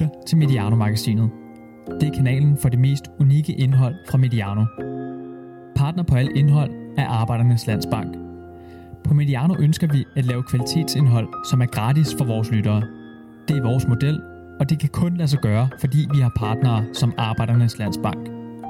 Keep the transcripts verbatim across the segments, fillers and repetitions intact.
lytter til Mediano-magasinet. Det er kanalen for det mest unikke indhold fra Mediano. Partner på alt indhold er Arbejdernes Landsbank. På Mediano ønsker vi at lave kvalitetsindhold, som er gratis for vores lyttere. Det er vores model, og det kan kun lade sig gøre, fordi vi har partnere som Arbejdernes Landsbank.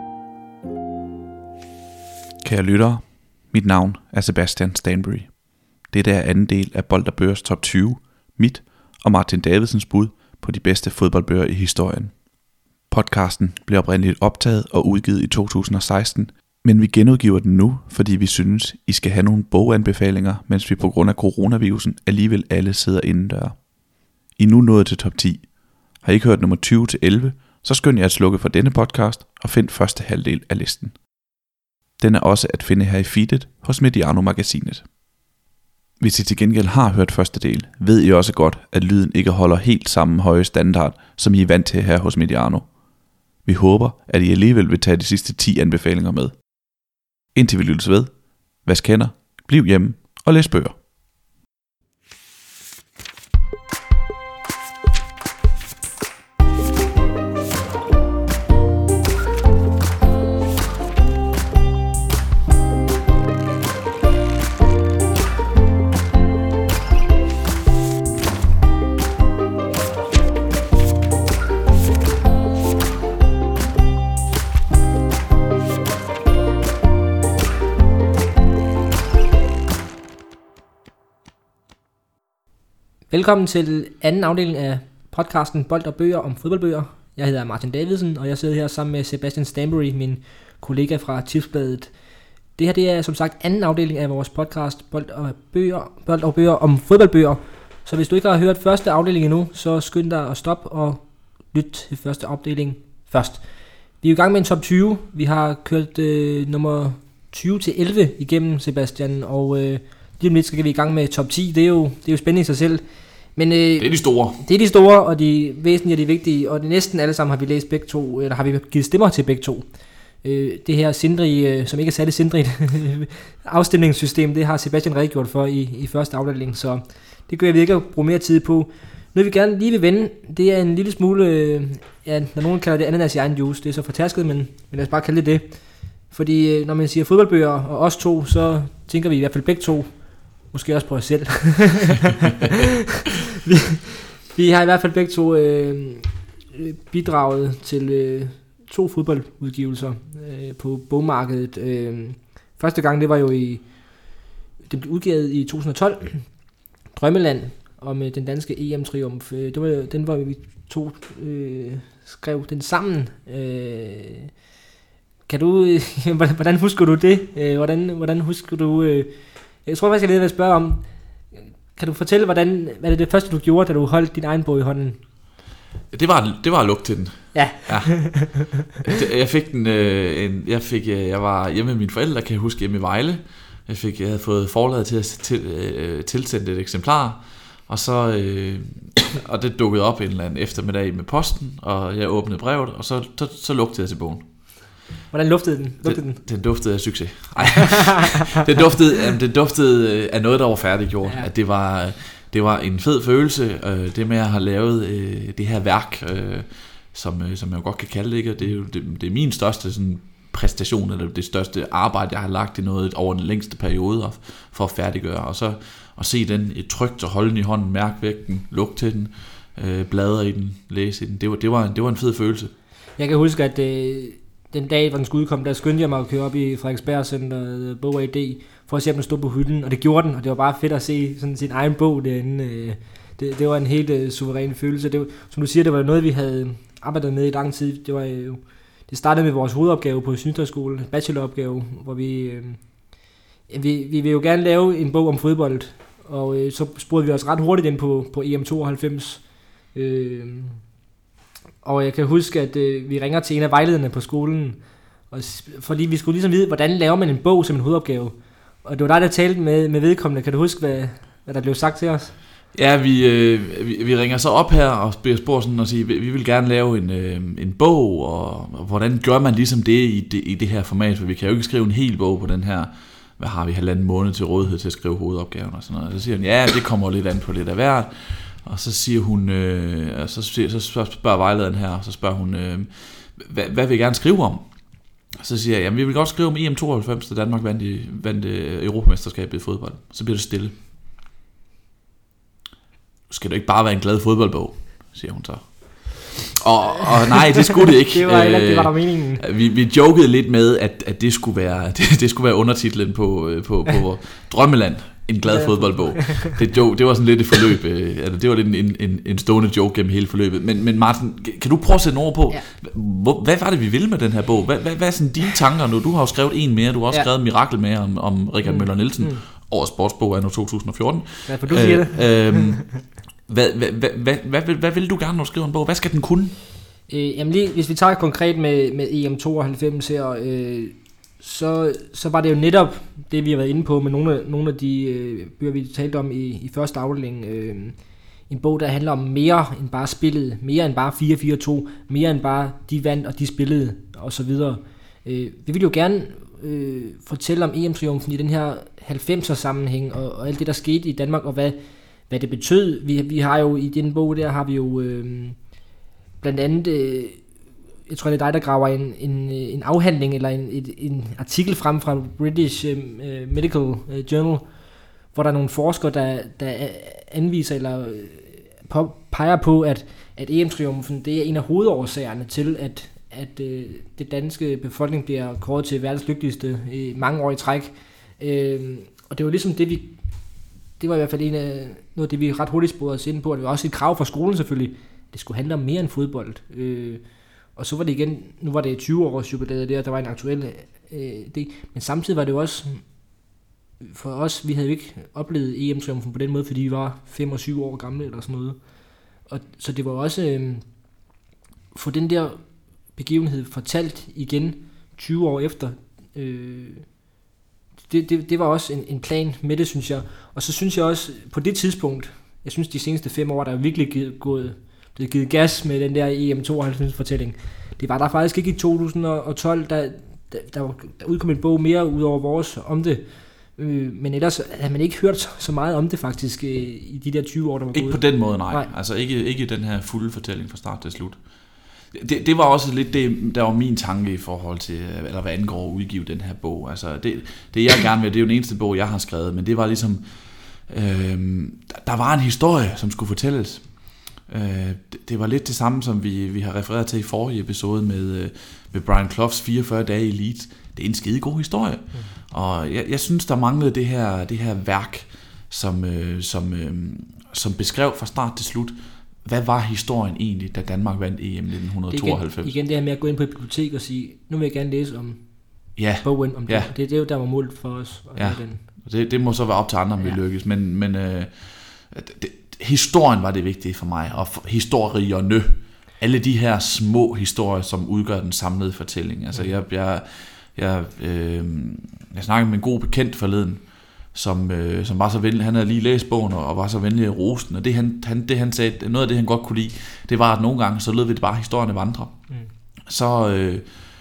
Kære lyttere, mit navn er Sebastian Stanbury. Dette er anden del af Bold og Bøgers top tyve, mit og Martin Davidsens bud på de bedste fodboldbøger i historien. Podcasten blev oprindeligt optaget og udgivet i to tusind og seksten, men vi genudgiver den nu, fordi vi synes, I skal have nogle boganbefalinger, mens vi på grund af coronavirusen alligevel alle sidder indendør. I er nu nået til top ti. Har I ikke hørt nummer tyve til elleve, så skynd jer at slukke for denne podcast og find første halvdel af listen. Den er også at finde her i feedet hos Mediano-magasinet. Hvis I til gengæld har hørt første del, ved I også godt, at lyden ikke holder helt samme høje standard, som I er vant til her hos Mediano. Vi håber, at I alligevel vil tage de sidste ti anbefalinger med. Indtil vi lyttes ved, vask hænder, bliv hjemme og læs bøger. Velkommen til anden afdeling af podcasten Bold og Bøger om fodboldbøger. Jeg hedder Martin Davidsen, og jeg sidder her sammen med Sebastian Stanbury, min kollega fra Tipsbladet. Det her det er som sagt anden afdeling af vores podcast Bold og Bøger, Bold og Bøger om fodboldbøger. Så hvis du ikke har hørt første afdeling endnu, så skynd dig at stoppe og lyt til første afdeling først. Vi er i gang med en top tyve. Vi har kørt øh, nummer tyve til elleve igennem, Sebastian, og øh, lige om lidt skal vi i gang med top ti. Det er jo, det er jo spændende i sig selv. Men, øh, det er de store. Det er de store, og de væsentlige og de vigtige, og næsten alle sammen har vi læst begge to, eller har vi givet stemmer til begge to. Øh, det her sindrige, øh, som ikke er særlig sindrigt afstemningssystem, det har Sebastian redegjort for i, i første afdeling, så det gør jeg ikke at bruge mere tid på. Noget vi gerne lige vil vende, det er en lille smule, øh, ja, når nogen kalder det ananas i egen juice, det er så fortærsket, men, men lad os bare kalde det det. Fordi øh, når man siger fodboldbøger og os to, så tænker vi i hvert fald begge to, måske også på os selv. vi, vi har i hvert fald begge to øh, bidraget til øh, to fodboldudgivelser øh, på bogmarkedet. Øh, første gang, det var jo i, det blev udgivet i to tusind og tolv, Drømmeland, om øh, den danske E M-triumf. Øh, det var, den var vi to øh, skrev den sammen. Øh, kan du, øh, hvordan husker du det? Øh, hvordan, hvordan husker du... Øh, Jeg tror faktisk, jeg vil spørge om, kan du fortælle, hvordan, hvad det, det første, du gjorde, da du holdt din egen bog i hånden? Det var, det var at lukke til den. Ja. ja. Jeg fik den, øh, en, jeg fik, jeg var hjemme med mine forældre, kan jeg huske, hjemme i Vejle. Jeg fik, jeg havde fået forlaget til at til, øh, tilsende et eksemplar, og så, øh, og det dukkede op en eller anden eftermiddag med posten, og jeg åbnede brevet, og så, så, så lugtede jeg til bogen. Hvordan luftede den? Luftede den, den? Den duftede af succes. Ej. den, duftede, jamen, den duftede af noget, der var færdiggjort. Ja. At det var, det var en fed følelse, øh, det med at have lavet øh, det her værk, øh, som, øh, som jeg jo godt kan kalde det. Ikke? Det, er jo, det, det er min største sådan, præstation, eller det største arbejde, jeg har lagt i noget over den længste periode for at færdiggøre. Og så at se den et trygt og holde den i hånden, mærke vægten, lugte til den, øh, bladre i den, læse i den. Det var, det var, det var en fed følelse. Jeg kan huske, at øh den dag, hvor den skulle udkomme, der skyndte jeg mig at køre op i Frederiksberg Center, Bog A D, for at se, om den stod på hylden, og det gjorde den, og det var bare fedt at se sådan sin egen bog derinde. Det, det var en helt uh, suveræn følelse. Det var, som du siger, det var noget, vi havde arbejdet med i lang tid. Det var jo, det startede med vores hovedopgave på Snyderskole, bacheloropgave, hvor vi, øh, vi, vi vil jo gerne lave en bog om fodbold, og øh, så spurgte vi os ret hurtigt ind på, på E M tooghalvfems. Øh, Og jeg kan huske, at øh, vi ringer til en af vejlederne på skolen, og, fordi vi skulle ligesom vide, hvordan laver man en bog som en hovedopgave. Og det var dig, der talte med, med vedkommende. Kan du huske, hvad, hvad der blev sagt til os? Ja, vi, øh, vi, vi ringer så op her og bliver spurgt sådan og siger, vi vil gerne lave en, øh, en bog, og, og hvordan gør man ligesom det i, det i det her format? For vi kan jo ikke skrive en hel bog på den her, hvad har vi, halvanden måned til rådighed til at skrive hovedopgaven og sådan noget. Så siger han, ja, det kommer lidt an på lidt af hvert. Og så siger hun, øh, så, siger, så spørger vejlederen her, og så spørger hun, øh, hvad, hvad vil jeg gerne skrive om? Og så siger jeg, jamen vi vil godt skrive om E M tooghalvfems, da Danmark vandt, i, vandt Europamesterskabet i fodbold. Så bliver det stille. Skal det ikke bare være en glad fodboldbog, siger hun så. Og, og nej, det skulle det ikke. det var ikke, det var der meningen. Vi, vi jokede lidt med, at, at det, skulle være, det, det skulle være undertitlen på, på, på Drømmeland. En glad fodboldbog. Det, jo, det var sådan lidt et forløb. Altså, det var lidt en, en, en stående joke gennem hele forløbet. Men, men Martin, kan du prøve at sætte ord på, ja. hvor, hvad var det, vi ville med den her bog? Hvad, hvad, hvad er sådan dine tanker nu? Du har jo skrevet en mere, du har også ja. skrevet Mirakel mere om, om Richard mm. Møller Nielsen, mm. årets sportsbog anno to tusind og fjorten. Hvad for du siger øh, det? øh, hvad, hvad, hvad, hvad, hvad, hvad, hvad vil du gerne, når du skriver en bog? Hvad skal den kunne? Øh, jamen lige, hvis vi tager konkret med, med E M tooghalvfems her, øh, så, så var det jo netop det, vi har været inde på med nogle af, nogle af de øh, bøger, vi talte om i, i første afdeling. Øh, en bog, der handler om mere end bare spillet, mere end bare fire fire to, mere end bare de vandt og de spillede osv. Øh, vi vil jo gerne øh, fortælle om E M-triumfen i den her halvfemser sammenhæng og, og alt det, der skete i Danmark, og hvad, hvad det betød. Vi, vi har jo i den bog der, har vi jo øh, blandt andet... Øh, jeg tror, det er dig, der graver en, en, en afhandling eller en, et, en artikel frem fra British uh, Medical uh, Journal, hvor der er nogle forskere, der, der anviser eller på, peger på, at, at E M-triumfen det er en af hovedårsagerne til, at, at uh, det danske befolkning bliver kåret til verdens lykkeligste i mange år i træk. Uh, og det var ligesom det, vi... Det var i hvert fald en af, noget af det, vi ret hurtigt sporede os ind på, og det var også et krav fra skolen selvfølgelig. Det skulle handle om mere end fodbold. Uh, Og så var det igen, nu var det tyve års jubilæet der, der var en aktuel øh, det, men samtidig var det jo også, for os, vi havde jo ikke oplevet E M-triumfen på den måde, fordi vi var fem og syv år gamle eller sådan noget. Og, så det var også, øh, for den der begivenhed fortalt igen tyve år efter, øh, det, det, det var også en, en plan med det, synes jeg. Og så synes jeg også, på det tidspunkt, jeg synes de seneste fem år, der er virkelig givet, gået, blevet givet gas med den der E M tooghalvfems fortælling. Det var der faktisk ikke i to tusind og tolv, der, der, der, der udkom en bog mere ud over vores om det. Øh, men ellers havde man ikke hørt så meget om det faktisk øh, i de der tyve år, der var ikke gået. Ikke på den måde, nej. nej. Altså ikke, ikke den her fulde fortælling fra start til slut. Det, det var også lidt det, der var min tanke i forhold til, eller hvad angår at udgive den her bog. Altså det, det jeg gerne vil, det er jo den eneste bog, jeg har skrevet, men det var ligesom, øh, der var en historie, som skulle fortælles. Det var lidt det samme, som vi, vi har refereret til i forrige episode med, med Brian Cloughs fireogfyrre dage i Leeds. Det er en skide god historie. Mm. Og jeg, jeg synes, der manglede det her, det her værk, som, som, som beskrev fra start til slut, hvad var historien egentlig, da Danmark vandt E M nitten tooghalvfems? Igen, igen det her med at gå ind på et bibliotek og sige, nu vil jeg gerne læse om ja. bogen om det. Ja. det. Det er jo der var målet for os. Ja. Den. Det, det må så være op til andre, om ja. vi lykkes. Men, men øh, det, historien var det vigtige for mig, og historierne, alle de her små historier, som udgør den samlede fortælling. Altså jeg, jeg, jeg, øh, jeg snakkede med en god bekendt forleden, som, øh, som var så venlig, han havde lige læst bogen, og var så venlig at rose den, og det han, han, det han sagde, noget af det han godt kunne lide, det var, at nogle gange, så lød vi det bare historierne vandre. Mm. Så, øh,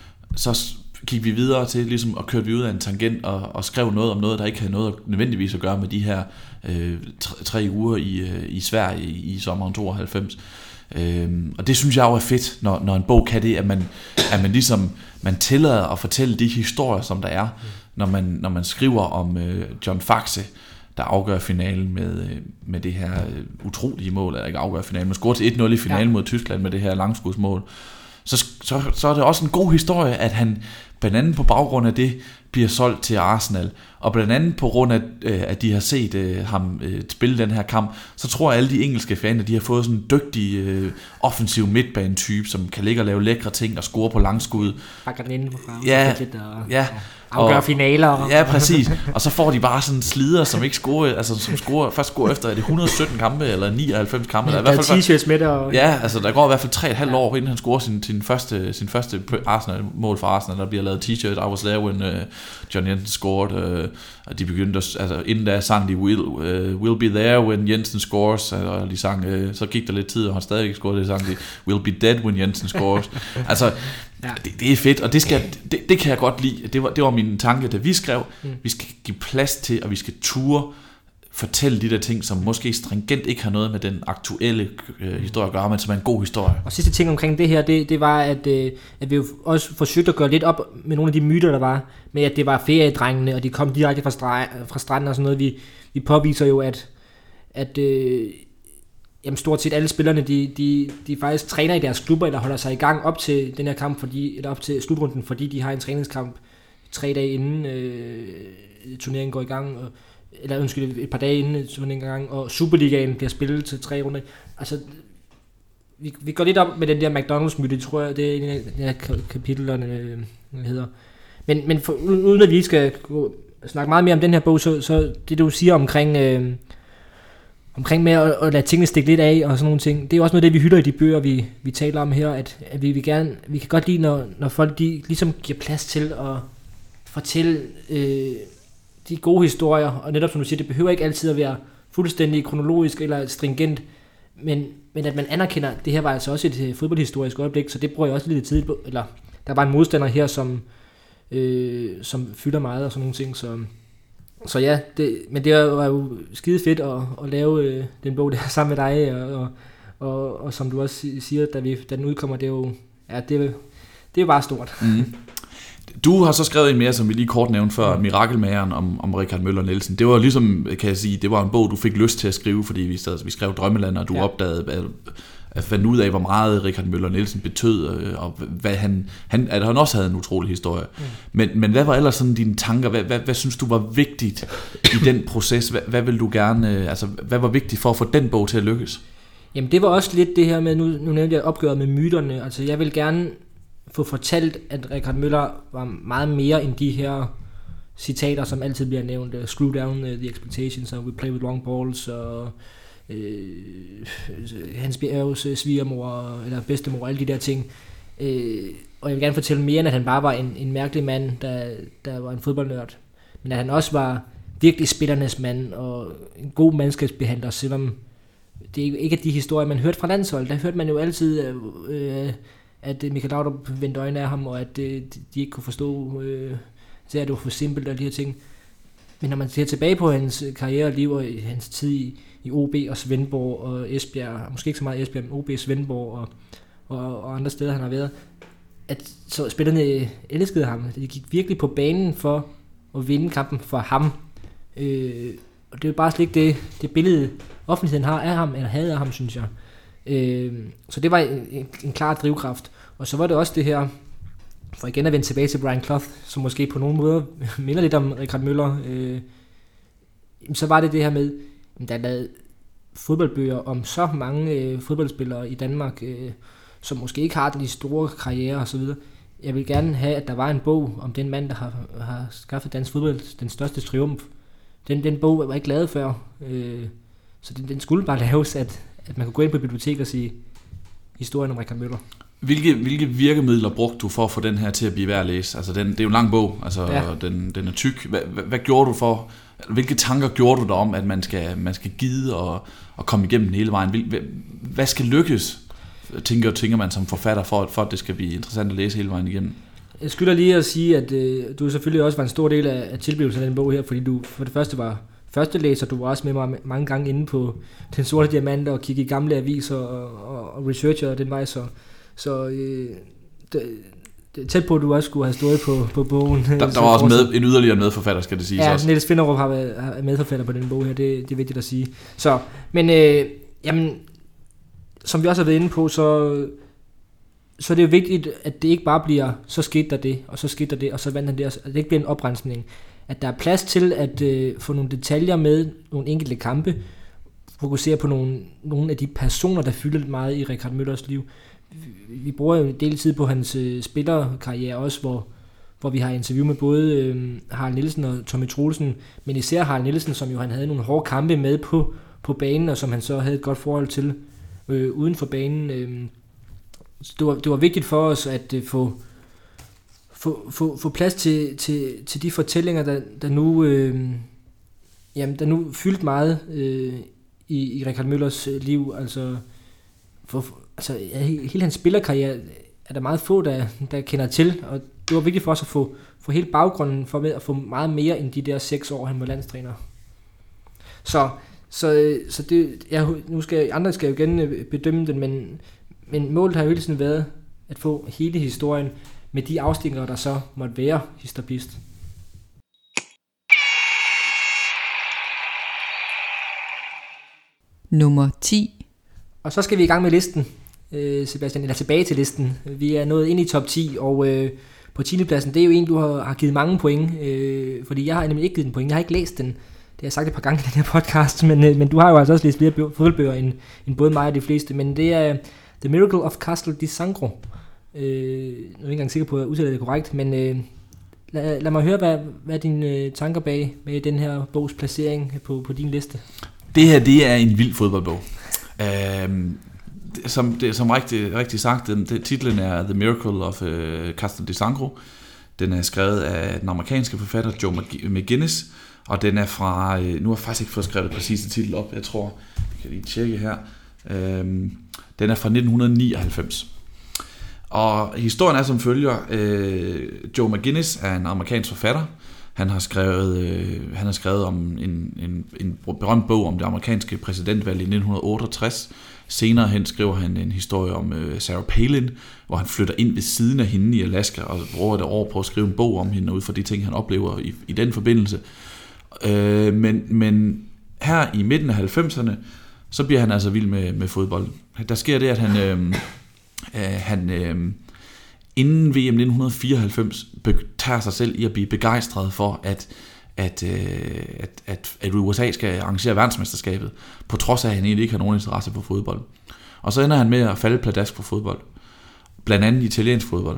så gik vi videre til, ligesom, og kørte vi ud af en tangent, og, og skrev noget om noget, der ikke havde noget nødvendigvis at gøre med de her øh, tre, tre uger i, øh, i Sverige i, i sommeren tooghalvfems. Øh, og det synes jeg jo er fedt, når, når en bog kan det, at man, at man ligesom, man tillader at fortælle de historier, som der er, mm. når, man, når man skriver om øh, John Faxe, der afgør finalen med, øh, med det her øh, utrolige mål, eller ikke afgør finalen, men scorer til et nul i finalen ja. mod Tyskland med det her langskudsmål. Så, så, så er det også en god historie, at han blandt andet på baggrund af det bliver solgt til Arsenal, og blandt andet på grund af, at de har set øh, ham øh, spille den her kamp, så tror jeg, alle de engelske fans, de har fået sådan en dygtig øh, offensiv midtbanetype, som kan ligge og lave lækre ting og score på langskud. Bakker den inde på frem. Ja, ja. Afgør og, finaler. Ja, præcis. Og så får de bare sådan slider, som ikke scorer, altså som scorer, først scorer efter, er det et hundrede og sytten kampe, eller nioghalvfems kampe? Ja, der er, der er t-shirts med der. Ja, altså der går i hvert fald tre og et halvt år, inden han scorer sin, sin første, sin første Arsenal-mål for Arsenal, der bliver lavet t-shirt, I was there when uh, John Jensen scored, uh, og de begyndte, at, altså inden da sang de, will, uh, will be there when Jensen scores, og de sang, uh, så gik der lidt tid, og han stadig ikke scorede, det sang de, will be dead when Jensen scores. Altså, ja. det, det er fedt, og det, skal, det, det kan jeg godt lide. Det var, det var min tanke, da vi skrev, mm. vi skal give plads til, og vi skal ture fortælle de der ting, som måske stringent ikke har noget med den aktuelle øh, historie at gøre, men som er en god historie. Og sidste ting omkring det her, det, det var, at, øh, at vi jo også forsøgte at gøre lidt op med nogle af de myter, der var, med at det var feriedrengene, og de kom direkte fra, stra- fra stranden og sådan noget. Vi, vi påviser jo, at, at øh, jamen stort set alle spillerne, de, de, de faktisk træner i deres klubber, eller holder sig i gang op til den her kamp, fordi, eller op til slutrunden, fordi de har en træningskamp tre dage inden øh, turneringen går i gang, og, eller undskyld, et par dage inden turneringen går i gang, og Superligaen bliver spillet til tre runder. Altså, vi, vi går lidt op med den der McDonald's-myte, det tror jeg, det er en af de her kapitlerne, øh, hedder. Men, men for, uden at vi skal gå, snakke meget mere om den her bog, så, så det du siger omkring... Øh, omkring med at, at lade tingene stikke lidt af og sådan nogle ting. Det er også noget af det, vi hylder i de bøger, vi, vi taler om her, at, at vi, vi, gerne, vi kan godt lide, når, når folk de ligesom giver plads til at fortælle øh, de gode historier, og netop som du siger, det behøver ikke altid at være fuldstændig kronologisk eller stringent, men, men at man anerkender, at det her var altså også et fodboldhistorisk øjeblik, så det bruger jeg også lidt tid på, eller der var en modstander her, som, øh, som fylder meget og sådan nogle ting, så... Så ja, det, men det var jo skide fedt at, at lave øh, den bog der sammen med dig, og, og, og, og som du også siger, da, vi, da den udkommer, det er jo, ja, det, det er jo bare stort. Mm. Du har så skrevet en mere, som vi lige kort nævnte før, mm. Mirakelmageren om, om Richard Møller Nielsen. Det var ligesom, kan jeg sige, det var en bog, du fik lyst til at skrive, fordi vi, stadig, vi skrev Drømmeland, og du ja. opdagede, at, at finde ud af, hvor meget Richard Møller Nielsen betød, og hvad han, han, at han også havde en utrolig historie. Mm. Men, men hvad var ellers sådan dine tanker? Hvad, hvad, hvad synes du var vigtigt i den proces? Hvad, hvad vil du gerne, altså, hvad var vigtigt for at få den bog til at lykkes? Jamen det var også lidt det her med, nu, nu nævnte jeg opgøret med myterne, altså jeg vil gerne få fortalt, at Richard Møller var meget mere end de her citater, som altid bliver nævnt, uh, screw down uh, the expectations, og we play with long balls, og uh, Hans Bjergs uh, svigermor, eller bedstemor, alle de der ting. Uh, og jeg vil gerne fortælle mere, end at han bare var en, en mærkelig mand, der, der var en fodboldnørd, men at han også var virkelig spillernes mand, og en god mandskabsbehandler, selvom det er ikke de historier, man hørte fra landshold. Der hørte man jo altid... Uh, at Michael Laudrup vendte øjne af ham, og at øh, de ikke kunne forstå, øh, at det var for simpelt og de her ting. Men når man ser tilbage på hans karriere og liv og hans tid i, i O B og Svendborg og Esbjerg, måske ikke så meget Esbjerg, men O B, Svendborg og, og, og andre steder, han har været, at så spillerne elskede ham. De gik virkelig på banen for at vinde kampen for ham. Øh, og det er jo bare slet ikke det, det billede, offentligheden har af ham, eller havde af ham, synes jeg. Øh, så det var en, en, en klar drivkraft. Og så var det også det her, for igen at vende tilbage til Brian Clough, som måske på nogle måder minder lidt om Richard Møller, øh, så var det det her med, der er lavet fodboldbøger om så mange øh, fodboldspillere i Danmark, øh, som måske ikke har de store karriere og så videre. Jeg vil gerne have, at der var en bog om den mand, der har, har skaffet dansk fodbold den største triumf. Den, den bog var ikke lavet før, øh, så den, den skulle bare laves, at at man kunne gå ind på biblioteket og sige historien om Richard Møller. Hvilke, hvilke virkemidler brugte du for at få den her til at blive værd at læse? Altså den, det er jo en lang bog, altså ja. den, den er tyk. Hvad, hvad, hvad gjorde du for, hvilke tanker gjorde du der om, at man skal, man skal gide og, og komme igennem den hele vejen? Hvad, hvad skal lykkes, tænker, tænker man som forfatter, for, for at det skal blive interessant at læse hele vejen igennem? Jeg skylder lige at sige, at øh, du selvfølgelig også var en stor del af, af tilblivelsen af den bog her, fordi du for det første var første læser, du var også med mig mange gange inde på Den Sorte Diamant og kigge i gamle aviser og, og, og researcher den vej, så, så øh, det, det er tæt på, at du også skulle have stået på, på bogen. Der, der var også med, en yderligere medforfatter, skal det sige. Ja, også. Niels Finderup har været medforfatter på den bog her, det, det er vigtigt at sige. Så, men øh, jamen, som vi også har været inde på, så, så er det jo vigtigt, at det ikke bare bliver, så skete der det, og så skete der det, og så vandt han det, og det ikke bliver en oprensning. At der er plads til at øh, få nogle detaljer med, nogle enkelte kampe, fokusere på nogle, nogle af de personer, der fylder meget i Richard Møllers liv. Vi, vi bruger jo en del tid på hans øh, spillerkarriere også, hvor, hvor vi har interview med både øh, Harald Nielsen og Tommy Troelsen, men især Harald Nielsen, som jo han havde nogle hårde kampe med på, på banen, og som han så havde et godt forhold til øh, uden for banen. Øh. Det, var, det var vigtigt for os at øh, få Få, få, få plads til, til, til de fortællinger, der, der nu øh, jamen, der nu fyldt meget øh, i, i Richard Møllers liv. Altså, for, altså hele hans spillerkarriere er der meget få, der, der kender til, og det var vigtigt for os at få, få hele baggrunden for med at få meget mere end de der seks år, han var landstræner. Så, så, så det, jeg, nu skal andre skal jo igen bedømme den, men, men målet har jo hele tiden været at få hele historien med de afstikker, der så måtte være histopist. Nummer ti. Og så skal vi i gang med listen, øh, Sebastian, eller tilbage til listen. Vi er nået ind i top ti, og øh, på tiende pladsen, det er jo en, du har, har givet mange point, øh, fordi jeg har nemlig ikke givet den point, jeg har ikke læst den. Det har jeg sagt et par gange i den her podcast, men, øh, men du har jo altså også læst flere fodboldbøger end, end både mig og de fleste, men det er The Miracle of Castel di Sangro. Øh, jeg er ikke engang sikker på, at jeg udtaler det korrekt, men øh, lad, lad mig høre, hvad, hvad er dine øh, tanker bag med den her bogs placering på, på din liste? Det her, det er en vild fodboldbog. Øhm, som, det, som rigtig, rigtig sagt, det, det, titlen er The Miracle of uh, Castel di Sangro. Den er skrevet af den amerikanske forfatter Joe McGinnis, og den er fra, nu har jeg faktisk ikke fået skrevet det præcise titel op, jeg tror, jeg kan lige tjekke her. Øhm, den er fra nitten nioghalvfems. Og historien er som følger. øh, Joe McGinnis er en amerikansk forfatter. Han har skrevet, øh, han har skrevet om en, en, en berømt bog om det amerikanske præsidentvalg i nitten otteogtres. Senere hen skriver han en historie om øh, Sarah Palin, hvor han flytter ind ved siden af hende i Alaska og bruger et år på at skrive en bog om hende ud fra de ting, han oplever i, i den forbindelse. Øh, men, men her i midten af halvfemserne, så bliver han altså vild med, med fodbold. Der sker det, at han, øh, øh, han øh, inden V M nitten fireoghalvfems tager sig selv i at blive begejstret for, at, at, øh, at, at, at U S A skal arrangere verdensmesterskabet, på trods af, at han egentlig ikke har nogen interesse for fodbold. Og så ender han med at falde pladask på fodbold, blandt andet italiensk fodbold.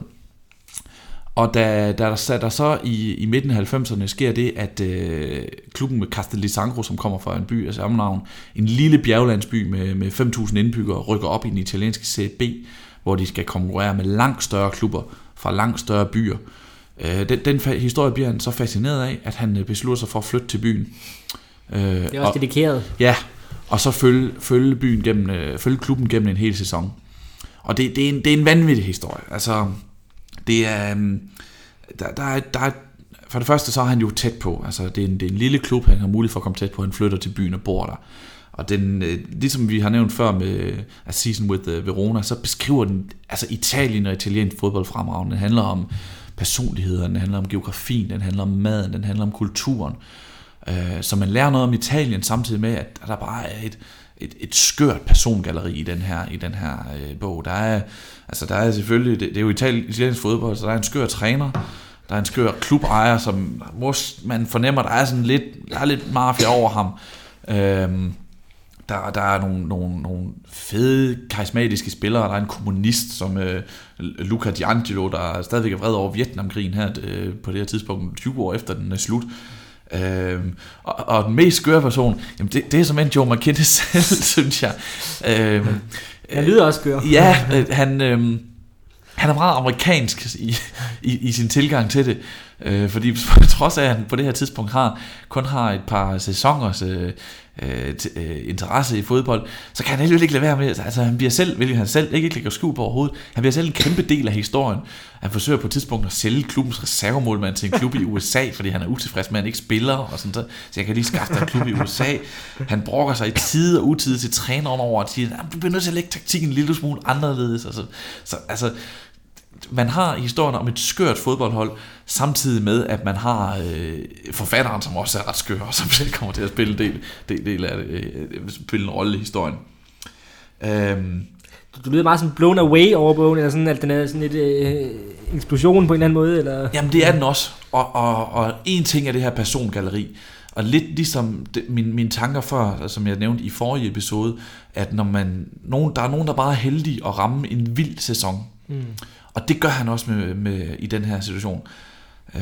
Og da, da der, der så i, i midten af halvfemserne sker det, at øh, klubben med Castel di Sangro, som kommer fra en by af samme navn, en lille bjerglandsby med, med fem tusind indbyggere, rykker op i den italienske Serie B, hvor de skal konkurrere med langt større klubber fra langt større byer. Øh, den, den historie bliver han så fascineret af, at han beslutter sig for at flytte til byen. Øh, det er også og, dedikeret. Ja, og så følge, følge, byen gennem, øh, følge klubben gennem en hel sæson. Og det, det, er, en, det er en vanvittig historie. Altså, det er, der, der er, der er, for det første så er han jo tæt på. Altså, det er en, det er en lille klub, han har mulighed for at komme tæt på. Han flytter til byen og bor der. Og den, ligesom vi har nævnt før med A Season with Verona, så beskriver den altså Italien og italiensk fodbold fremragende. Den handler om personligheder, den handler om geografien, den handler om maden, den handler om kulturen. Så man lærer noget om Italien, samtidig med, at der bare er et, et, et skørt persongalleri i den her, i den her øh, bog. Der er, altså der er selvfølgelig, det, det er jo italiensk fodbold, så der er en skør træner, der er en skør klubejer, som man fornemmer, der er sådan lidt, der er lidt mafia over ham. Øhm, Der, der er nogle, nogle, nogle fede, karismatiske spillere. Der er en kommunist som øh, Luca D'Angelo, der stadigvæk er vred over Vietnamkrigen her øh, på det her tidspunkt, tyve år efter den er slut. Øh, og, og den mest skøre person, jamen det, det er som en Joe McGinnis selv, synes jeg. Øh, han lyder også skør. Ja, øh, han, øh, han er meget amerikansk i, i, i sin tilgang til det. Øh, fordi på trods af, at han på det her tidspunkt har, kun har et par sæsoners øh, øh, øh, interesse i fodbold, så kan han alligevel ikke lade være med, altså han bliver selv, hvilket han selv ikke lægger skjul på overhovedet, han bliver selv en kæmpe del af historien. Han forsøger på et tidspunkt at sælge klubbens reservemålmand til en klub i U S A, fordi han er utilfreds med, at han ikke spiller, og sådan så, så jeg kan lige skaffe dig en klub i U S A. Han brokker sig i tide og utide til træneren over, og siger, du bliver nødt til at lægge taktikken en lille smule anderledes. Altså, så, altså, man har historien om et skørt fodboldhold, samtidig med, at man har øh, forfatteren, som også er ret skør, og som selv kommer til at spille del, del, del af det, øh, spille en rolle i historien. Øhm. Du lyder meget sådan blown away over bogen, eller sådan, at den er sådan et øh, eksplosion på en eller anden måde, eller? Jamen det er den også, og, og, og en ting er det her persongalleri, og lidt ligesom det, mine, mine tanker før, som jeg nævnte i forrige episode, at når man, nogen, der er nogen, der bare er heldige at ramme en vild sæson, mm. og det gør han også med, med, i den her situation. Øh,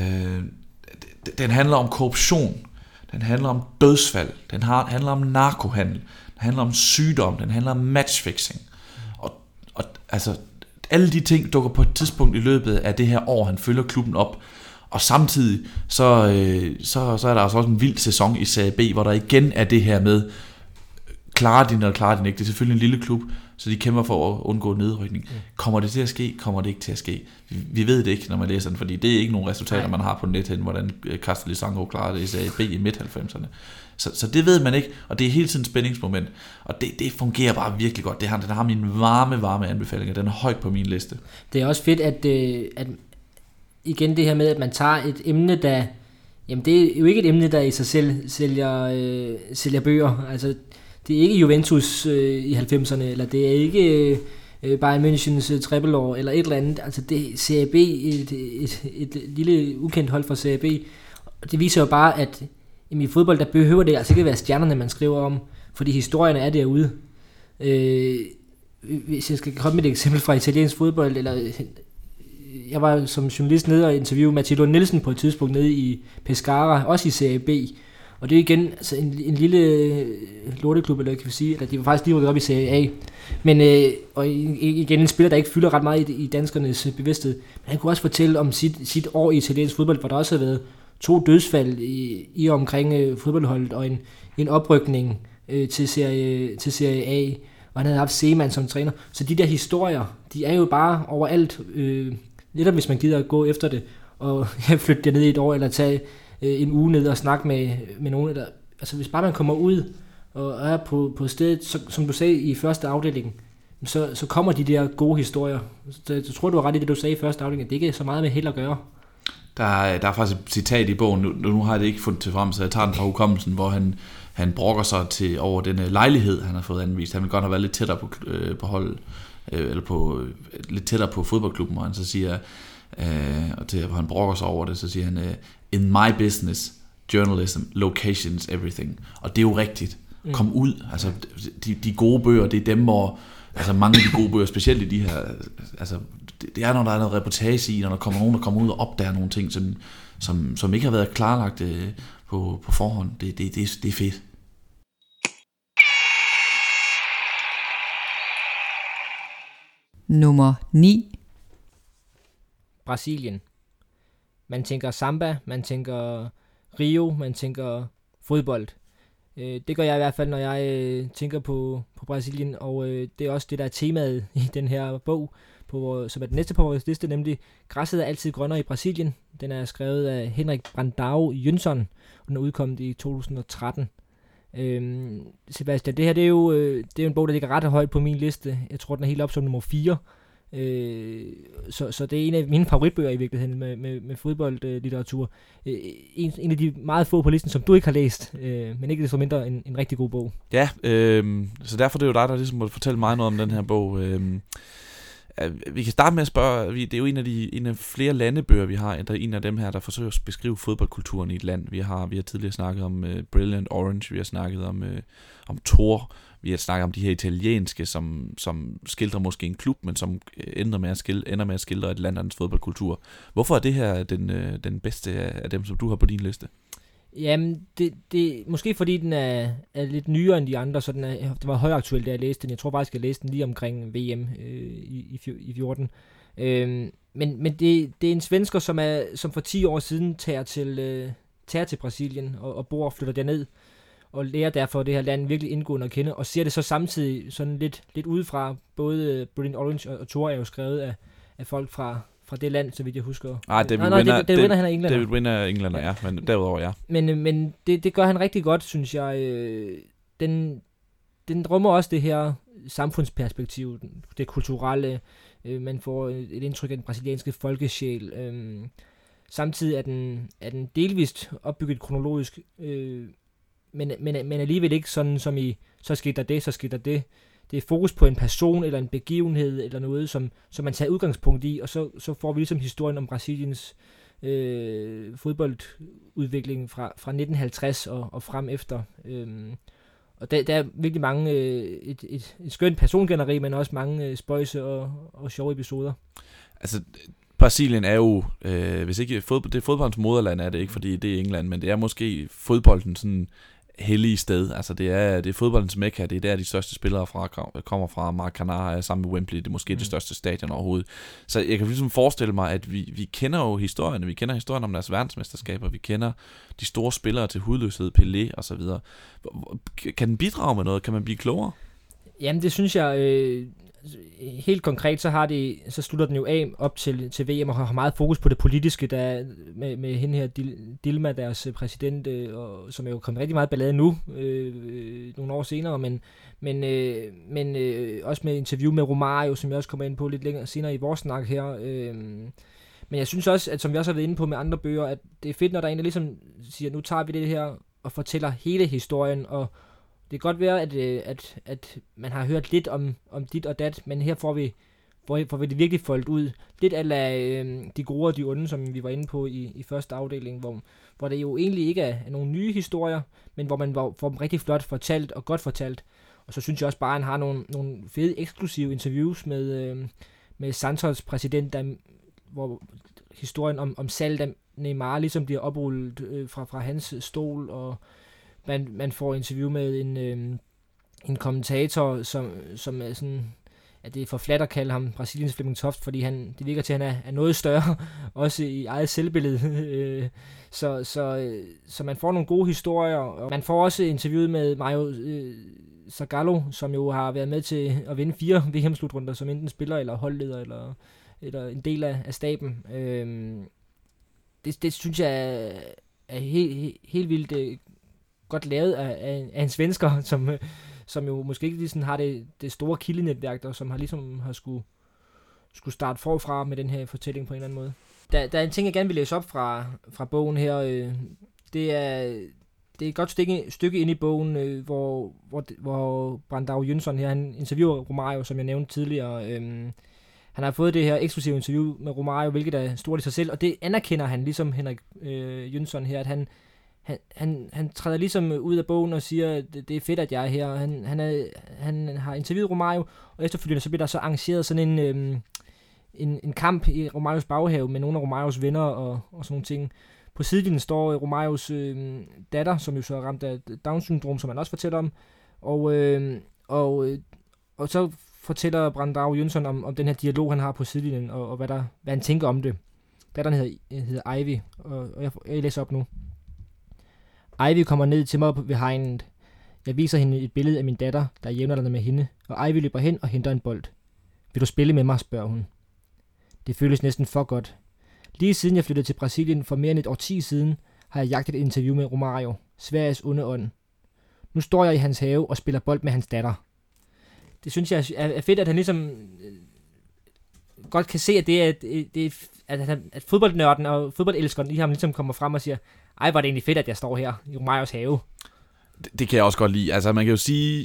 den handler om korruption, den handler om dødsfald, den har, handler om narkohandel, den handler om sygdom, den handler om matchfixing. Og, og altså, alle de ting dukker på et tidspunkt i løbet af det her år, han følger klubben op. Og samtidig, så, øh, så, så er der altså også en vild sæson i Serie B, hvor der igen er det her med klarer de, eller klarer de ikke. Det er selvfølgelig en lille klub, så de kæmper for at undgå nedrykning. Mm. Kommer det til at ske? Kommer det ikke til at ske? Vi, vi ved det ikke, når man læser den, fordi det er ikke nogen resultater, man har på nettet, hvordan Castel Sango klarede det i Serie B i midt halvfemserne. Så, så det ved man ikke, og det er hele tiden et spændingsmoment, og det, det fungerer bare virkelig godt. Det har, den har mine varme, varme anbefalinger. Den er højt på min liste. Det er også fedt, at, at igen det her med, at man tager et emne, der... Jamen det er jo ikke et emne, der i sig selv sælger, øh, sælger bøger. Altså, det er ikke Juventus øh, i halvfemserne, eller det er ikke øh, Bayern Münchens øh, treble-år, eller et eller andet. Altså det er Serie B, et, et, et, et lille ukendt hold fra Serie B. Det viser jo bare, at i fodbold, der behøver det altså ikke være stjernerne, man skriver om, fordi historierne er derude. Øh, hvis jeg skal komme med et eksempel fra italiensk fodbold, eller... Jeg var som journalist nede og interviewede Matteo Lund Nielsen på et tidspunkt nede i Pescara, også i Serie B. Og det er igen altså en, en lille lorteklub, eller kan vi sige, eller de var faktisk lige rykket op i Serie A. Men øh, og igen en spiller, der ikke fylder ret meget i, i danskernes bevidsthed. Men han kunne også fortælle om sit, sit år i italiensk fodbold, hvor der også havde været to dødsfald i, i omkring øh, fodboldholdet, og en, en oprykning øh, til, serie, til Serie A. Og han havde haft Seemann som træner. Så de der historier, de er jo bare overalt... Øh, Lidt hvis man gider at gå efter det, og flytte det ned i et år, eller tage øh, en uge ned og snakke med, med nogen. Eller, altså hvis bare man kommer ud og er på, på stedet, så, som du sagde i første afdeling, så, så kommer de der gode historier. Så jeg tror, du har ret i det, du sagde i første afdeling, at det ikke er så meget med held at gøre. Der er, der er faktisk et citat i bogen, nu, nu har jeg det ikke fundet til frem, så jeg tager den fra hukommelsen, hvor han, han brokker sig til over den lejlighed, han har fået anvist. Han vil godt have været lidt tættere på, øh, på holdet, eller på, lidt tættere på fodboldklubben, og han så siger, øh, og til, hvor han brokker sig over det, så siger han, øh, in my business, journalism, locations, everything. Og det er jo rigtigt. Kom ud, altså de, de gode bøger, det er dem, hvor, altså mange af de gode bøger, specielt i de her, altså det, det er, når der er noget reportage i, når der kommer nogen, der kommer ud og opdager nogle ting, som, som, som ikke har været klarlagt øh, på, på forhånd. Det, det, det, det er fedt. Nummer ni. Brasilien. Man tænker samba, man tænker Rio, man tænker fodbold. Det gør jeg i hvert fald, når jeg tænker på, på Brasilien, og det er også det, der er temaet i den her bog, på, som er den næste på vores liste, nemlig Græsset er altid grønnere i Brasilien. Den er skrevet af Henrik Brandao Jönsson, og den er udkommet i to tusind og tretten. Øhm, Sebastian, det her det er, jo, øh, det er jo en bog, der ligger ret højt på min liste. Jeg tror, den er helt op som nummer fire. Øh, så, så det er en af mine favoritbøger i virkeligheden med, med, med fodboldlitteratur. Øh, en, en af de meget få på listen, som du ikke har læst, øh, men ikke desto mindre en, en rigtig god bog. Ja, øh, så derfor er det jo dig, der ligesom må fortælle mig noget om den her bog. Øh, vi kan starte med at spørge, det er jo en af de en af flere landebøger, vi har. Der er en af dem her, der forsøger at beskrive fodboldkulturen i et land. Vi har, vi har tidligere snakket om uh, Brilliant Orange, vi har snakket om, uh, om Thor, vi har snakket om de her italienske, som, som skildrer måske en klub, men som ender med at skildre, ender med at skildre et land og dens fodboldkultur. Hvorfor er det her den, uh, den bedste af dem, som du har på din liste? Jamen, det, det måske fordi den er, er lidt nyere end de andre, så den er, det var højaktuelt, da jeg læste den. Jeg tror faktisk, jeg læste den lige omkring V M øh, i, i fjorten. Øhm, men men det, det er en svensker, som, er, som for ti år siden tager til, øh, tager til Brasilien og, og bor og flytter derned, og lærer derfor det her land virkelig indgående at kende, og ser det så samtidig sådan lidt, lidt udefra. Både Brilliant Orange og, og Thor er jo skrevet af, af folk fra... fra det land, så vidt jeg husker. Ah, David nej, nej, Winner, David Winner, han er englænder. David Winner er englænder, ja, men derudover, ja. Men, men det, det gør han rigtig godt, synes jeg. Den, den rummer også det her samfundsperspektiv, det kulturelle. Man får et indtryk af den brasilianske folkesjæl. Samtidig er den, er den delvist opbygget kronologisk, men, men, men alligevel ikke sådan som i, så skete der det, så skete der det. Det er fokus på en person eller en begivenhed eller noget, som, som man tager udgangspunkt i, og så, så får vi ligesom historien om Brasiliens øh, fodboldudvikling fra, fra nitten halvtreds og, og frem efter. Øhm, og der, der er virkelig mange, øh, et, et, et skønt persongeneri, men også mange øh, spøjse og, og sjove episoder. Altså, Brasilien er jo, øh, hvis ikke fodbold, det er fodboldens moderland, er det ikke, fordi det er England, men det er måske fodbolden sådan hellige sted. Altså det er, det er fodboldens mekka, det er der de største spillere fra, kommer fra. Mark Canara er sammen med Wembley, det er måske mm. det største stadion overhovedet. Så jeg kan ligesom forestille mig, at vi, vi kender jo historien, vi kender historien om deres verdensmesterskaber, vi kender de store spillere til hudløshed, Pelé og så videre. Kan den bidrage med noget? Kan man blive klogere? Jamen det synes jeg, øh, helt konkret, så har det, så slutter den jo af op til, til V M og har meget fokus på det politiske, der med, med hende her Dilma, deres præsident, øh, og, som er jo kommet rigtig meget ballade nu, øh, nogle år senere, men, men, øh, men øh, også med interview med Romario, som jeg også kommer ind på lidt længere senere i vores snak her. Øh, men jeg synes også, at som vi også har været inde på med andre bøger, at det er fedt, når der er en, der ligesom siger, nu tager vi det her og fortæller hele historien, og det kan godt være, at, at, at man har hørt lidt om, om dit og dat, men her får vi, får, får vi det virkelig foldet ud. Lidt af øh, de gode og de onde, som vi var inde på i, i første afdeling, hvor, hvor det jo egentlig ikke er, er nogle nye historier, men hvor man får dem rigtig flot fortalt og godt fortalt. Og så synes jeg også bare, at han har nogle, nogle fede eksklusive interviews med, øh, med Santos præsident, der, hvor historien om, om salg af Neymar ligesom bliver oprullet øh, fra, fra hans stol, og Man, man får interview med en, øh, en kommentator, som, som er sådan, at det er for flat at kalde ham Brasiliens Flemming Toft, fordi han, det virker til, at han er, er noget større, også i eget selvbillede. så, så, så man får nogle gode historier, og man får også interviewet med Mario øh, Zagallo, som jo har været med til at vinde fire V M-slutrunder, som enten spiller eller holdleder, eller, eller en del af, af staben. Øh, det, det synes jeg er, er helt, helt, helt vildt øh, godt lavet af, af, af en svensker, som, som jo måske ikke ligesom har det, det store kildenetværk, der som har ligesom har skulle, skulle starte forfra med den her fortælling på en eller anden måde. Der, der er en ting, jeg gerne vil læse op fra, fra bogen her. Øh, det, er, det er et godt stykke, stykke inde i bogen, øh, hvor, hvor, hvor Brandao Jönsson her, han interviewer Romario, som jeg nævnte tidligere. Øh, han har fået det her eksklusive interview med Romario, hvilket er stort i sig selv, og det anerkender han, ligesom Henrik øh, Jönsson her, at han Han, han, han træder ligesom ud af bogen og siger, at det, det er fedt, at jeg er her. Han, han, er, han har interviewet Romario, og efterfølgende så bliver der så arrangeret sådan en, øhm, en, en kamp i Romarios baghave med nogle af Romarios venner og, og sådan nogle ting. På sidelinjen står Romarios øhm, datter, som jo så er ramt af Down-syndrom, som han også fortæller om. Og, øhm, og, og så fortæller Brandao Jönsson om, om den her dialog, han har på sidelinjen, og, og hvad, der, hvad han tænker om det. Datteren hedder, hedder Ivy, og, og jeg, jeg læser op nu. Ivy kommer ned til mig ved hegnet. Jeg viser hende et billede af min datter, der er jævnaldrende med hende, og Ivy løber hen og henter en bold. Vil du spille med mig, spørger hun. Det føles næsten for godt. Lige siden jeg flyttede til Brasilien for mere end et årti siden, har jeg jagtet et interview med Romario, Sveriges onde ånd. Nu står jeg i hans have og spiller bold med hans datter. Det synes jeg er fedt, at han ligesom øh, godt kan se, at det er, det er at, han, at fodboldnørden og fodboldelskeren i ham ligesom kommer frem og siger, ej, var det egentlig fedt, at jeg står her i Romarios have. Det, det kan jeg også godt lide. Altså, man kan jo sige,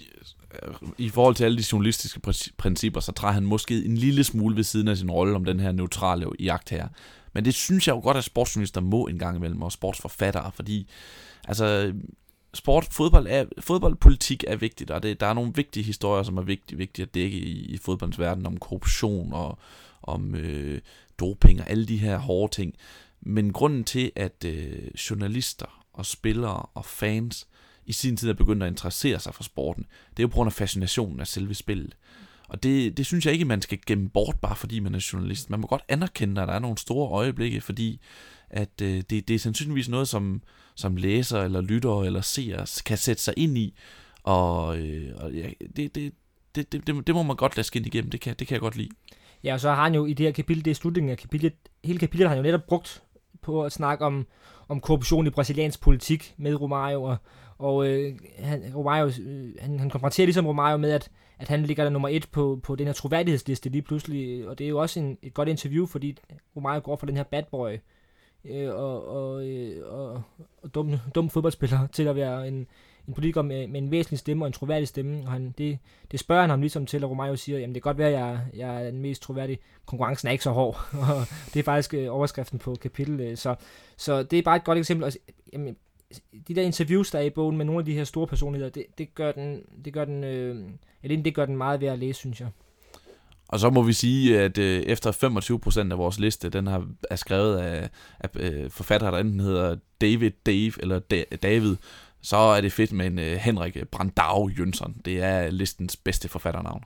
i forhold til alle de journalistiske principper, så træder han måske en lille smule ved siden af sin rolle om den her neutrale jagt her. Men det synes jeg jo godt, at sportsjournalister må en gang imellem, og sportsforfattere, fordi altså, sport, fodbold er, fodboldpolitik er vigtigt, og det, der er nogle vigtige historier, som er vigtige, vigtige at dække i, i fodboldens verden, om korruption og om øh, doping og alle de her hårde ting. Men grunden til, at øh, journalister og spillere og fans i sin tid er begyndt at interessere sig for sporten, det er jo på grund af fascinationen af selve spillet. Og det, det synes jeg ikke, man skal gemme bort, bare fordi man er journalist. Man må godt anerkende, at der er nogle store øjeblikke, fordi at, øh, det, det er sandsynligvis noget, som, som læser eller lytter eller seer kan sætte sig ind i. Og, øh, og ja, det, det, det, det, det må man godt lade skinne igennem, det kan, det kan jeg godt lide. Ja, og så har han jo i det her kapitel, det er slutningen af kapitlet, hele kapitlet har han jo netop brugt på at snakke om, om korruption i brasiliansk politik med Romario, og, og øh, han, Romario, øh, han, han konfronterer ligesom Romario med, at, at han ligger der nummer et på, på den her troværdighedsliste lige pludselig, og det er jo også en, et godt interview, fordi Romario går fra den her bad boy øh, og, og, øh, og, og dum, dum fodboldspiller til at være en, en politiker med, med en væsentlig stemme og en troværdig stemme, og han, det, det spørger han ham ligesom til, at Romario siger, jamen det kan godt være, at jeg, jeg er den mest troværdige, konkurrencen er ikke så hård, og det er faktisk øh, overskriften på kapitel, øh, så, så det er bare et godt eksempel, og, jamen, de der interviews, der er i bogen med nogle af de her store personligheder, det, det gør den, det gør den, øh, eller det gør den meget værd at læse, synes jeg. Og så må vi sige, at øh, efter femogtyve procent af vores liste, den har, er skrevet af, af øh, forfattere, der enten hedder David, Dave eller da- David, så er det fedt med en øh, Henrik Brandao Jønsson. Det er listens bedste forfatternavn.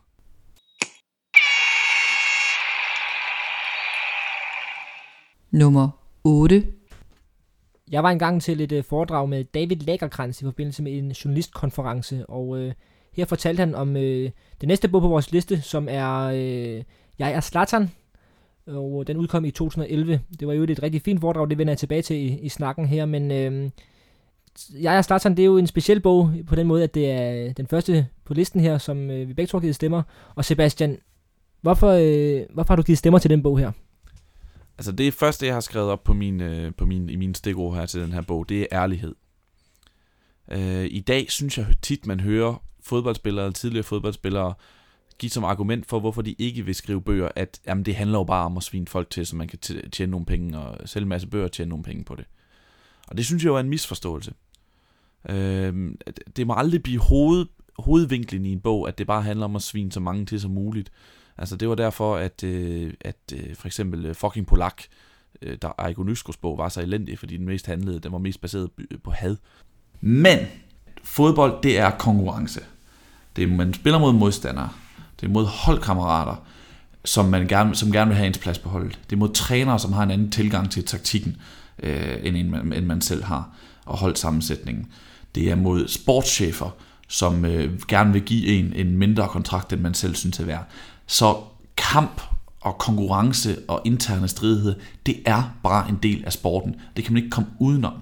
Nummer otte. Jeg var engang til et foredrag med David Lagercrantz i forbindelse med en journalistkonference, og øh, her fortalte han om øh, det næste bog på vores liste, som er øh, Jeg er Zlatan, og den udkom i to tusind og elleve. Det var jo et rigtig fint foredrag, det vender jeg tilbage til i, i snakken her, men øh, Jeg er Zlatan, det er jo en speciel bog på den måde, at det er den første på listen her, som øh, vi begge to har givet stemmer. Og Sebastian, hvorfor, øh, hvorfor har du givet stemmer til den bog her? Altså det første, jeg har skrevet op på min, øh, på min, i mine stikord her til den her bog, det er ærlighed. Øh, I dag synes jeg tit, man hører fodboldspillere, tidligere fodboldspillere, give som argument for, hvorfor de ikke vil skrive bøger, at jamen, det handler jo bare om at svine folk til, så man kan tjene nogle penge, og sælge en masse bøger og tjene nogle penge på det. Og det synes jeg jo er en misforståelse. Øh, det må aldrig blive hoved, hovedvinklen i en bog, at det bare handler om at svine så mange til som muligt. Altså det var derfor, at, øh, at øh, for eksempel Fucking Polak, øh, der Eiko Nyskos bog, var så elendig, fordi den mest handlede, den var mest baseret på had. Men fodbold, det er konkurrence. Det er, man spiller mod modstandere. Det er mod holdkammerater, som, man gerne, som gerne vil have ens plads på holdet. Det er mod trænere, som har en anden tilgang til taktikken, øh, end, en, end man selv har, og holdsammensætningen. Det er mod sportschefer, som øh, gerne vil give en en mindre kontrakt, end man selv synes er værd. Så kamp og konkurrence og interne stridighed, det er bare en del af sporten. Det kan man ikke komme udenom.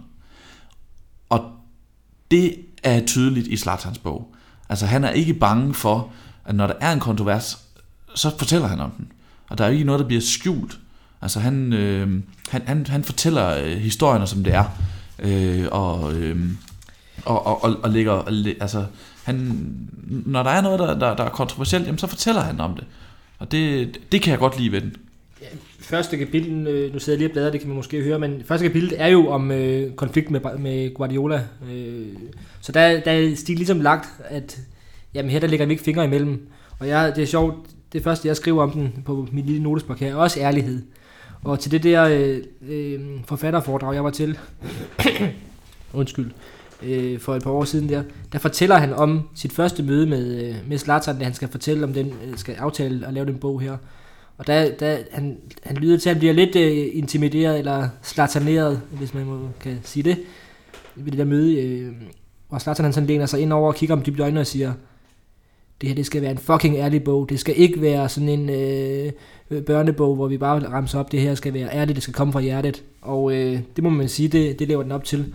Og det er tydeligt i Zlatans bog. Altså han er ikke bange for, at når der er en kontrovers, så fortæller han om den. Og der er jo ikke noget, der bliver skjult. Altså han, øh, han, han, han fortæller øh, historierne, som det er. Øh, og, øh, og, og, og, og lægger, altså han, når der er noget, der, der, der er kontroversielt, jamen, så fortæller han om det. Og det, det kan jeg godt lide ved den. Ja, første kapitel, nu sidder jeg lige og bladrer, det kan man måske høre, men første kapitel er jo om øh, konflikt med, med Guardiola. Øh, så der, der er stil ligesom lagt, at jamen, her der ligger vi ikke fingre imellem. Og jeg, det er sjovt, det første jeg skriver om den på min lille notesblok her, er også ærlighed. Og til det der øh, øh, forfatterforedrag, jeg var til, undskyld, øh, for et par år siden der, der fortæller han om sit første møde med, øh, med Zlatan, da han skal fortælle om den, øh, skal aftale at lave den bog her. Og der, der han, han lyder til, at han bliver lidt øh, intimideret eller zlataneret, hvis man må, kan sige det, ved det der møde, øh, hvor Zlatan han sådan læner sig ind over og kigger om dybt i øjnene og siger, det her det skal være en fucking ærlig bog, det skal ikke være sådan en øh, børnebog, hvor vi bare ramser op, det her skal være ærligt, det skal komme fra hjertet, og øh, det må man sige, det, det lever den op til.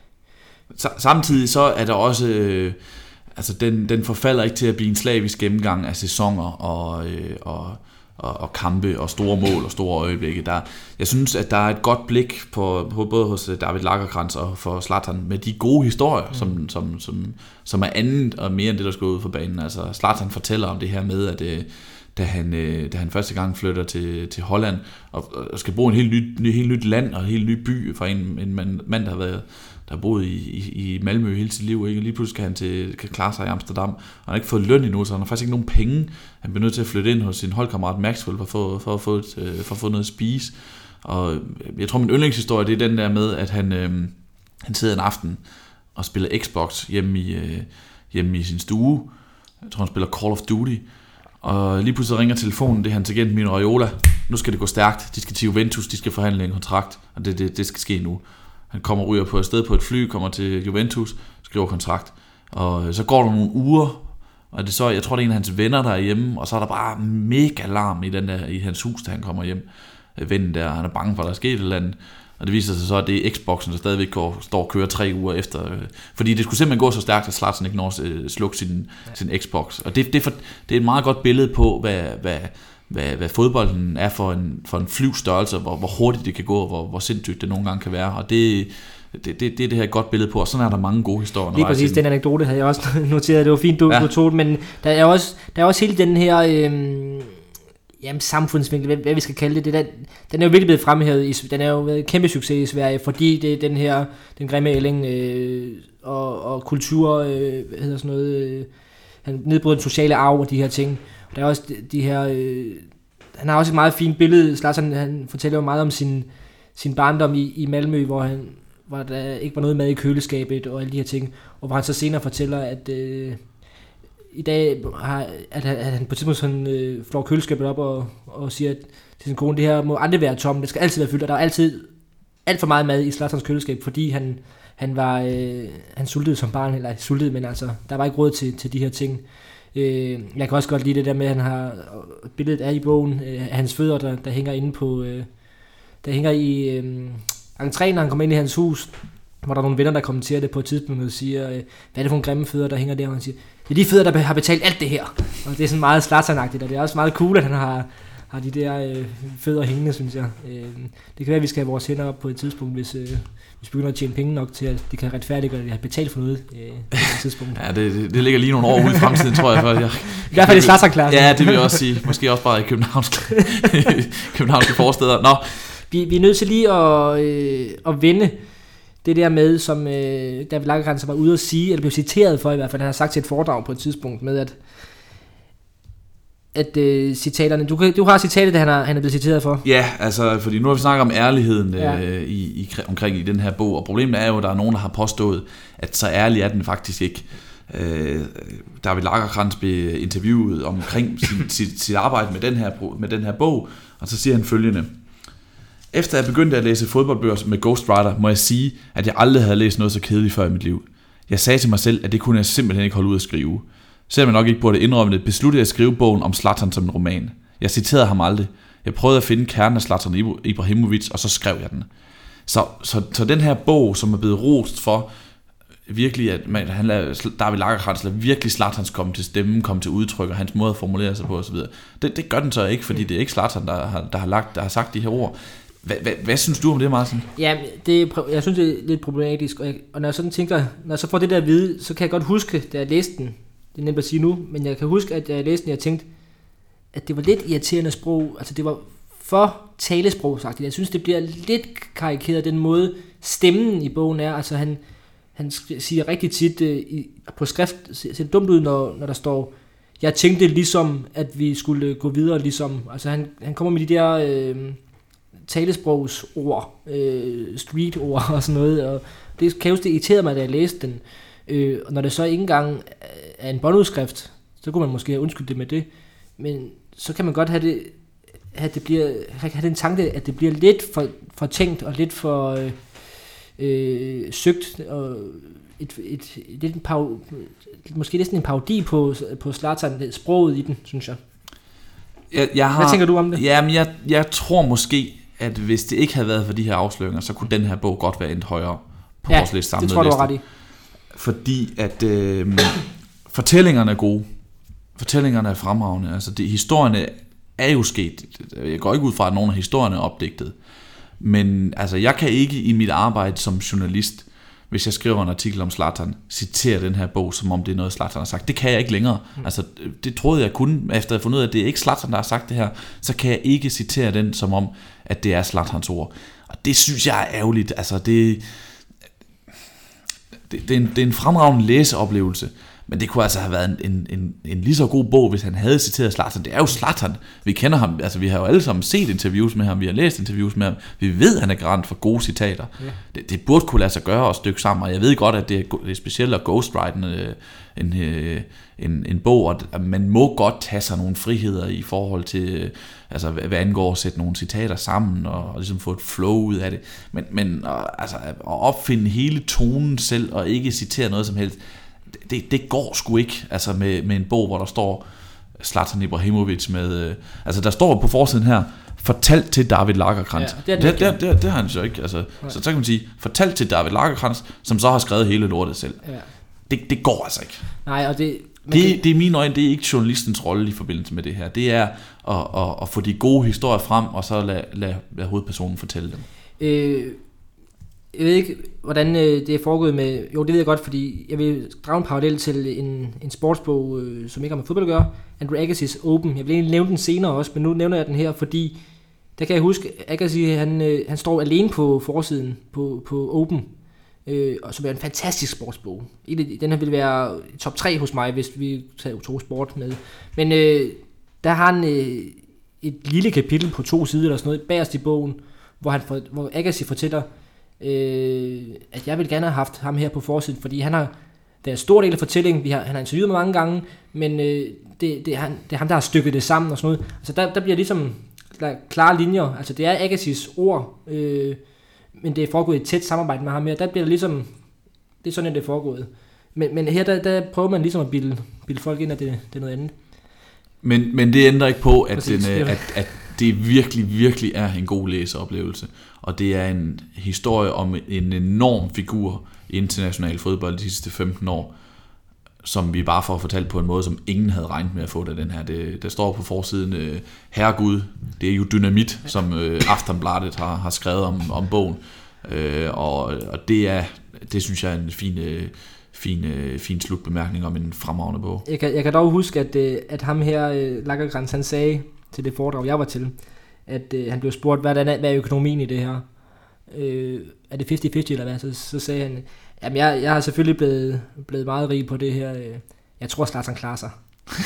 Samtidig så er der også, øh, altså den, den forfalder ikke til at blive en slavisk gennemgang af sæsoner og, øh, og, og, og kampe og store mål og store øjeblikke. Der, jeg synes, at der er et godt blik på, på både hos David Lagercrantz og for Zlatan med de gode historier, mm. som, som, som, som er andet og mere end det, der skal ud for banen. Altså Zlatan fortæller om det her med, at øh, da, han, øh, da han første gang flytter til, til Holland og, og skal bo i en helt nyt, ny, helt nyt land og en helt ny by for en, en mand, mand, der har været der har boet i, i, i Malmø hele sit liv, ikke? Og lige pludselig kan han til, kan klare sig i Amsterdam, og han har ikke fået løn endnu, så han har faktisk ikke nogen penge. Han bliver nødt til at flytte ind hos sin holdkammerat Maxwell for at få, for at få, et, for at få noget at spise. Og jeg tror, min yndlingshistorie, det er den der med, at han, øh, han sidder en aften og spiller Xbox hjemme i, øh, hjemme i sin stue. Jeg tror, han spiller Call of Duty. Og lige pludselig ringer telefonen, det er hans agent Mino Raiola. Nu skal det gå stærkt, de skal til Juventus, de skal forhandle en kontrakt, og det, det, det skal ske nu. Han kommer ryger på et sted på et fly, kommer til Juventus, skriver kontrakt. Og så går der nogle uger, og det så, jeg tror, det er en af hans venner, der er hjemme, og så er der bare mega larm i, den der, i hans hus, da han kommer hjem. Vennen der, han er bange for, at der er sket et eller andet. Og det viser sig så, at det er Xboxen, der stadigvæk går, står og kører tre uger efter. Fordi det skulle simpelthen gå så stærkt, at Zlatan ikke når at slukke sin, sin Xbox. Og det, det, er for, det er et meget godt billede på, hvad... hvad Hvad, hvad fodbolden er for en, for en flyvstørrelse, hvor, hvor hurtigt det kan gå, og hvor, hvor sindssygt det nogle gange kan være. Og det, det, det, det er det her et godt billede på, og sådan er der mange gode historier. Lige præcis, den anekdote havde jeg også noteret, det var fint, du, ja. du tog det, men der er også, der er også hele den her øhm, jamen, samfundsvinkel, hvad, hvad vi skal kalde det, det der, den er jo virkelig blevet fremhævet, i, den er jo været en kæmpe succes i Sverige, fordi det er den her, den grimme ælling øh, og, og kultur, øh, hvad hedder sådan noget, øh, han nedbryder den sociale arv og de her ting. Der er også de, de her, øh, han har også et meget fint billede. Zlatan, han fortæller jo meget om sin, sin barndom i, i Malmø, hvor han, hvor der ikke var noget mad i køleskabet og alle de her ting, og hvor han så senere fortæller, at øh, i dag har, at, at han på et tidspunkt sådan, øh, flår køleskabet op og, og siger til sin kone, det her må aldrig være tomt, det skal altid være fyldt, og der er altid alt for meget mad i Zlatans køleskab, fordi han, han var øh, han sultede som barn, eller sultede, men altså, der var ikke råd til, til de her ting. Øh, jeg kan også godt lide det der med, at han har, billedet er i bogen, øh, af hans fødder, der, der hænger inde på, øh, der hænger i øh, entréen, når han kommer ind i hans hus, hvor der er nogle venner, der kommenterer det på et tidspunkt og siger, øh, hvad er det for nogle grimme fødder, der hænger der, og han siger, det er de fødder, der har betalt alt det her. Og det er sådan meget Zlatan-agtigt, og det er også meget cool, at han har, har de der øh, fødder hængende, synes jeg. Øh, det kan være, at vi skal have vores hænder op på et tidspunkt, hvis, øh, hvis vi begynder at tjene penge nok til, at de kan retfærdiggøre, at de har betalt for noget øh, på et tidspunkt. Ja, det, det, det ligger lige nogle år ude i fremtiden, tror jeg. For jeg I hvert fald i Zlatan-klassen. Ja, det vil jeg også sige. Måske også bare i københavnske, københavnske forsteder. Nå. Vi, vi er nødt til lige at, øh, at vende det der med, som øh, David Lagercrantz var ude at sige, eller blev citeret for i hvert fald, han har sagt til et foredrag på et tidspunkt med, at at øh, citaterne, du, du har citatet, det han er, han er blevet citeret for. Ja, altså, fordi nu har vi snakket om ærligheden ja. øh, i, i, omkring i den her bog, og problemet er jo, at der er nogen, der har påstået, at så ærlig er den faktisk ikke. Øh, David Lagercrantz blev interviewet omkring sit, sit, sit arbejde med den, her, med den her bog, og så siger han følgende: efter jeg begyndte at læse fodboldbøger med Ghostwriter, må jeg sige, at jeg aldrig havde læst noget så kedeligt før i mit liv. Jeg sagde til mig selv, at det kunne jeg simpelthen ikke holde ud at skrive. Selvom jeg nok ikke burde indrømme det, besluttede jeg at skrive bogen om Zlatan som en roman. Jeg citerede ham aldrig. Jeg prøvede at finde kernen af Zlatan Ibrahimovic, og så skrev jeg den. Så, så, så den her bog, som er blevet rost for, virkelig, at man, han lader, David Lagercrantz lader virkelig Zlatans komme til stemmen, komme til udtryk, og hans måde at formulere sig på osv. Det, det gør den så ikke, fordi det er ikke Zlatan, der har, der har, lagt, der har sagt de her ord. Hvad, hvad, hvad synes du om det, Martin? Ja, det, jeg synes, det er lidt problematisk, og, jeg, og når jeg sådan tænker, når jeg så får det der at vide, så kan jeg godt huske, da jeg læste den, det er nemt at sige nu, men jeg kan huske, at jeg læste den, og jeg tænkte, at det var lidt irriterende sprog, altså det var for talesprog, sagt. Jeg synes, det bliver lidt karikeret, den måde stemmen i bogen er, altså han, han siger rigtig tit uh, i, på skrift, ser det dumt ud, når, når der står, jeg tænkte ligesom, at vi skulle gå videre ligesom, altså han, han kommer med de der øh, talesprogsord, øh, streetord og sådan noget, og det kan jo det irriterede mig, da jeg læste den. Øh, og når det så ikke engang er en båndudskrift, så kunne man måske have undskyldt det med det, men så kan man godt have det, have det bliver, have den tanke, at det bliver lidt for, for tænkt og lidt for øh, øh, søgt og et, et, et, et, en parodi, måske næsten en parodi på, på Zlatan, sproget i den, synes jeg. Jeg, jeg har, Hvad tænker du om det? Jamen, jeg, jeg tror måske, at hvis det ikke havde været for de her afsløringer, så kunne den her bog godt være endt højere på ja, vores liste samlet. det tror du var ret i. Fordi at øh, fortællingerne er gode. Fortællingerne er fremragende. Altså, det, historierne er jo sket. Jeg går ikke ud fra, at nogen af historierne er opdigtet. Men altså, jeg kan ikke i mit arbejde som journalist, hvis jeg skriver en artikel om Zlatan, citere den her bog, som om det er noget, Zlatan har sagt. Det kan jeg ikke længere. Mm. Altså, det troede jeg kunne, efter at have fundet ud af, at det er ikke Zlatan, der har sagt det her, så kan jeg ikke citere den, som om, at det er Zlatans ord. Og det synes jeg er ærgerligt. Altså, det... Det, det, er en, det er en fremragende læseoplevelse, men det kunne altså have været en, en, en, en lige så god bog, hvis han havde citeret Zlatan. Det er jo Zlatan. Vi kender ham, altså vi har jo alle sammen set interviews med ham, vi har læst interviews med ham. Vi ved, at han er garant for gode citater. Ja. Det, det burde kunne lade sig gøre og stykke sammen, og jeg ved godt, at det er, det er specielt at ghostwrite en, en, en, en bog, og at man må godt tage sig nogle friheder i forhold til, altså hvad angår at sætte nogle citater sammen, og, og ligesom få et flow ud af det. Men, men altså, at opfinde hele tonen selv, og ikke citere noget som helst, Det, det går sgu ikke, altså med, med en bog, hvor der står Zlatan Ibrahimovic med, øh, altså der står på forsiden her, fortalt til David Lagercrantz. Ja, det, det, det, det, det har han så ikke, altså, så, så kan man sige, fortalt til David Lagercrantz, som så har skrevet hele lortet selv. Ja. Det, det går altså ikke. Nej, og det, det, kan... det er mine øjne, det er ikke journalistens rolle i forbindelse med det her. Det er at, at, at få de gode historier frem, og så lade, lade, lade hovedpersonen fortælle dem. Øh... Jeg ved ikke, hvordan øh, det er foregået med... Jo, det ved jeg godt, fordi jeg vil drage en parallel til en, en sportsbog, øh, som ikke har med fodbold at gøre. Andrew Agassi's Open. Jeg vil egentlig nævne den senere også, men nu nævner jeg den her, fordi... Der kan jeg huske, Agassi, han, øh, han står alene på forsiden på, på Open. Øh, og som er en fantastisk sportsbog. Den her vil være top tre hos mig, hvis vi tager to sport med. Men øh, der har han øh, et lille kapitel på to sider eller sådan noget, bagerst i bogen, hvor, han for, hvor Agassi fortæller... øh, at jeg ville gerne have haft ham her på forsiden, fordi han har det er en stor del af fortællingen, vi har, han har interviewet mig mange gange, men øh, det, det, er han, det er ham, der har stykket det sammen og sådan noget. Altså der, der bliver ligesom der klare linjer, altså det er Agassiz ord, øh, men det er foregået i et tæt samarbejde med ham her, der bliver det ligesom, det er sådan, at det er foregået. Men, men her, der, der prøver man ligesom at bilde, bilde folk ind, at det, det er noget andet. Men, men det ændrer ikke på, at, den, at, at det virkelig, virkelig er en god læseoplevelse. Og det er en historie om en enorm figur i international fodbold de sidste femten år, som vi bare får fortalt på en måde, som ingen havde regnet med at få det, den her. Det, der står på forsiden, øh, herregud, det er jo dynamit, som øh, Aftonbladet har, har skrevet om, om bogen. Øh, og, og det er, det synes jeg er en fin... Øh, Fin, øh, fin slutbemærkning om en fremragende bog. Jeg kan, jeg kan dog huske, at, øh, at ham her, øh, Lagercrantz, han sagde til det foredrag, jeg var til, at øh, han blev spurgt, hvad er, hvad er økonomien i det her? Øh, er det halvtreds halvtreds eller hvad? Så, så sagde han, jamen jeg, jeg har selvfølgelig blevet, blevet meget rig på det her. Øh, jeg tror, Zlatan klarer sig.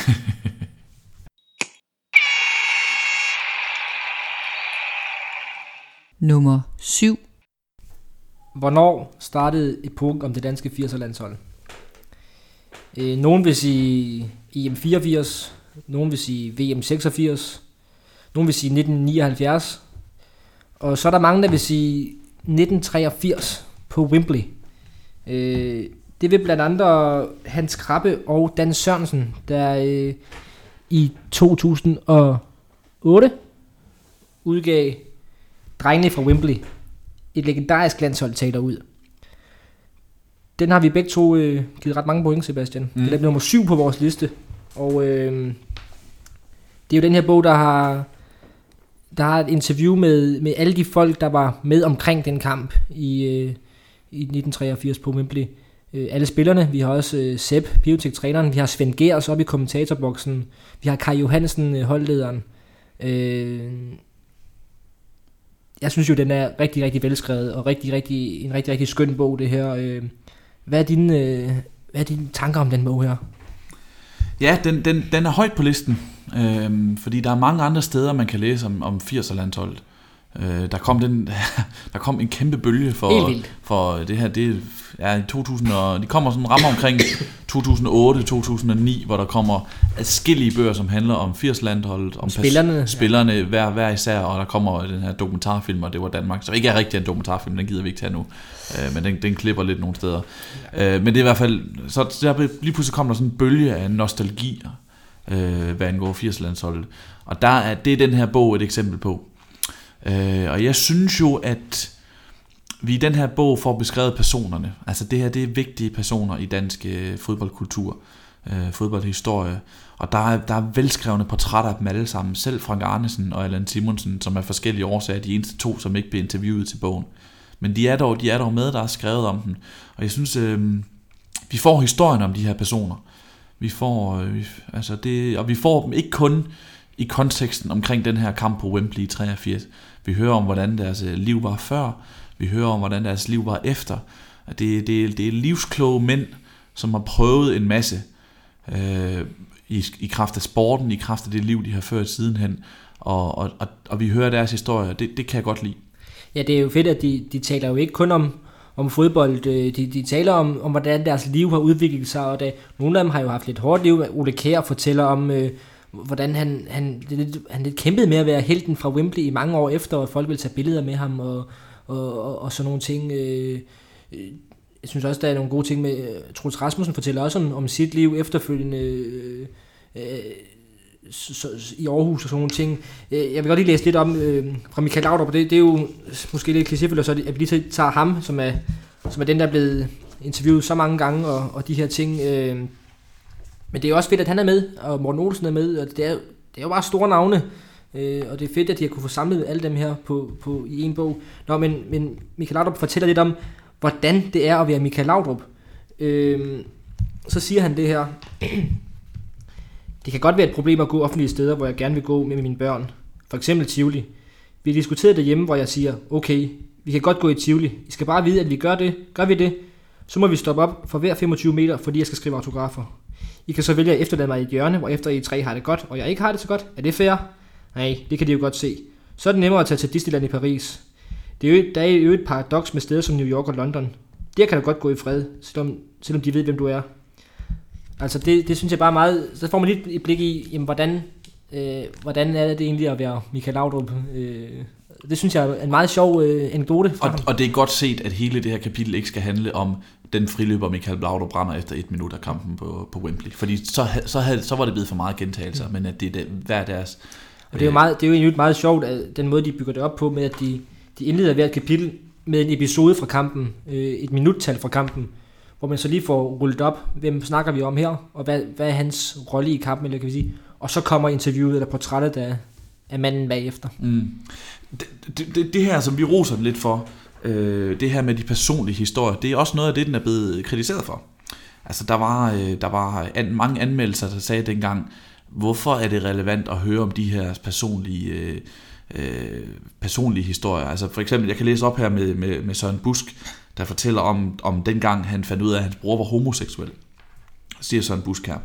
Nummer syv. Hvornår startede epoken om det danske firser-landshold? Øh, nogen vil sige E M fireogfirs, nogen vil sige V M seksogfirs, nogen vil sige nitten nioghalvfjerds, og så er der mange, der vil sige nitten treogfirs på Wembley. Øh, det vil blandt andet Hans Krabbe og Dan Sørensen, der øh, i to tusind og otte udgav Drengene fra Wembley. Et legendarisk landshold taler ud. Den har vi begge to øh, givet ret mange point, Sebastian. Mm. Det er nummer syv på vores liste. Og øh, det er jo den her bog, der har, der har et interview med, med alle de folk, der var med omkring den kamp i, øh, i nitten treogfirs på Wembley. Øh, alle spillerne. Vi har også øh, Sepp, Piotek-træneren. Vi har Svend Gers oppe i kommentatorboksen. Vi har Kai Johansen, øh, holdlederen. Øh, Jeg synes jo, den er rigtig, rigtig velskrevet, og rigtig, rigtig, en rigtig, rigtig skøn bog, det her. Hvad er dine, hvad er dine tanker om den bog her? Ja, den, den, den er højt på listen, øh, fordi der er mange andre steder, man kan læse om, om firser-landsholdet. Øh, der, kom den, der kom en kæmpe bølge for, for det her. Det er i to tusind, og de kommer sådan rammer omkring to tusind og otte til to tusind og ni, hvor der kommer adskillige bøger, som handler om firser-landsholdet, om spillerne, pas, spillerne ja. hver, hver især, og der kommer den her dokumentarfilm, og det var Danmark. Så ikke er rigtig en dokumentarfilm, den gider vi ikke tage nu, øh, men den, den klipper lidt nogle steder. Ja. Øh, men det er i hvert fald, så der, lige pludselig kommer der sådan en bølge af nostalgi, øh, hvad angår firser-landsholdet. Og der er, det er den her bog et eksempel på. Øh, og jeg synes jo, at vi i den her bog får beskrevet personerne. Altså det her, det er vigtige personer i dansk øh, fodboldkultur, øh, fodboldhistorie. Og der er, der er velskrevne portrætter af dem alle sammen. Selv Frank Arnesen og Allan Simonsen, som er forskellige årsager, de eneste to, som ikke blev interviewet til bogen. Men de er dog, de er dog med, der er skrevet om dem. Og jeg synes, øh, vi får historien om de her personer. Vi får, øh, vi, altså det, og vi får dem ikke kun i konteksten omkring den her kamp på Wembley i treogfirs. Vi hører om, hvordan deres liv var før. Vi hører om, hvordan deres liv var efter. Det, det, det er livskloge mænd, som har prøvet en masse øh, i, i kraft af sporten, i kraft af det liv, de har ført sidenhen. Og, og, og, og vi hører deres historier. Det, det kan jeg godt lide. Ja, det er jo fedt, at de, de taler jo ikke kun om, om fodbold. De, de taler om, om, hvordan deres liv har udviklet sig. Og det, nogle af dem har jo haft lidt hårdt liv. Ole Kjær fortæller om... Øh, hvordan han, han, han lidt kæmpede med at være helten fra Wembley i mange år efter, og folk ville tage billeder med ham, og, og, og, og sådan nogle ting. Jeg synes også, der er nogle gode ting med, Troels Rasmussen fortæller også om, om sit liv efterfølgende øh, øh, så, i Aarhus og sådan nogle ting. Jeg vil godt lige læse lidt om øh, fra Michael Laudrup, det, det er jo måske lidt klichéfuldt, så at vi lige tager ham, som er, som er den, der er blevet interviewet så mange gange, og, og de her ting. Øh, Men det er også fedt, at han er med, og Morten Olsen er med, og det er, det er jo bare store navne, øh, og det er fedt, at de har kunne få samlet alle dem her på, på, i en bog. Nå, men, men Michael Laudrup fortæller lidt om, hvordan det er at være Michael Laudrup. Øh, så siger han det her. Det kan godt være et problem at gå offentlige steder, hvor jeg gerne vil gå med mine børn. For eksempel Tivoli. Vi har diskuteret det hjemme, hvor jeg siger, okay, vi kan godt gå i Tivoli. I skal bare vide, at vi gør det. Gør vi det, så må vi stoppe op for hver femogtyve meter, fordi jeg skal skrive autografer. I kan så vælge at efterlade mig i et hjørne, hvor efter I tre har det godt, og jeg ikke har det så godt. Er det fair? Nej, det kan de jo godt se. Så er det nemmere at tage til Disneyland i Paris. Det er jo, der er jo et paradoks med steder som New York og London. Der kan du godt gå i fred, selvom, selvom de ved, hvem du er. Altså det, det synes jeg bare meget, så får man lidt et blik i, jamen, hvordan, øh, hvordan er det egentlig at være Michael Laudrup. Øh, det synes jeg er en meget sjov øh, anekdote. Og, og det er godt set, at hele det her kapitel ikke skal handle om den friløber Michael Laudrup brænder efter et minut af kampen på, på Wembley. Fordi så, så, havde, så var det blevet for meget gentagelser, mm. men at det er det, hver deres... Og det er jo, meget, det er jo egentlig meget sjovt, at den måde, de bygger det op på, med at de, de indleder hvert kapitel med en episode fra kampen, øh, et minuttal fra kampen, hvor man så lige får rullet op, hvem snakker vi om her, og hvad, hvad er hans rolle i kampen, eller kan vi sige. Og så kommer interviewet eller portrættet af, af manden bagefter. Mm. Det, det, det her, som vi roser lidt for, øh, det her med de personlige historier, det er også noget af det, den er blevet kritiseret for. Altså, der var, øh, der var an, mange anmeldelser, der sagde dengang, hvorfor er det relevant at høre om de her personlige, øh, øh, personlige historier. Altså for eksempel, jeg kan læse op her med, med, med Søren Busk, der fortæller om, om dengang han fandt ud af, at hans bror var homoseksuel. Siger Søren Busk her.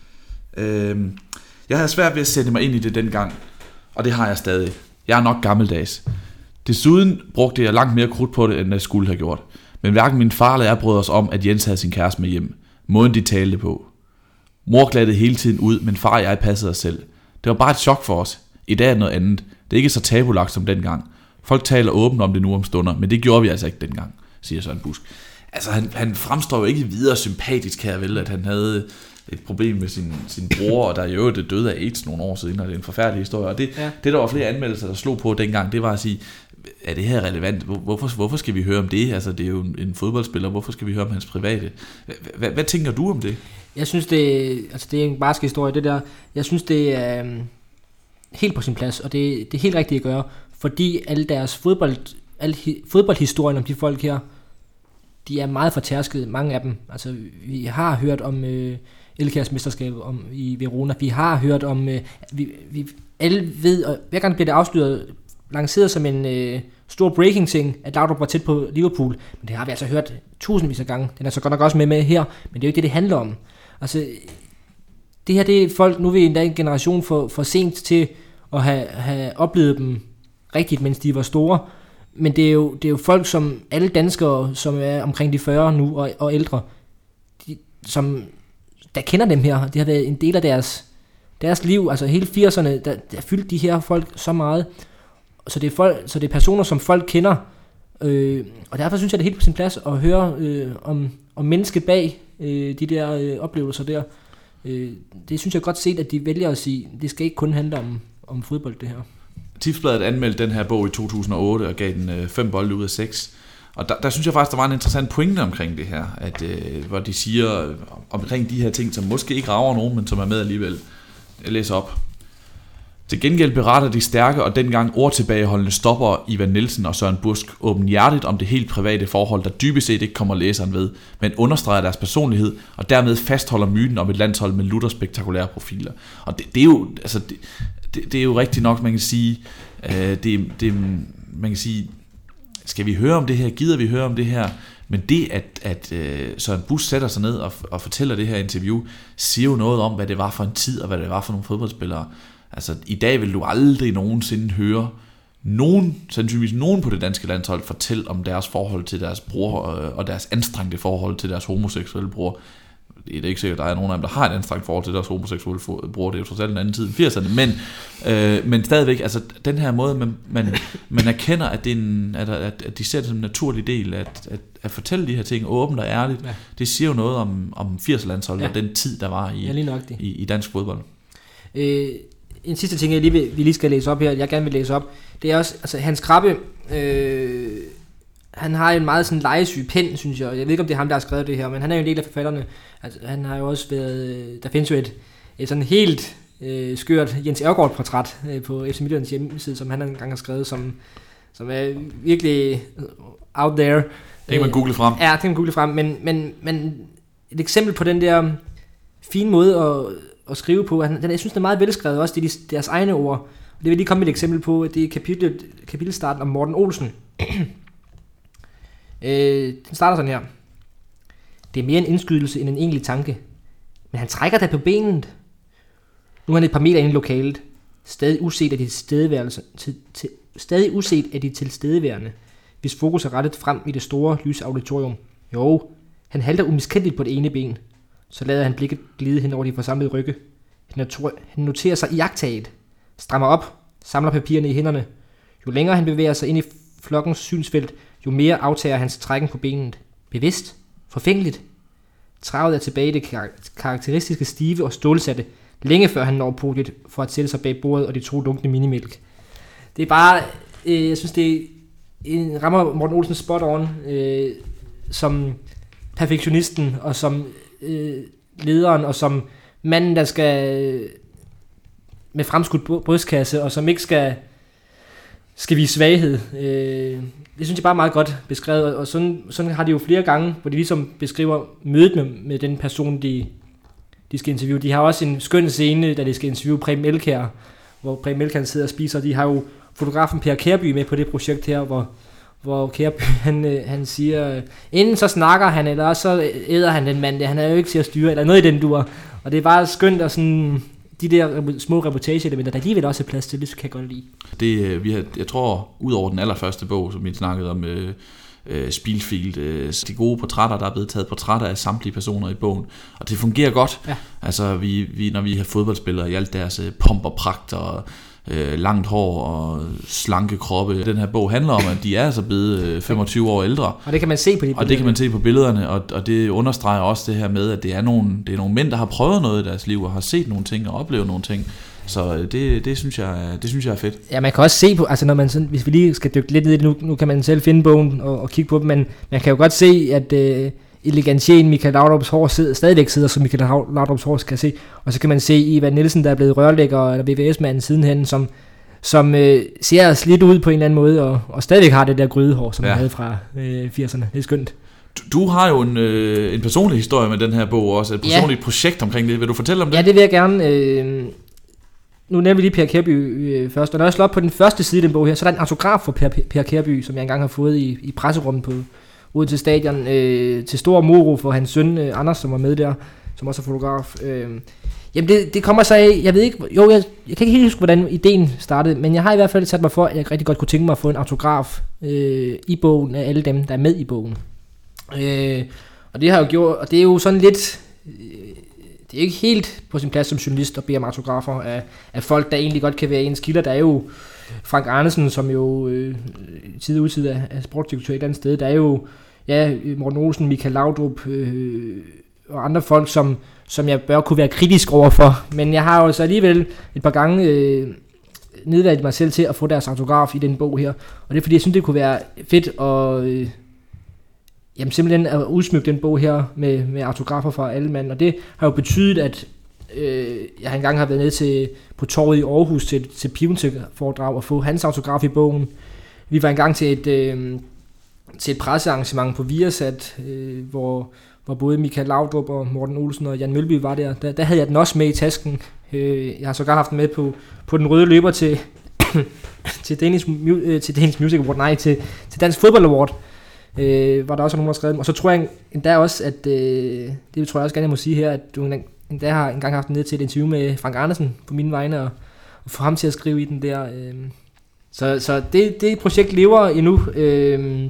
Øh, jeg havde svært ved at sætte mig ind i det dengang, og det har jeg stadig. Jeg er nok gammeldags. Desuden brugte jeg langt mere krudt på det, end jeg skulle have gjort. Men hverken min far eller jeg brød os om, at Jens havde sin kæreste med hjem. Måden de talte på. Mor glattede hele tiden ud, men far og jeg passede os selv. Det var bare et chok for os. I dag er det noget andet. Det er ikke så tabulagt som dengang. Folk taler åbent om det nu om stunder, men det gjorde vi altså ikke dengang, siger Søren Busk. Altså, han, han fremstår jo ikke videre sympatisk her, vel, at han havde et problem med sin, sin bror, og der jo det døde af AIDS nogle år siden, og det er en forfærdelig historie. Og det, ja. det der var flere anmeldelser, der slog på dengang, det var at sige, er det her relevant? Hvorfor, hvorfor skal vi høre om det? Altså, det er jo en fodboldspiller. Hvorfor skal vi høre om hans private? Hvad, hvad tænker du om det? Jeg synes, det, altså det er en barsk historie, det der. Jeg synes, det er um, helt på sin plads, og det, det er helt rigtigt at gøre, fordi alle deres fodbold, alle fodboldhistorien om de folk her, de er meget fortærskede, mange af dem. Altså, vi har hørt om øh, Elkjærs mesterskab om, i Verona. Vi har hørt om, øh, vi, vi alle ved, og hver gang bliver det afsløret, lanceret som en øh, stor breaking ting, at Laudrup var tæt på Liverpool. Men det har vi altså hørt tusindvis af gange. Den er så godt nok også med med her, men det er jo ikke det, det handler om. Altså, det her, det er folk, nu er vi endda en generation for, for sent til at have, have oplevet dem rigtigt, mens de var store. Men det er jo, det er jo folk, som alle danskere, som er omkring de fyrre nu og, og ældre, de, som der kender dem her. Det har været en del af deres, deres liv. Altså hele firserne, der, der fyldt de her folk så meget. Så det er, folk, så det er personer, som folk kender. Øh, og derfor synes jeg, det er helt på sin plads at høre øh, om, om mennesket bag øh, de der øh, oplevelser der. Øh, det synes jeg godt set, at de vælger at sige, det skal ikke kun handle om, om fodbold, det her. Tipsbladet anmeldte den her bog i to tusind og otte og gav den øh, fem bolde ud af seks. Og der, der synes jeg faktisk, der var en interessant pointe omkring det her, at, øh, hvor de siger øh, omkring de her ting, som måske ikke rager nogen, men som er med alligevel. Jeg læser op. Til gengæld beretter de stærke og dengang ordtilbageholdende stopper Ivan Nielsen og Søren Busk åbenhjertigt om det helt private forhold, der dybest set ikke kommer læseren ved, men understreger deres personlighed og dermed fastholder myten om et landshold med lutter spektakulære profiler. Og det, det er jo, altså det, det, det er jo rigtigt nok, man kan sige, øh, det, det, man kan sige, skal vi høre om det her, gider vi høre om det her, men det at, at øh, Søren Busk sætter sig ned og, og fortæller det her interview, siger jo noget om, hvad det var for en tid og hvad det var for nogle fodboldspillere. Altså, i dag vil du aldrig nogensinde høre nogen, sandsynligvis nogen på det danske landshold fortælle om deres forhold til deres bror, og deres anstrengte forhold til deres homoseksuelle bror. Det er ikke sikkert, at der er nogen af dem, der har et anstrengt forhold til deres homoseksuelle bror. Det er jo trods alt en anden tid end firserne. Men, øh, men stadigvæk, altså den her måde, man, man, man erkender, at, det er en, at, at, at de ser det som en naturlig del, at, at, at fortælle de her ting åbent og ærligt, ja. Det siger jo noget om, om firs-landsholdet, ja. Og den tid, der var i, ja, i, i dansk fodbold. Øh, en sidste ting, jeg lige vil, vi lige skal læse op her, jeg gerne vil læse op, det er også, altså Hans Krabbe, øh, han har en meget sådan legesyg pen, synes jeg. Jeg ved ikke, om det er ham, der har skrevet det her, men han er jo en del af forfatterne. Altså, han har jo også været, der findes jo et, et sådan helt øh, skørt Jens Ergaard-portræt øh, på F C Midtjyllands hjemmeside, som han engang har skrevet, som, som er virkelig out there. Det kan man google frem. Ja, det kan man google frem, men, men, men et eksempel på den der fine måde at, at skrive på, han, den, jeg synes, den er meget velskrevet også, det er deres egne ord. Og det vil lige komme et eksempel på, det er kapitel, kapitelstarten om Morten Olsen. Øh, den starter sådan her. Det er mere en indskydelse end en egentlig tanke. Men han trækker da på benet. Nu er han et par meter inde i lokalet. Stadig uset af de tilstedeværelse, til, til, stadig uset af de tilstedeværende. hvis fokus er rettet frem i det store lysauditorium. Jo, han halter umiskendeligt på det ene ben. Så lader han blikket glide hen over de forsamlede rygge. Han noterer sig iagttaget, strammer op, samler papirerne i hænderne. Jo længere han bevæger sig ind i flokkens synsfelt, jo mere aftager hans trækken på benet. Bevidst, forfængeligt. Travet er tilbage i det karakteristiske stive og stålsatte, længe før han når podiet for at sætte sig bag bordet og de to lunkne minimælk. Det er bare, øh, jeg synes det er en, rammer Morten Olsen spot on, øh, som perfektionisten og som øh, lederen og som manden, der skal øh, med fremskudt brystkasse og som ikke skal skal vise svaghed. Øh, det synes jeg bare er meget godt beskrevet, og sådan, sådan har de jo flere gange, hvor de ligesom beskriver mødet med, med den person, de, de skal interviewe. De har også en skøn scene, da de skal interviewe Preben Elkjær, hvor Preben Elkjær sidder og spiser. De har jo fotografen Per Kærby med på det projekt her, hvor, hvor Kærby, han, han siger, inden så snakker han, eller så æder han den mand, han er jo ikke til at styre, eller noget i den dur. Og det er bare skønt og sådan de der små reportage-elementer, der alligevel også er plads til, det kan jeg godt lide. Det, vi har, jeg tror, ud over den allerførste bog, som vi snakkede om, øh, øh, Spielfield, øh, de gode portrætter, der er blevet taget portrætter af samtlige personer i bogen, og det fungerer godt. Ja. Altså, vi, vi, når vi har fodboldspillere i alt deres øh, pomp og pragt og øh, langt hår og slanke kroppe. Den her bog handler om, at de er altså blevet øh, femogtyve år ældre. Og det kan man se på de billeder. Og det kan man se på billederne, og, og det understreger også det her med, at det er, nogle, det er nogle mænd, der har prøvet noget i deres liv, og har set nogle ting og oplevet nogle ting. Så det, det, synes jeg, det synes jeg er fedt. Ja, man kan også se på, altså når man sådan, hvis vi lige skal dykke lidt ned i det, nu, nu kan man selv finde bogen og, og kigge på dem, men man kan jo godt se, at øh, elegantien Michael Laudrups hår sidder, stadigvæk sidder, som Michael Laudrups hår skal se. Og så kan man se Ivan Nielsen, der er blevet rørlægger, eller V V S-manden sidenhen, som, som øh, ser slidt ud på en eller anden måde, og, og stadigvæk har det der grydehår, som ja. han havde fra øh, firserne. Det er skønt. Du, du har jo en, øh, en personlig historie med den her bog også, et personligt ja. projekt omkring det. Vil du fortælle om det? Ja, det vil jeg gerne. Øh, nu nævner vi lige Per Kærby øh, først, og når jeg slår op på den første side i den bog her, så er der en autograf for Per, Per Kærby, som jeg engang har fået i, i presserummet på Odense Stadion, øh, til stor moro for hans søn øh, Anders, som var med der, som også er fotograf. Øh, jamen det, det kommer så af, jeg ved ikke, jo jeg, jeg kan ikke helt huske, hvordan ideen startede, men jeg har i hvert fald sat mig for, at jeg rigtig godt kunne tænke mig at få en autograf øh, i bogen af alle dem, der er med i bogen. Øh, og det har jeg jo gjort, og det er jo sådan lidt, øh, det er ikke helt på sin plads som journalist at bede om autografer af, af folk, der egentlig godt kan være ens kilder. Der er jo Frank Arnesen, som jo øh, tid og udtid er, er sportsdirektør et eller andet sted. Der er jo ja, Morten Olsen, Michael Laudrup øh, og andre folk, som, som jeg bør kunne være kritisk overfor. Men jeg har jo så alligevel et par gange øh, nedvalgt mig selv til at få deres autograf i den bog her. Og det er fordi, jeg synes, det kunne være fedt at øh, jamen, simpelthen at udsmykke den bog her med, med autografer fra alle mand. Og det har jo betydet, at øh, jeg engang har været nede til, på torvet i Aarhus til, til Pivensø-foredrag og få hans autograf i bogen. Vi var engang til et, øh, til et pressearrangement på Viasat, øh, hvor, hvor både Michael Laudrup og Morten Olsen og Jan Mølby var der. Der, der havde jeg den også med i tasken. Øh, jeg har sågar haft den med på, på den røde løber til, til, Danish, øh, til Danish Music Award, nej, til, til Dansk Fodbold Award. Øh, var der også nogen, der skrev dem. Og så tror jeg endda også, at øh, det tror jeg også gerne, jeg må sige her, at du endda har engang haft den ned til et interview med Frank Andersen på mine vegne, og, og få ham til at skrive i den der. Øh. Så, så det, det projekt lever endnu. Øh.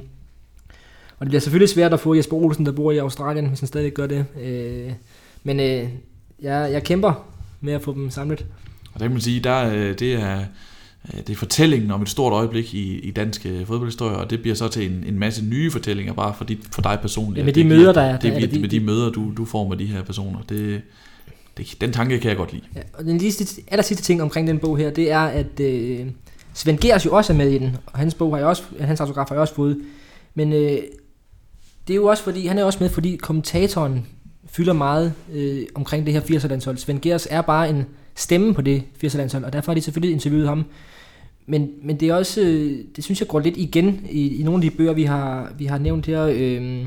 Og det bliver selvfølgelig svært at få Jesper Olsen, der bor i Australien, hvis han stadig gør det. Øh. Men øh, jeg, jeg kæmper med at få dem samlet. Og det kan man sige, der, det er... Det er fortællingen om et stort øjeblik i, i dansk fodboldhistorie, og det bliver så til en, en masse nye fortællinger, bare for, dit, for dig personligt. Ja, med de møder, der er. Det, det, det, med de møder, du, du får med de her personer. Det, det, den tanke kan jeg godt lide. Ja, og den lige sidste, aller sidste ting omkring den bog her, det er, at øh, Svend Gers jo også er med i den, og hans bog har jeg også, hans autograf har jeg også fået. Men øh, det er jo også fordi, han er også med, fordi kommentatoren fylder meget øh, omkring det her firser-landshold. Svend Gers er bare en stemme på det firser-landshold, og derfor har de selvfølgelig interviewet ham. Men, men det er også, det synes jeg går lidt igen i, i nogle af de bøger, vi har, vi har nævnt her. Øh,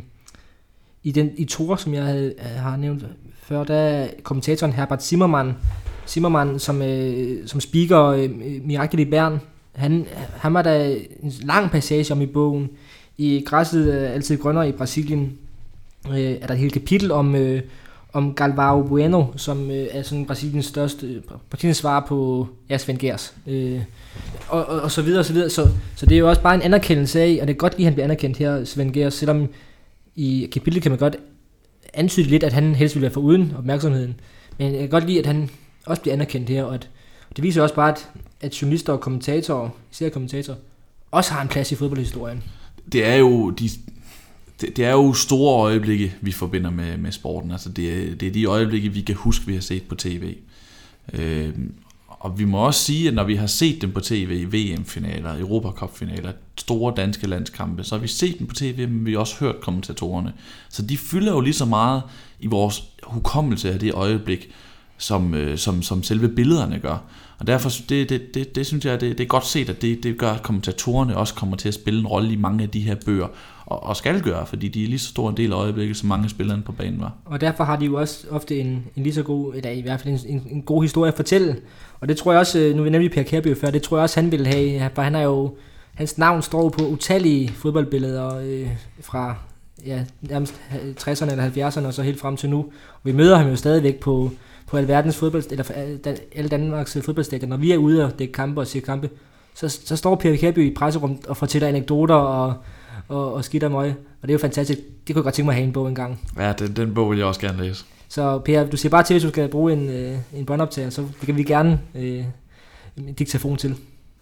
i, den, I Thor, som jeg havde, har nævnt før, der er kommentatoren Herbert Zimmermann, Zimmermann som, øh, som speaker øh, Mirakel i Bern. Han, han var der en lang passage om i bogen. I Græsset er altid grønnere i Brasilien øh, er der et helt kapitel om, øh, om Galvão Bueno, som øh, er sådan Brasiliens største, Brasiliens svar på ja, Sven Gers, øh, og, og, og så videre og så videre, så, så det er jo også bare en anerkendelse af, og det er godt lige, at han bliver anerkendt her, Sven Gers, selvom i kapitlet kan man godt antyde lidt, at han helst vil være foruden opmærksomheden, men jeg kan godt lide, at han også bliver anerkendt her, og at, og det viser også bare, at, at journalister og kommentatorer, især kommentatorer, også har en plads i fodboldhistorien. Det er jo de Det, det er jo store øjeblikke, vi forbinder med, med sporten. Altså det, er, det er de øjeblikke, vi kan huske, vi har set på tv. Øh, og vi må også sige, at når vi har set dem på tv, V M-finaler, Europacup-finaler, store danske landskampe, så har vi set dem på tv, men vi har også hørt kommentatorerne. Så de fylder jo lige så meget i vores hukommelse af det øjeblik, som, øh, som, som selve billederne gør. Og derfor det, det, det, det synes jeg, det, det er godt set, at det, det gør, at kommentatorerne også kommer til at spille en rolle i mange af de her bøger, og, og skal gøre, fordi de er lige så stor en del af øjeblikket, som mange spillerne på banen var. Og derfor har de jo også ofte en, en lige så god, eller i hvert fald en, en, en god historie at fortælle. Og det tror jeg også, nu vi nemlig Per Kærby før, det tror jeg også, han ville have, for han er jo, hans navn står på utallige fodboldbilleder øh, fra ja, nærmest tresserne eller halvfjerdserne og så helt frem til nu. Og vi møder ham jo stadigvæk på på alverdens fodbold, eller alle Danmarks fodboldstadion. Når vi er ude og dække kampe og ser kampe, så, så står Per Kærby i presserummet og fortæller anekdoter og, og, og skidt og møg. Og det er jo fantastisk. Det kunne jeg godt tænke mig at have en bog engang. Ja, den, den bog vil jeg også gerne læse. Så Per, du siger bare til, hvis du skal bruge en, øh, en båndoptager, så kan vi gerne øh, en diktafon til.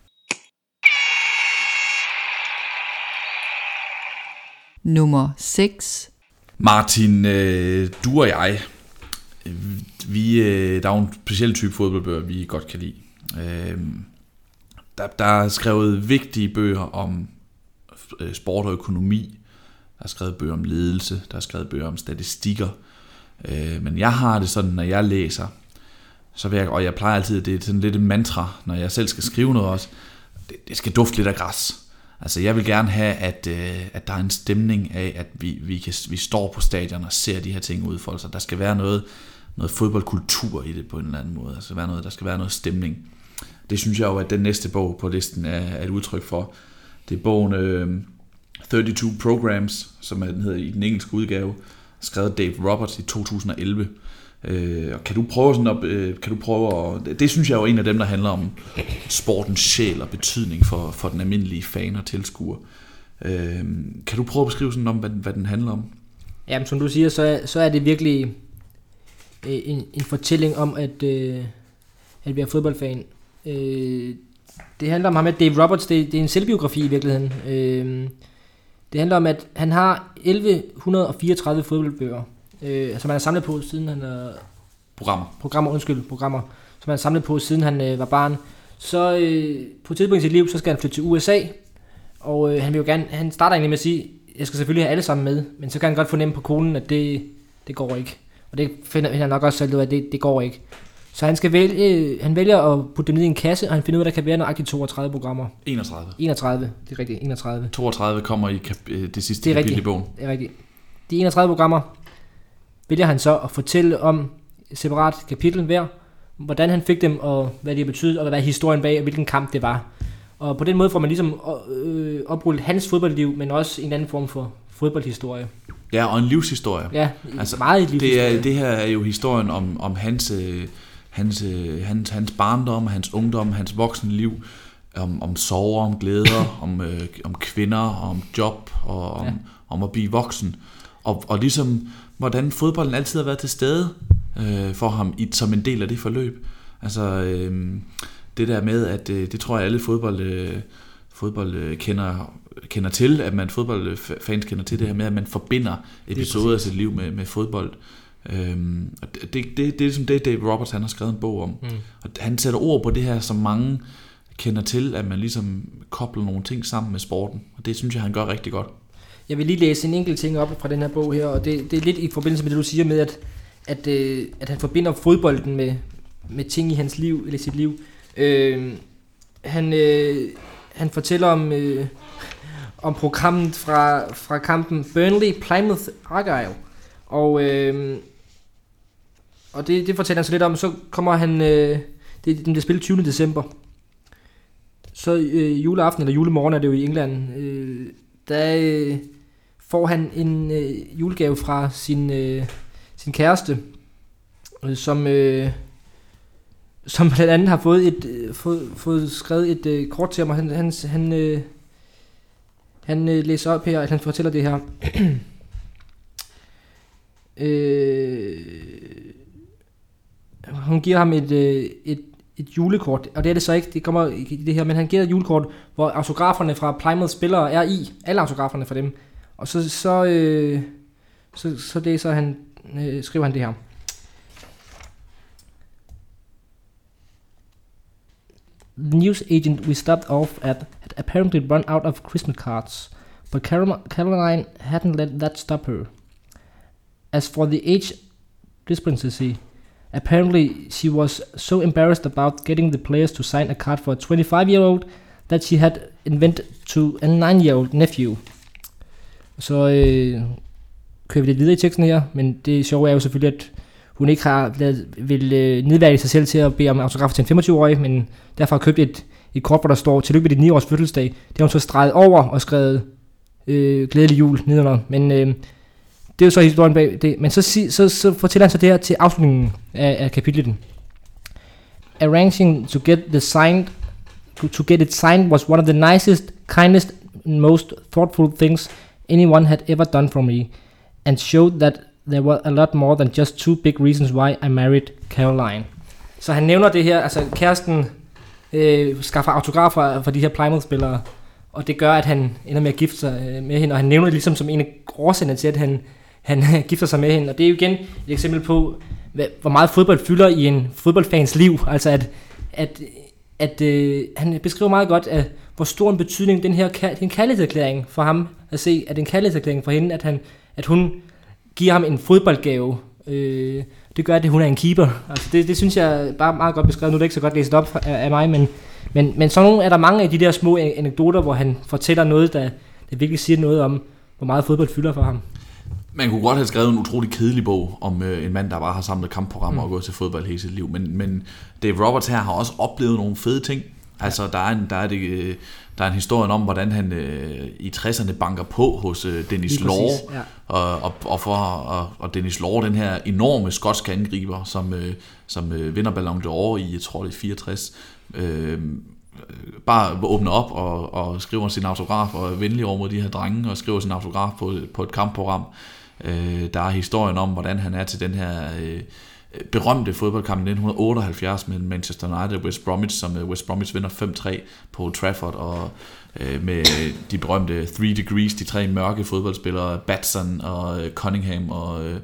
Nummer seks. Martin, øh, du og jeg, vi, øh, der er jo en speciel type fodboldbøger, vi godt kan lide. Øh, der, der er skrevet vigtige bøger om øh, sport og økonomi. Der er skrevet bøger om ledelse. Der er skrevet bøger om statistikker. Øh, men jeg har det sådan, når jeg læser, så vil jeg, og jeg plejer altid, det er sådan lidt en mantra, når jeg selv skal skrive noget også, det, det skal dufte lidt af græs. Altså jeg vil gerne have, at, øh, at der er en stemning af, at vi, vi, kan, vi står på stadion og ser de her ting udfolde sig. Der skal være noget, noget fodboldkultur i det på en eller anden måde. Altså, være noget, der skal være noget stemning. Det synes jeg jo, at den næste bog på listen er, er et udtryk for. Det er bogen øh, treogtredive Programs, som den hedder i den engelske udgave, skrevet Dave Roberts i to tusind og elleve. Øh, kan du prøve sådan op, øh, kan du prøve at, det, det synes jeg er jo en af dem, der handler om sportens sjæl og betydning for, for den almindelige fan og tilskuer. Øh, kan du prøve at beskrive sådan om, hvad, hvad den handler om? Jamen, som du siger, så er, så er det virkelig øh, en, en fortælling om, at, øh, at vi er fodboldfan. Øh, det handler om ham, at Dave Roberts, det, det er en selvbiografi i virkeligheden. Øh, det handler om, at han har elleve fireogtredive fodboldbøger, øh, som han har samlet på, siden han er... Programmer. Programmer, undskyld, programmer. Som han har samlet på, siden han øh, var barn. Så øh, på et tidspunkt i sit liv, så skal han flytte til U S A, og øh, han vil jo gerne, han starter egentlig med at sige, jeg skal selvfølgelig have alle sammen med, men så kan han godt fornemme på konen, at det, det går ikke. Og det finder han nok også selv ud af, at det, det går ikke. Så han skal vælge, han vælger at putte dem ned i en kasse, og han finder ud af, at der kan være nøjagtigt toogtredive programmer. enogtredive. enogtredive, det er rigtigt, enogtredive. toogtredive kommer i kap- det sidste det kapitel i bogen. Det er rigtigt. De enogtredive programmer vælger han så at fortælle om et separat kapitel hver, hvordan han fik dem, og hvad de betød, og hvad historien bag, og hvilken kamp det var. Og på den måde får man ligesom øh, oprullet hans fodboldliv, men også en anden form for fodboldhistorie. Ja, og en livshistorie. Ja, altså, meget livshistorie. Det, er, det her er jo historien om, om hans, hans, hans, hans barndom, hans ungdom, hans voksenliv, om, om sorger, om glæder, om, øh, om kvinder, om job, og om, ja. om at blive voksen. Og, og ligesom, hvordan fodbolden altid har været til stede øh, for ham i, som en del af det forløb. Altså, øh, det der med, at øh, det tror jeg alle fodbold, øh, fodbold øh, kender, kender til, at man fodboldfans kender til det her med, at man forbinder episoder af sit liv med, med fodbold. Øhm, og det, det, det er ligesom det, Dave Roberts han har skrevet en bog om. Mm. Og han sætter ord på det her, som mange kender til, at man ligesom kobler nogle ting sammen med sporten. Og det synes jeg, han gør rigtig godt. Jeg vil lige læse en enkelt ting op fra den her bog her, og det, det er lidt i forbindelse med det, du siger med, at, at, øh, at han forbinder fodbolden med, med ting i hans liv, eller sit liv. Øh, han, øh, han fortæller om, øh, om programmet fra, fra kampen Burnley Plymouth Argyle, og, øh, og det, det fortæller han så lidt om. Så kommer han, øh, det, det spiller tyvende december, så øh, juleaften eller julemorgen er det jo i England, øh, der øh, får han en øh, julegave fra sin, øh, sin kæreste, som, øh, som blandt andet har fået, et, øh, fået, fået skrevet et øh, kort til mig. Han, han, han, øh, han øh, læser op her, at han fortæller det her. øh, hun giver ham et, øh, et, et julekort, og det er det så ikke, det kommer i det her, men han giver et julekort, hvor autograferne fra Plymouth spillere er i, alle autograferne fra dem. Og så, så, øh, så, så det så han, øh, skriver han det her. The news agent we stopped off at had apparently run out of Christmas cards, but Carol- Caroline hadn't let that stop her. As for the age discrepancy, apparently she was so embarrassed about getting the players to sign a card for a twenty-five-year-old that she had invented to a nine-year-old nephew. Så øh, kører vi lidt videre i teksten her, men det sjove er jo selvfølgelig, at hun ikke har lavet, vil øh, nedværdige sig selv til at bede om autografer til en femogtyve-årig, men derfor har købt et, et kort, hvor der står, tillykke med dit ni-års fødselsdag. Det har hun så streget over og skrevet øh, glædelig jul nedenunder. Men øh, det er jo så historien bag det. Men så, så, så fortæller han så det her til afslutningen af, af kapitlet. Arranging to get the signed, to get it signed was one of the nicest, kindest, and most thoughtful things anyone had ever done for me, and showed that there were a lot more than just two big reasons why I married Caroline. Så han nævner det her, altså kæresten øh, skaffer autografer for de her Plymouth-spillere, og det gør, at han ender med at gifte sig øh, med hende, og han nævner det ligesom som en af årsagerne til, at han, han gifter sig med hende, og det er jo igen et eksempel på, hvad, hvor meget fodbold fylder i en fodboldfans liv, altså at, at, at øh, han beskriver meget godt, at hvor stor en betydning den her en kærlighedserklæring for ham at se, at en kærlighedserklæring for hende, at, han, at hun giver ham en fodboldgave. Øh, det gør, at hun er en keeper. Altså det, det synes jeg er bare meget godt beskrevet. Nu er det ikke så godt læst op af, af mig, men, men, men så nogle er der mange af de der små anekdoter, hvor han fortæller noget, der, der virkelig siger noget om, hvor meget fodbold fylder for ham. Man kunne godt have skrevet en utrolig kedelig bog om øh, en mand, der bare har samlet kampprogrammer mm. og gået til fodbold hele sit liv. Men, men Dave Roberts her har også oplevet nogle fede ting. Altså der er en, der er det, øh, der er en historie om, hvordan han øh, i tresserne banker på hos øh, Dennis Law, ja. og, og, og, for, og, og Dennis Law, den her enorme skotske angriber, som, øh, som øh, vinder Ballon d'Or i, jeg tror det er fireogtres, øh, bare åbner op og, og skriver sin autograf og er venlig over mod de her drenge og skriver sin autograf på, på et kampprogram. Øh, der er historien om, hvordan han er til den her øh, berømte fodboldkamp i nitten otteoghalvfjerds mellem Manchester United og West Bromwich, som West Bromwich vinder fem tre på Old Trafford, og øh, med de berømte Three Degrees, de tre mørke fodboldspillere, Batson og øh, Cunningham og øh,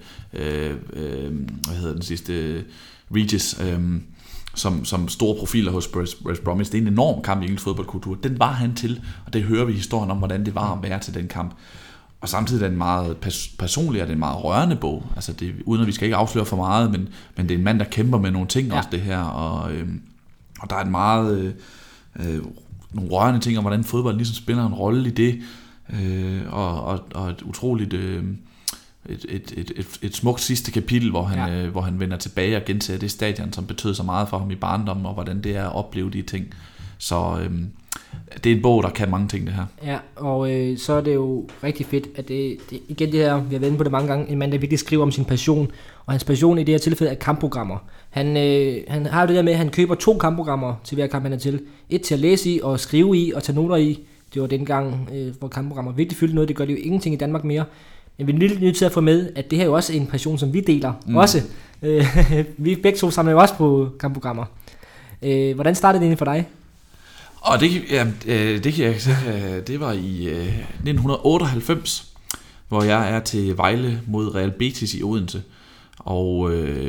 øh, hvad hedder den sidste, Regis, øh, som, som store profiler hos West Bromwich. Det er en enorm kamp i engelsk fodboldkultur. Den var han til, og det hører vi historien om, hvordan det var at være til den kamp. Og samtidig er den meget pers- personlig, og det er en meget rørende bog. Altså det, uden at vi skal ikke afsløre for meget, men, men det er en mand, der kæmper med nogle ting, ja. Også det her. Og, øh, og der er en meget øh, nogle rørende ting om, hvordan fodbold ligesom spiller en rolle i det. Øh, og, og, og et utroligt øh, et, et, et, et, et smukt sidste kapitel, hvor han, ja. øh, hvor han vender tilbage og gentager det stadion, som betød så meget for ham i barndommen, og hvordan det er at opleve de ting. Så øh, det er en bog, der kan mange ting, det her. Ja, og øh, så er det jo rigtig fedt, at det, det igen det her, vi har været inde på det mange gange, en mand, der virkelig skriver om sin passion, og hans passion i det her tilfælde er kampprogrammer. Han, øh, han har jo det der med, at han køber to kampprogrammer til hver kamp, han er til. Et til at læse i, og skrive i, og tage noter i. Det var dengang, øh, hvor kampprogrammer virkelig fyldte noget. Det gør det jo ingenting i Danmark mere. Men vi er lidt nødt til at få med, at det her er jo også en passion, som vi deler. Mm. Også. Øh, vi begge to samler jo også på kampprogrammer. Øh, hvordan startede det egentlig for dig? Og det, ja, det kan jeg sige, det var i nitten otteoghalvfems, hvor jeg er til Vejle mod Real Betis i Odense. Og øh,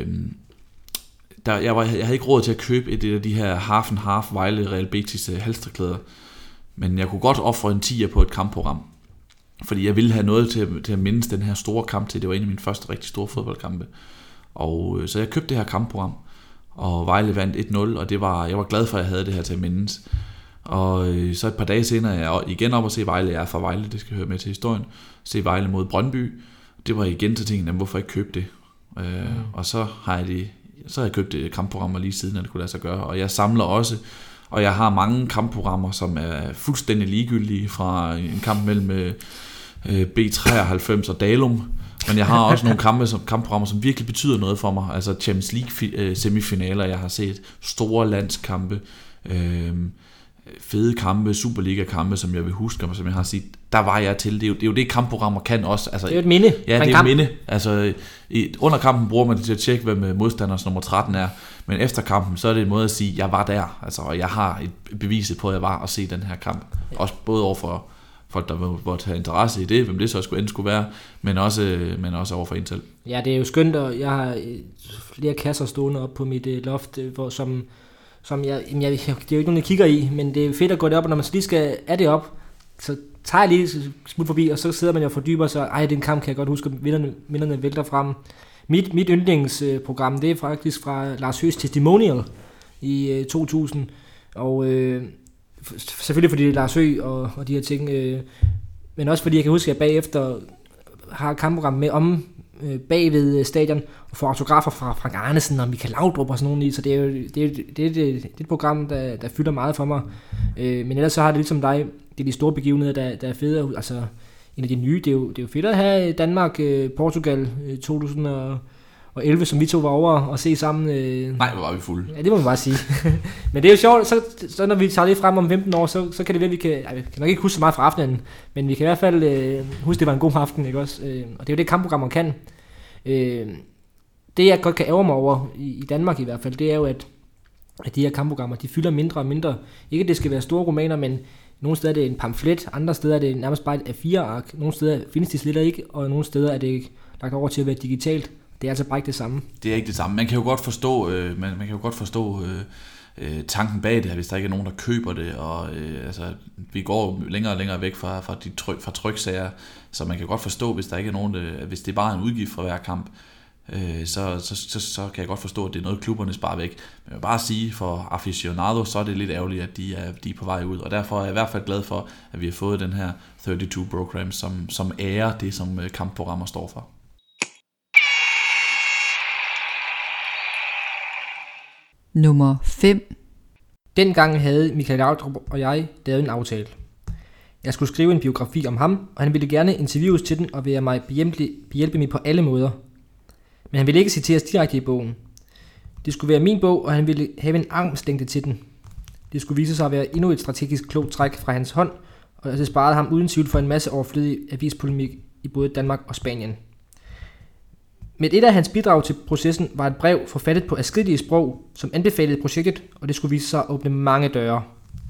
der, jeg, var, jeg havde ikke råd til at købe et af de her half and half Vejle Real Betis halstørklæder. Men jeg kunne godt ofre en tier på et kampprogram. Fordi jeg ville have noget til, til at mindes den her store kamp til. Det var en af mine første rigtig store fodboldkampe. Og så jeg købte det her kampprogram. Og Vejle vandt et nul, og det var, jeg var glad for, at jeg havde det her til at mindes. Og så et par dage senere er jeg igen op og se Vejle. Jeg er fra Vejle, det skal høre med til historien. Se Vejle mod Brøndby. Det var igen til tingene, hvorfor ikke købe det? Mm. Øh, og så har jeg det, så har jeg købt det kampprogrammer lige siden, at det kunne lade sig gøre. Og jeg samler også, og jeg har mange kampprogrammer, som er fuldstændig ligegyldige, fra en kamp mellem øh, B treoghalvfems og Dalum, Men jeg har også nogle kampe, som, kampprogrammer, som virkelig betyder noget for mig. Altså Champions League semifinaler, jeg har set store landskampe, øh, fede kampe, Superliga-kampe, som jeg vil huske, og som jeg har set, der var jeg til. Det er jo det, er jo det kampprogrammer kan også. Altså, det er jo et minde. Ja, det er et minde. Altså, i, under kampen bruger man det til at tjekke, hvem modstanders nummer tretten er, men efter kampen, så er det en måde at sige, at jeg var der, altså, og jeg har et bevis på, at jeg var og se den her kamp. Ja. Også både overfor folk, der måtte have interesse i det, hvem det så skulle end skulle være, men også, men også overfor en selv. Ja, det er jo skønt, og jeg har flere kasser stående op på mit loft, hvor, som som jeg, jeg, det er jo ikke nogen, jeg kigger i, men det er fedt at gå det op, og når man så lige skal af det op, så tager jeg lige smut forbi, og så sidder man jo og fordyber sig, ej, den kamp kan jeg godt huske, vinderne, vinderne vælter frem. Mit, mit yndlingsprogram, det er faktisk fra Lars Høghs Testimonial i øh, to tusind, og øh, selvfølgelig fordi det er Lars Høgh og, og de her ting, øh, men også fordi jeg kan huske, at jeg bagefter har et kampprogram med om øh, bagved stadion, og får autografer fra Frank Arnesen og Michael Laudrup og sådan nogle i, så det er jo det er, det er, det er, det er et program, der, der fylder meget for mig. Øh, men ellers så har det ligesom dig, det er de store begivenheder, der, der er fede. Altså en af de nye, det er jo, det er jo fedt at have Danmark, øh, Portugal øh, to tusind og elleve, som vi to var over og se sammen. Øh. Nej, hvor var vi fulde. Ja, det må man bare sige. Men det er jo sjovt, så, så når vi tager det frem om femten år, så, så kan det være, vi kan, ej, vi kan nok ikke huske så meget fra aftenen, men vi kan i hvert fald øh, huske, det var en god aften, ikke også? Øh, og det er jo det, kampprogrammer kan. Øh, det jeg godt kan ærge mig over, i, i Danmark i hvert fald, det er jo, at, at de her kampprogrammer, de fylder mindre og mindre. Ikke at det skal være store romaner, men nogle steder er det en pamflet, andre steder er det nærmest bare et A fire ark, nogle steder findes de slet ikke, og nogle steder er det lagt over til at være digitalt. Det er altså bare ikke det samme. Det er ikke det samme. Man kan jo godt forstå, øh, man, man kan jo godt forstå øh, øh, tanken bag det her, hvis der ikke er nogen, der køber det, og øh, altså, vi går længere og længere væk fra, fra, de tryk, fra tryksager, så man kan godt forstå, hvis der ikke er nogen, der, hvis det er bare en udgift for hver kamp, øh, så, så, så, så kan jeg godt forstå, at det er noget, klubberne sparer væk. Men jeg vil bare sige, for aficionado, så er det lidt ærgerligt, at de er, de er på vej ud, og derfor er jeg i hvert fald glad for, at vi har fået den her treogtredive program, som, som ærer det, som kampprogrammer står for. Nummer fem. Dengang havde Michael Laudrup og jeg lavet en aftale. Jeg skulle skrive en biografi om ham, og han ville gerne interviews til den og være mig behjælpe mig på alle måder. Men han ville ikke citeres direkte i bogen. Det skulle være min bog, og han ville have en armslængde til den. Det skulle vise sig at være endnu et strategisk klogt træk fra hans hånd, og det sparede ham uden tvivl for en masse overflødig avispolemik i både Danmark og Spanien. Men et af hans bidrag til processen var et brev forfattet på adskillige sprog, som anbefalede projektet, og det skulle vise sig at åbne mange døre.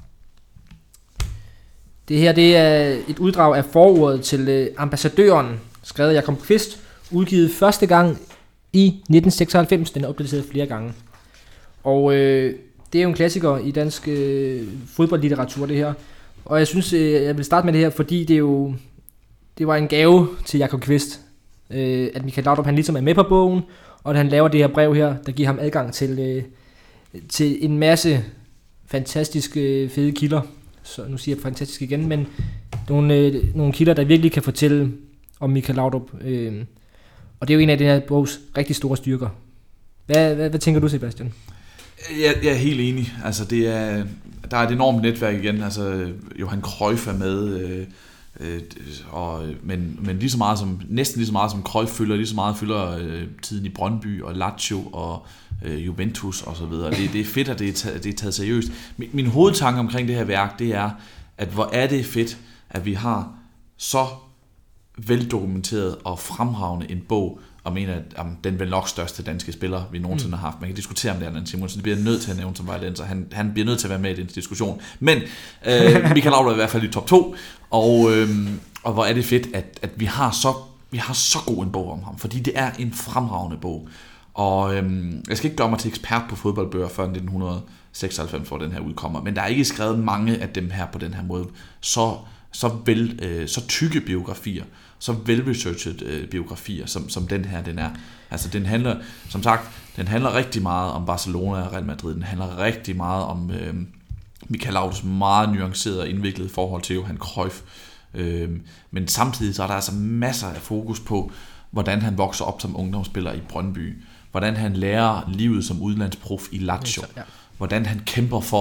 Det her det er et uddrag af forordet til Ambassadøren, skrevet af Jakob Kvist, udgivet første gang i nitten seksoghalvfems. Den er opdateret flere gange. Og øh, det er jo en klassiker i dansk øh, fodboldlitteratur, det her. Og jeg synes, øh, jeg vil starte med det her, fordi det jo det var en gave til Jakob Kvist, øh, at Michael Laudrup han ligesom er med på bogen, og at han laver det her brev her, der giver ham adgang til, øh, til en masse fantastiske øh, fede kilder. Så nu siger jeg fantastisk igen, men nogle, øh, nogle kilder, der virkelig kan fortælle om Michael Laudrup. Øh, og det er jo en af den her bogs rigtig store styrker. Hvad, hvad, hvad tænker du, Sebastian? Jeg, jeg er helt enig. Altså, det er, der er et enormt netværk igen. Altså, Johan Cruyff er med, øh, øh, og, men, men lige så meget som, næsten lige så meget som Cruyff fylder, lige så meget fylder øh, tiden i Brøndby og Lazio og øh, Juventus og så videre. Det, det er fedt, at det er, taget, det er taget seriøst. Min, min hovedtanke omkring det her værk, det er, at hvor er det fedt, at vi har så veldokumenteret og fremragende en bog og mener, at jamen, den vel nok største danske spiller, vi nogensinde har haft. Man kan diskutere om det, Allan Simonsen. Det bliver nødt til at nævne som vejlenser. Han, han bliver nødt til at være med i den diskussion. Men øh, Michael Laudrup er i hvert fald i top to, og, øh, og hvor er det fedt, at, at vi, har så, vi har så god en bog om ham, fordi det er en fremragende bog. Og øh, jeg skal ikke gøre mig til ekspert på fodboldbøger før nitten seksoghalvfems, hvor den her udkommer, men der er ikke skrevet mange af dem her på den her måde. Så, så, vel, øh, så tykke biografier, så velresearchet øh, biografier, som, som den her den er. Altså den handler, som sagt, den handler rigtig meget om Barcelona og Real Madrid. Den handler rigtig meget om øh, Michael Laudrups meget nuancerede og indviklede forhold til Johan Cruyff. Øh, men samtidig så er der altså masser af fokus på, hvordan han vokser op som ungdomsspiller i Brøndby. Hvordan han lærer livet som udlandsprof i Lazio. Hvordan han kæmper for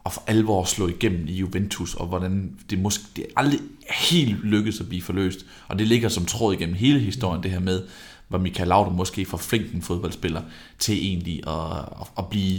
og for alvor slå igennem i Juventus, og hvordan det måske det er aldrig helt lykkedes at blive forløst, og det ligger som tråd igennem hele historien, det her med, hvor Michael Laudrup måske får flink en fodboldspiller til egentlig at, at, at blive,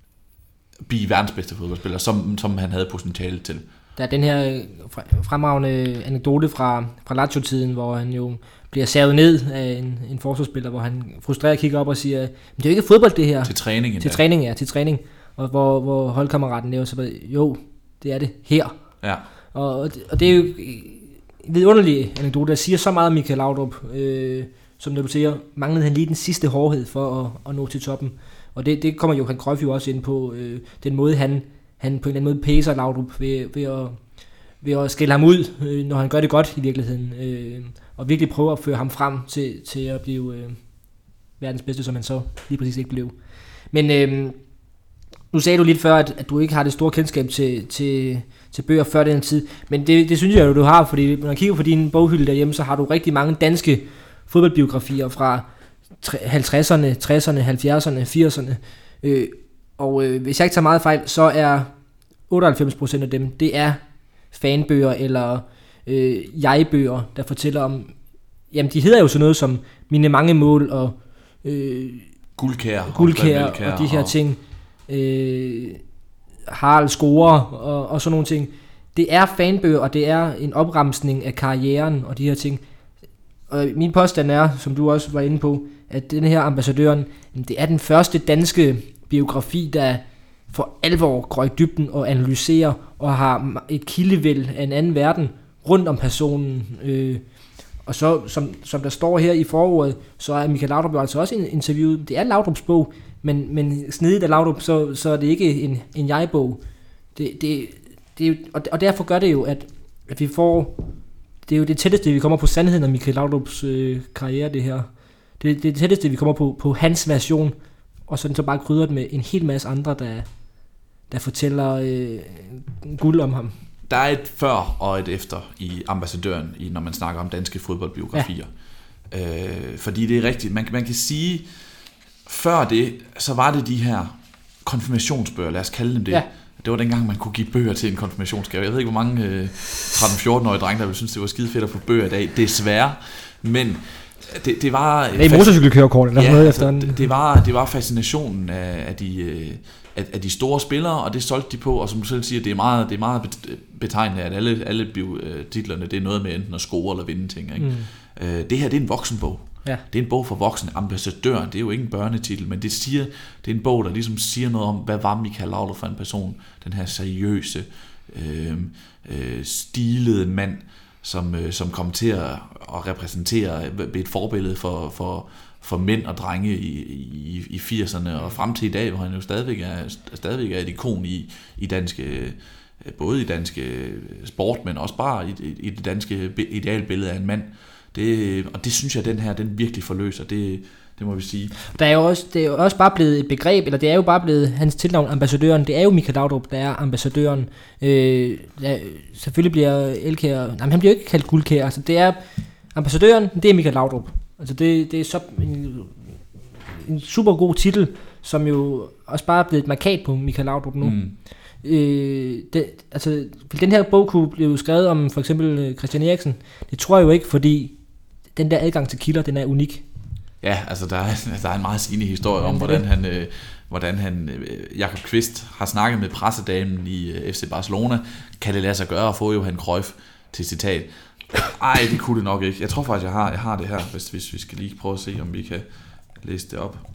blive verdens bedste fodboldspiller, som, som han havde potentiale til. Der er den her fremragende anekdote fra, fra Lazio-tiden, hvor han jo bliver savet ned af en, en forsvarsspiller, hvor han frustreret kigger op og siger, det er jo ikke fodbold det her. Til træning endda. Til træning, ja, til træning. Og hvor, hvor holdkammeraten nævner så, jo, det er det her. Ja. Og, og det er jo en vidunderlig anekdote, der siger så meget om Michael Laudrup, øh, som når du siger, manglede han lige den sidste hårdhed for at, at nå til toppen. Og det, det kommer Johan Cruyff jo også ind på, øh, den måde han, han på en eller anden måde pæser Laudrup ved, ved, at, ved at skælde ham ud, øh, når han gør det godt i virkeligheden. Øh, og virkelig prøve at føre ham frem til, til at blive øh, verdens bedste, som han så lige præcis ikke blev. Men øh, nu sagde du lidt før, at, at du ikke har det store kendskab til, til, til bøger før den tid, men det, det synes jeg jo, du har, fordi når jeg kigger på din boghylde derhjemme, så har du rigtig mange danske fodboldbiografier fra halvtredserne, tresserne, halvfjerdserne, firserne, øh, og øh, hvis jeg ikke tager meget fejl, så er otteoghalvfems procent af dem, det er fanbøger eller øh, jeg-bøger, der fortæller om, jamen de hedder jo sådan noget som Mine mange mål og øh, Guldkær, guldkær og, og de her og... ting, øh, Harald scorer og, og sådan nogle ting. Det er fanbøger, og det er en opremsning af karrieren og de her ting. Og min påstand er, som du også var inde på, at den her ambassadøren, det er den første danske biografi, der for alvor går i dybden og analyserer og har et kildevæld af en anden verden rundt om personen. Øh, og så, som, som der står her i forordet, så er Michael Laudrup altså også interviewet. Det er Laudrups bog, men, men snedigt af Laudrup, så, så er det ikke en, en jeg-bog. Det, det, det, og, og derfor gør det jo, at, at vi får... Det er jo det tætteste, vi kommer på sandheden af Michael Laudrups øh, karriere, det her. Det, det er det tætteste, vi kommer på, på hans version, og så så bare krydret med en hel masse andre, der, der fortæller øh, guld om ham. Der er et før og et efter i ambassadøren, i, når man snakker om danske fodboldbiografier. Ja. Øh, fordi det er rigtigt. Man, man kan sige, før det, så var det de her konfirmationsbøger, lad os kalde dem det. Ja. Det var dengang, man kunne give bøger til en konfirmationsgave. Jeg ved ikke, hvor mange øh, tretten-fjorten-årige drenge, der ville synes, det var skide fedt at få bøger i dag. Desværre. Men det, det var... Det er motorcykelkørekort eller ja, noget altså, efter det, det, var, det var fascinationen af, af, de, af, af de store spillere, og det solgte de på. Og som du selv siger, det er meget, det er meget betegnende, at alle, alle titlerne, det er noget med enten at score eller vinde ting. Ikke? Mm. Øh, det her, det er en voksenbog. Ja. Det er en bog for voksne. Ambassadøren, det er jo ikke en børnetitel, men det siger, det er en bog, der ligesom siger noget om, hvad var Michael Laudrup for en person, den her seriøse, øh, øh, stilede mand, som, øh, som kom til at, at repræsentere et forbillede for, for, for mænd og drenge i, i, i firserne og frem til i dag, hvor han jo stadigvæk er, stadigvæk er et ikon i, i danske, både i danske sport, men også bare i, i det danske idealbillede af en mand. Det, og det synes jeg, den her, den virkelig forløser, det, det må vi sige. Der er jo også, det er jo også bare blevet et begreb, eller det er jo bare blevet hans tilnavn, ambassadøren. Det er jo Michael Laudrup, der er ambassadøren. Øh, der, selvfølgelig bliver Elkjær, nej, han bliver jo ikke kaldt Guldkær, altså det er ambassadøren, det er Michael Laudrup. Altså det, det er så en, en super god titel, som jo også bare er blevet et markat på Michael Laudrup nu. Mm. Øh, det, altså, den her bog kunne blive skrevet om for eksempel Christian Eriksen. Det tror jeg jo ikke, fordi den der adgang til kilder, den er unik. Ja, altså der er, der er en meget sigende historie om, hvordan han, øh, hvordan han øh, Jakob Kvist har snakket med pressedamen i øh, F C Barcelona. Kan det lade sig gøre at få Johan Cruyff til citat? Ej, det kunne det nok ikke. Jeg tror faktisk, jeg har, jeg har det her, hvis, hvis vi skal lige prøve at se, om vi kan læse det op.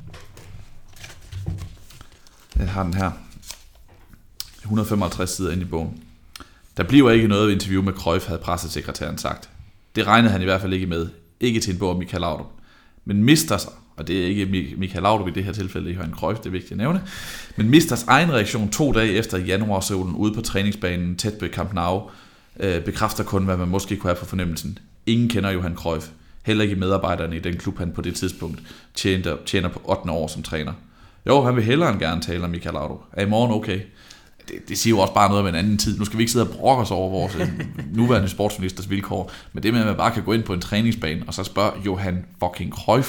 Jeg har den her. et hundrede og femoghalvtreds sider inde i bogen. Der bliver ikke noget interview med Cruyff, havde pressesekretæren sagt. Det regnede han i hvert fald ikke med. Ikke til en bog om Michael Laudrup. Men mister sig, og det er ikke Michael Laudrup i det her tilfælde, ikke Johan Cruyff, det er vigtigt at nævne, men misters egen reaktion to dage efter januarsolen ude på træningsbanen tæt på Camp Nou, øh, bekræfter kun, hvad man måske kunne have på fornemmelsen. Ingen kender Johan Cruyff. Heller ikke medarbejderne i den klub, han på det tidspunkt tjener, tjener på ottende år som træner. Jo, han vil hellere end gerne tale om Michael Laudrup. Er i morgen okay? Det, det siger jo også bare noget om en anden tid. Nu skal vi ikke sidde og brokke os over vores nuværende sportsministers vilkår, men det med, at man bare kan gå ind på en træningsbane og så spørge Johan fucking Cruyff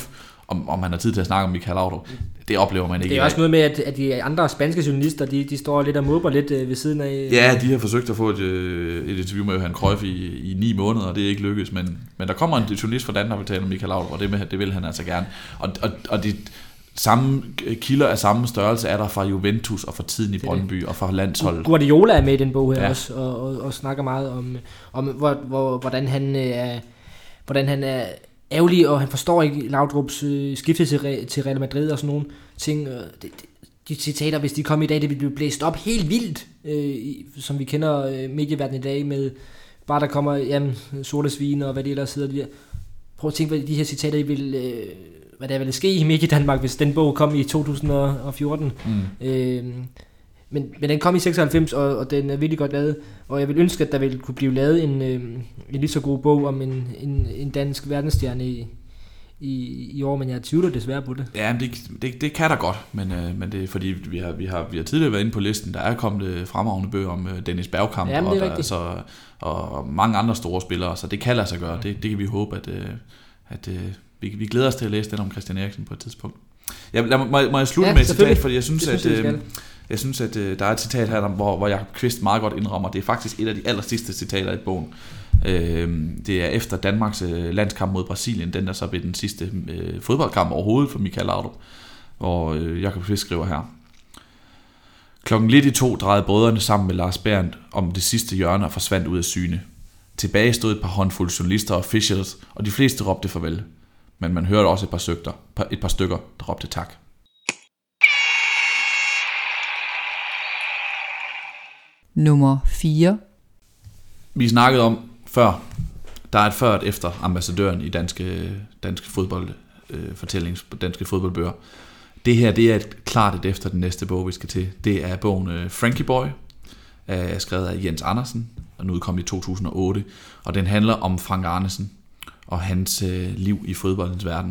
om, om man har tid til at snakke om Michael Laudrup. Det oplever man ikke. Det er også noget med, at, at de andre spanske journalister, de, de står lidt og måber lidt øh, ved siden af. Ja, de har forsøgt at få et, et interview med Johan Cruyff i, i ni måneder, og det er ikke lykkedes, men, men der kommer en journalist fra Danmark, der vil tale om Michael Laudrup, og det, med, det vil han altså gerne. Og, og, og de samme kilder af samme størrelse er der fra Juventus og fra tiden i Brøndby og fra landsholdet. Guardiola er med i den bog her ja. også, og, og, og snakker meget om, om hvor, hvor, hvordan han er, hvordan han er ærgerlig, og han forstår ikke Laudrups øh, skifte til, til Real Madrid og sådan nogle ting. Øh, de, de citater, hvis de kom i dag, det ville blive blæst op helt vildt, øh, som vi kender øh, medieverdenen i dag, med bare der kommer jamen, sorte svin og hvad det ellers hedder. De Prøv at tænke, hvad de her citater vil, øh, hvad der ville ske i Medie Danmark, hvis den bog kom i to tusind og fjorten. Mm. Øh, men, men den kom i seksoghalvfems, og, og den er virkelig godt lavet, og jeg vil ønske, at der ville kunne blive lavet en, øh, en lige så god bog om en, en, en dansk verdensstjerne i, i, i år, men jeg tvivler desværre på det. Ja, det, det, det kan der godt, men, øh, men det er fordi, vi har, vi, har, vi har tidligere været inde på listen, der er kommet fremragende bøger om øh, Dennis Bergkamp, ja, og, der, altså, og mange andre store spillere, så det kan lade sig gøre. Det, det kan vi håbe, at, øh, at øh, vi, vi glæder os til at læse den om Christian Eriksen på et tidspunkt. Jeg, lad, må, må jeg slutte ja, med et citat, fordi jeg synes, synes at... Øh, Jeg synes, at øh, der er et citat her, hvor, hvor Jakob Kvist meget godt indrømmer, det er faktisk et af de aller sidste citater i bogen. Øh, det er efter Danmarks øh, landskamp mod Brasilien, den der så blev den sidste øh, fodboldkamp overhovedet for Michael Laudrup, hvor øh, Jakob Kvist skriver her: Klokken lidt i to drejede brødrene sammen med Lars Berndt om det sidste hjørne og forsvandt ud af syne. Tilbage stod et par håndfulde journalister og officials, og de fleste råbte farvel. Men man hørte også et par, søgter, et par stykker, der råbte tak. Nummer fire. Vi snakkede om før, der er et før og et efter ambassadøren i danske, danske fodbold, øh, fortællings, danske fodboldbøger. Det her, det er et, klart et efter den næste bog, vi skal til. Det er bogen øh, Frankie Boy, øh, skrevet af Jens Andersen, og nu udkom i to tusind og otte, og den handler om Frank Arnesen og hans øh, liv i fodboldens verden.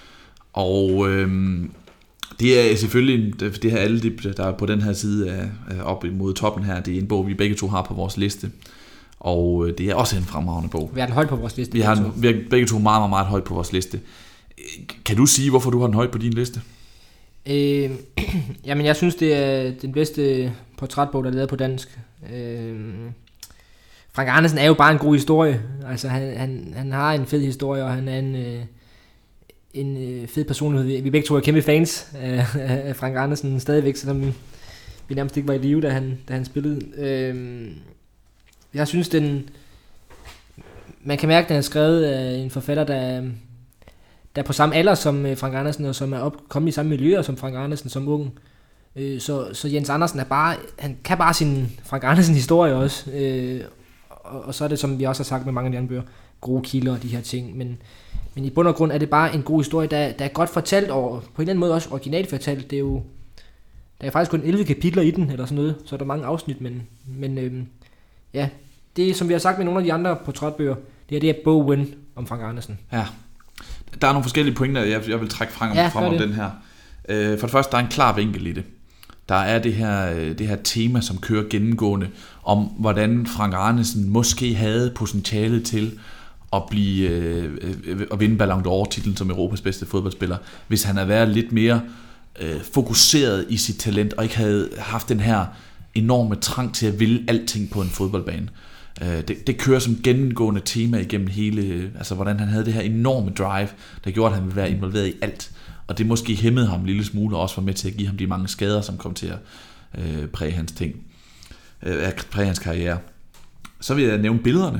Og øh, det er selvfølgelig, det her alle, der er på den her side af, op imod toppen her, det er en bog, vi begge to har på vores liste. Og det er også en fremragende bog. Vi har den højt på vores liste. Vi har, vi har begge to meget, meget, meget højt på vores liste. Kan du sige, hvorfor du har den højt på din liste? Øh, jamen, jeg synes, det er den bedste portrætbog, der er lavet på dansk. Øh, Frank Arnesen er jo bare en god historie. Altså, han, han, han har en fed historie, og han er en... Øh, en øh, fed personlighed. Vi begge to er kæmpe fans af, af Frank Arnesen stadigvæk, selvom vi nærmest ikke var i live, da han, da han spillede. Øhm, jeg synes, den... Man kan mærke, at den er skrevet af en forfatter, der, der er på samme alder som Frank Arnesen, og som er op, kommet i samme miljøer som Frank Arnesen som ung. Øh, så, så Jens Andersen er bare... Han kan bare sin Frank Arnesen historie også. Øh, og, og så er det, som vi også har sagt med mange af de andre bøger, gode kilder og de her ting, men Men i bund og grund er det bare en god historie, der, der er godt fortalt, og på en eller anden måde også originalt fortalt. Det er jo, der er faktisk kun elleve kapitler i den, eller sådan noget, så er der mange afsnit, men, men øhm, ja, det er, som vi har sagt med nogle af de andre portrætbøger, det er det her bogen om Frank Arnesen. Ja, der er nogle forskellige pointer, jeg, jeg vil trække frem, ja, frem om den her. Øh, for det første, der er en klar vinkel i det. Der er det her, det her tema, som kører gennemgående, om hvordan Frank Arnesen måske havde potentialet til at blive øh, at vinde Ballon d'Or-titlen som Europas bedste fodboldspiller, hvis han havde været lidt mere øh, fokuseret i sit talent, og ikke havde haft den her enorme trang til at ville alting på en fodboldbane. Øh, det, det kører som gennemgående tema igennem hele, altså hvordan han havde det her enorme drive, der gjorde, at han ville være involveret i alt. Og det måske hæmmede ham en lille smule, og også var med til at give ham de mange skader, som kom til at øh, præge hans ting, øh, præge hans karriere. Så vil jeg nævne billederne.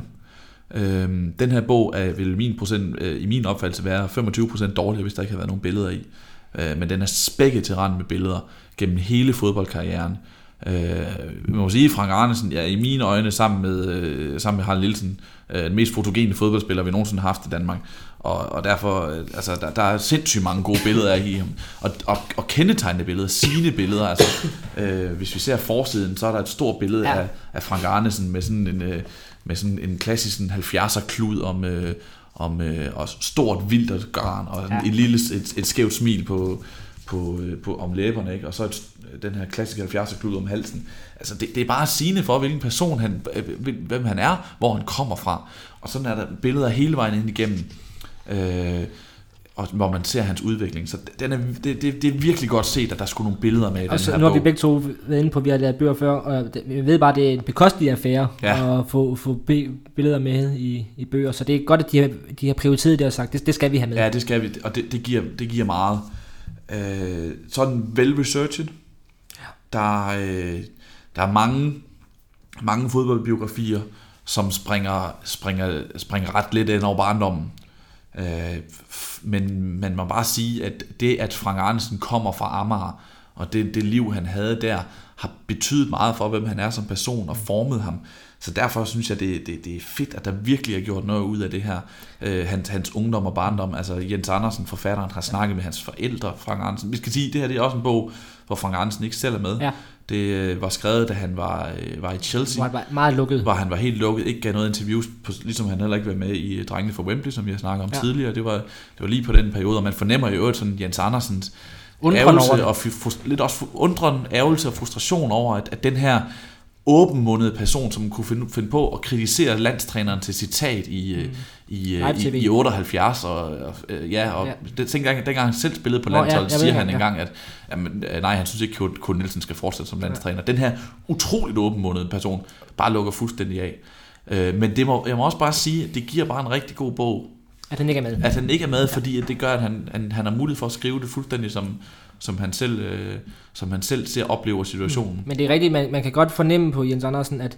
Øhm, den her bog er, vil min procent, øh, i min opfattelse være femogtyve procent dårligere, hvis der ikke havde været nogen billeder i. Øh, men den er spækket til rand med billeder gennem hele fodboldkarrieren. Øh, man må sige, Frank Arnesen er ja, i mine øjne sammen med, øh, sammen med Harald Nielsen øh, den mest fotogene fodboldspiller, vi nogensinde har haft i Danmark. Og, og derfor, øh, altså, der, der er sindssygt mange gode billeder af i ham. Og, og, og kendetegnende billeder, sigende billeder. Altså, øh, hvis vi ser forsiden, så er der et stort billede ja. af, af Frank Arnesen med sådan en... Øh, med sådan en klassisk halvfjerdser klud om, øh, om øh, og stort vildt og garn og ja. et lille et, et skævt smil på på, øh, på om læberne, ikke? Og så et, den her klassiske halvfjerdser klud om halsen. Altså det, det er bare sigende for hvilken person han, hvem han er, hvor han kommer fra. Og sådan er der billeder hele vejen ind igennem. Øh, og hvor man ser hans udvikling. Så den er, det, det, det er virkelig godt set, at der skulle nogle billeder med i altså, den her nu har bog. vi begge to været inde på, at vi har lavet bøger før, og vi ved bare, at det er en bekostelig affære ja. at få, få billeder med i, i bøger. Så det er godt, at de har, de har prioriteret det og sagt, det, det skal vi have med. Ja, det skal vi, og det, det, giver, det giver meget. Øh, sådan vel-researchet. Der, øh, der er mange, mange fodboldbiografier, som springer, springer, springer ret lidt ind over barndommen. Øh, men man må bare sige, at det, at Frank Arnesen kommer fra Amager, og det, det liv, han havde der, har betydet meget for, hvem han er som person, og formet ham. Så derfor synes jeg, det, det, det er fedt, at der virkelig er gjort noget ud af det her. Øh, hans, hans ungdom og barndom, altså Jens Andersen, forfatteren, har snakket med hans forældre, Frank Arnesen. Vi skal sige, at det her det er også en bog, hvor Frank Arnesen ikke selv er med. Ja. Det øh, var skrevet, da han var, øh, var i Chelsea. Var meget lukket. Hvor han var helt lukket, ikke gav noget interviews, på, ligesom han heller ikke var med i Drengene fra Wembley, som vi har snakket om ja. tidligere. Det var, det var lige på den periode, og man fornemmer jo sådan Jens Andersens ærgelse, og frust, lidt også undren, ærgelse og frustration over, at, at den her åbenmundede person, som kunne finde, finde på at kritisere landstræneren til citat i, mm. i, i, i otteoghalvfjerds, og, og, ja, og ja. Det, dengang, dengang han selv spillede på landsholdet, ja, siger han ja. engang, at jamen, nej, han synes ikke, at Kurt Nielsen skal fortsætte som landstræner. Ja. Den her utroligt åbenmundede person bare lukker fuldstændig af. Øh, men det må, jeg må også bare sige, at det giver bare en rigtig god bog, at han ikke er med. At han ikke er med, ja. fordi at det gør, at han, han, han har mulighed for at skrive det fuldstændig som, som, han, selv, øh, som han selv ser oplever situationen. Men det er rigtigt, man, man kan godt fornemme på Jens Andersen, at,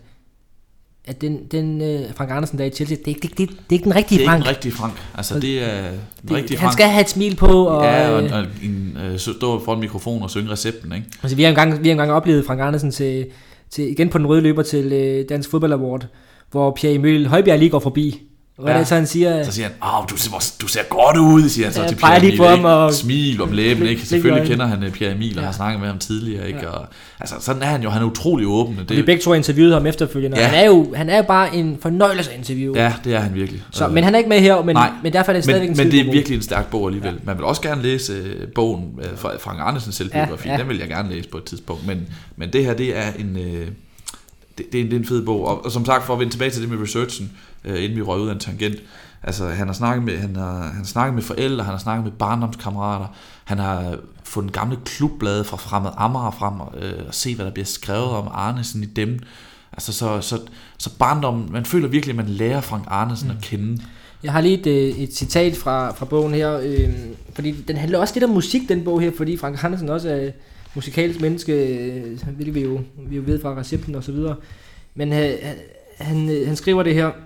at den, den øh, Frank Andersen, der er i Chelsea, det er, det, det, det er ikke den rigtige Frank. Det er ikke den rigtige Frank. Altså, det er den rigtige han Frank. skal have et smil på. Og, ja, og, og en, øh, stå foran mikrofon og synge recepten, ikke? Altså, vi har engang, vi har engang oplevet Frank Andersen til, til, igen på den røde løber til øh, Dansk Fodbold Award, hvor Pierre Emil Højbjerg lige går forbi. Og ja. så han siger, så siger han, åh, du ser, du ser godt ud, siger han så ja, til Pierre Emil, ham og smil om læben, ikke? Selvfølgelig kender han Pierre Emil, og ja. har snakket med ham tidligere, ikke? Ja. Og, altså, sådan er han jo, han er utrolig åben. Det, vi begge to har interviewet ham efterfølgende, ja. han, er jo, han er jo bare en fornøjelse at interviewe. Ja, det er han virkelig. Så, men han er ikke med her, men, men derfor er det stadigvæk men, en Men det er virkelig en stærk bog alligevel. Ja. Man vil også gerne læse uh, bogen uh, fra Frank Andersens selvbiografi, ja, ja. den vil jeg gerne læse på et tidspunkt, men, men det her, det er en... Uh, det, det, er en, det er en fed bog, og, og som sagt, for at vende tilbage til det med researchen, uh, inden vi røg ud af en tangent. Altså, han har snakket med, han har, han har snakket med forældre, han har snakket med barndomskammerater, han har fundet gamle klubblade fra Fremad Amager frem og, øh, og se, hvad der bliver skrevet om Arnesen i dem. Altså, så, så, så barndommen, man føler virkelig, at man lærer Frank Arnesen mm. at kende. Jeg har lige et, et citat fra, fra bogen her, øh, fordi den handler også lidt om musik, den bog her, fordi Frank Arnesen også er musikalsk menneske, øh, hvilket vi jo, vi jo ved fra recepten og så videre. Men øh, han, han skriver det her...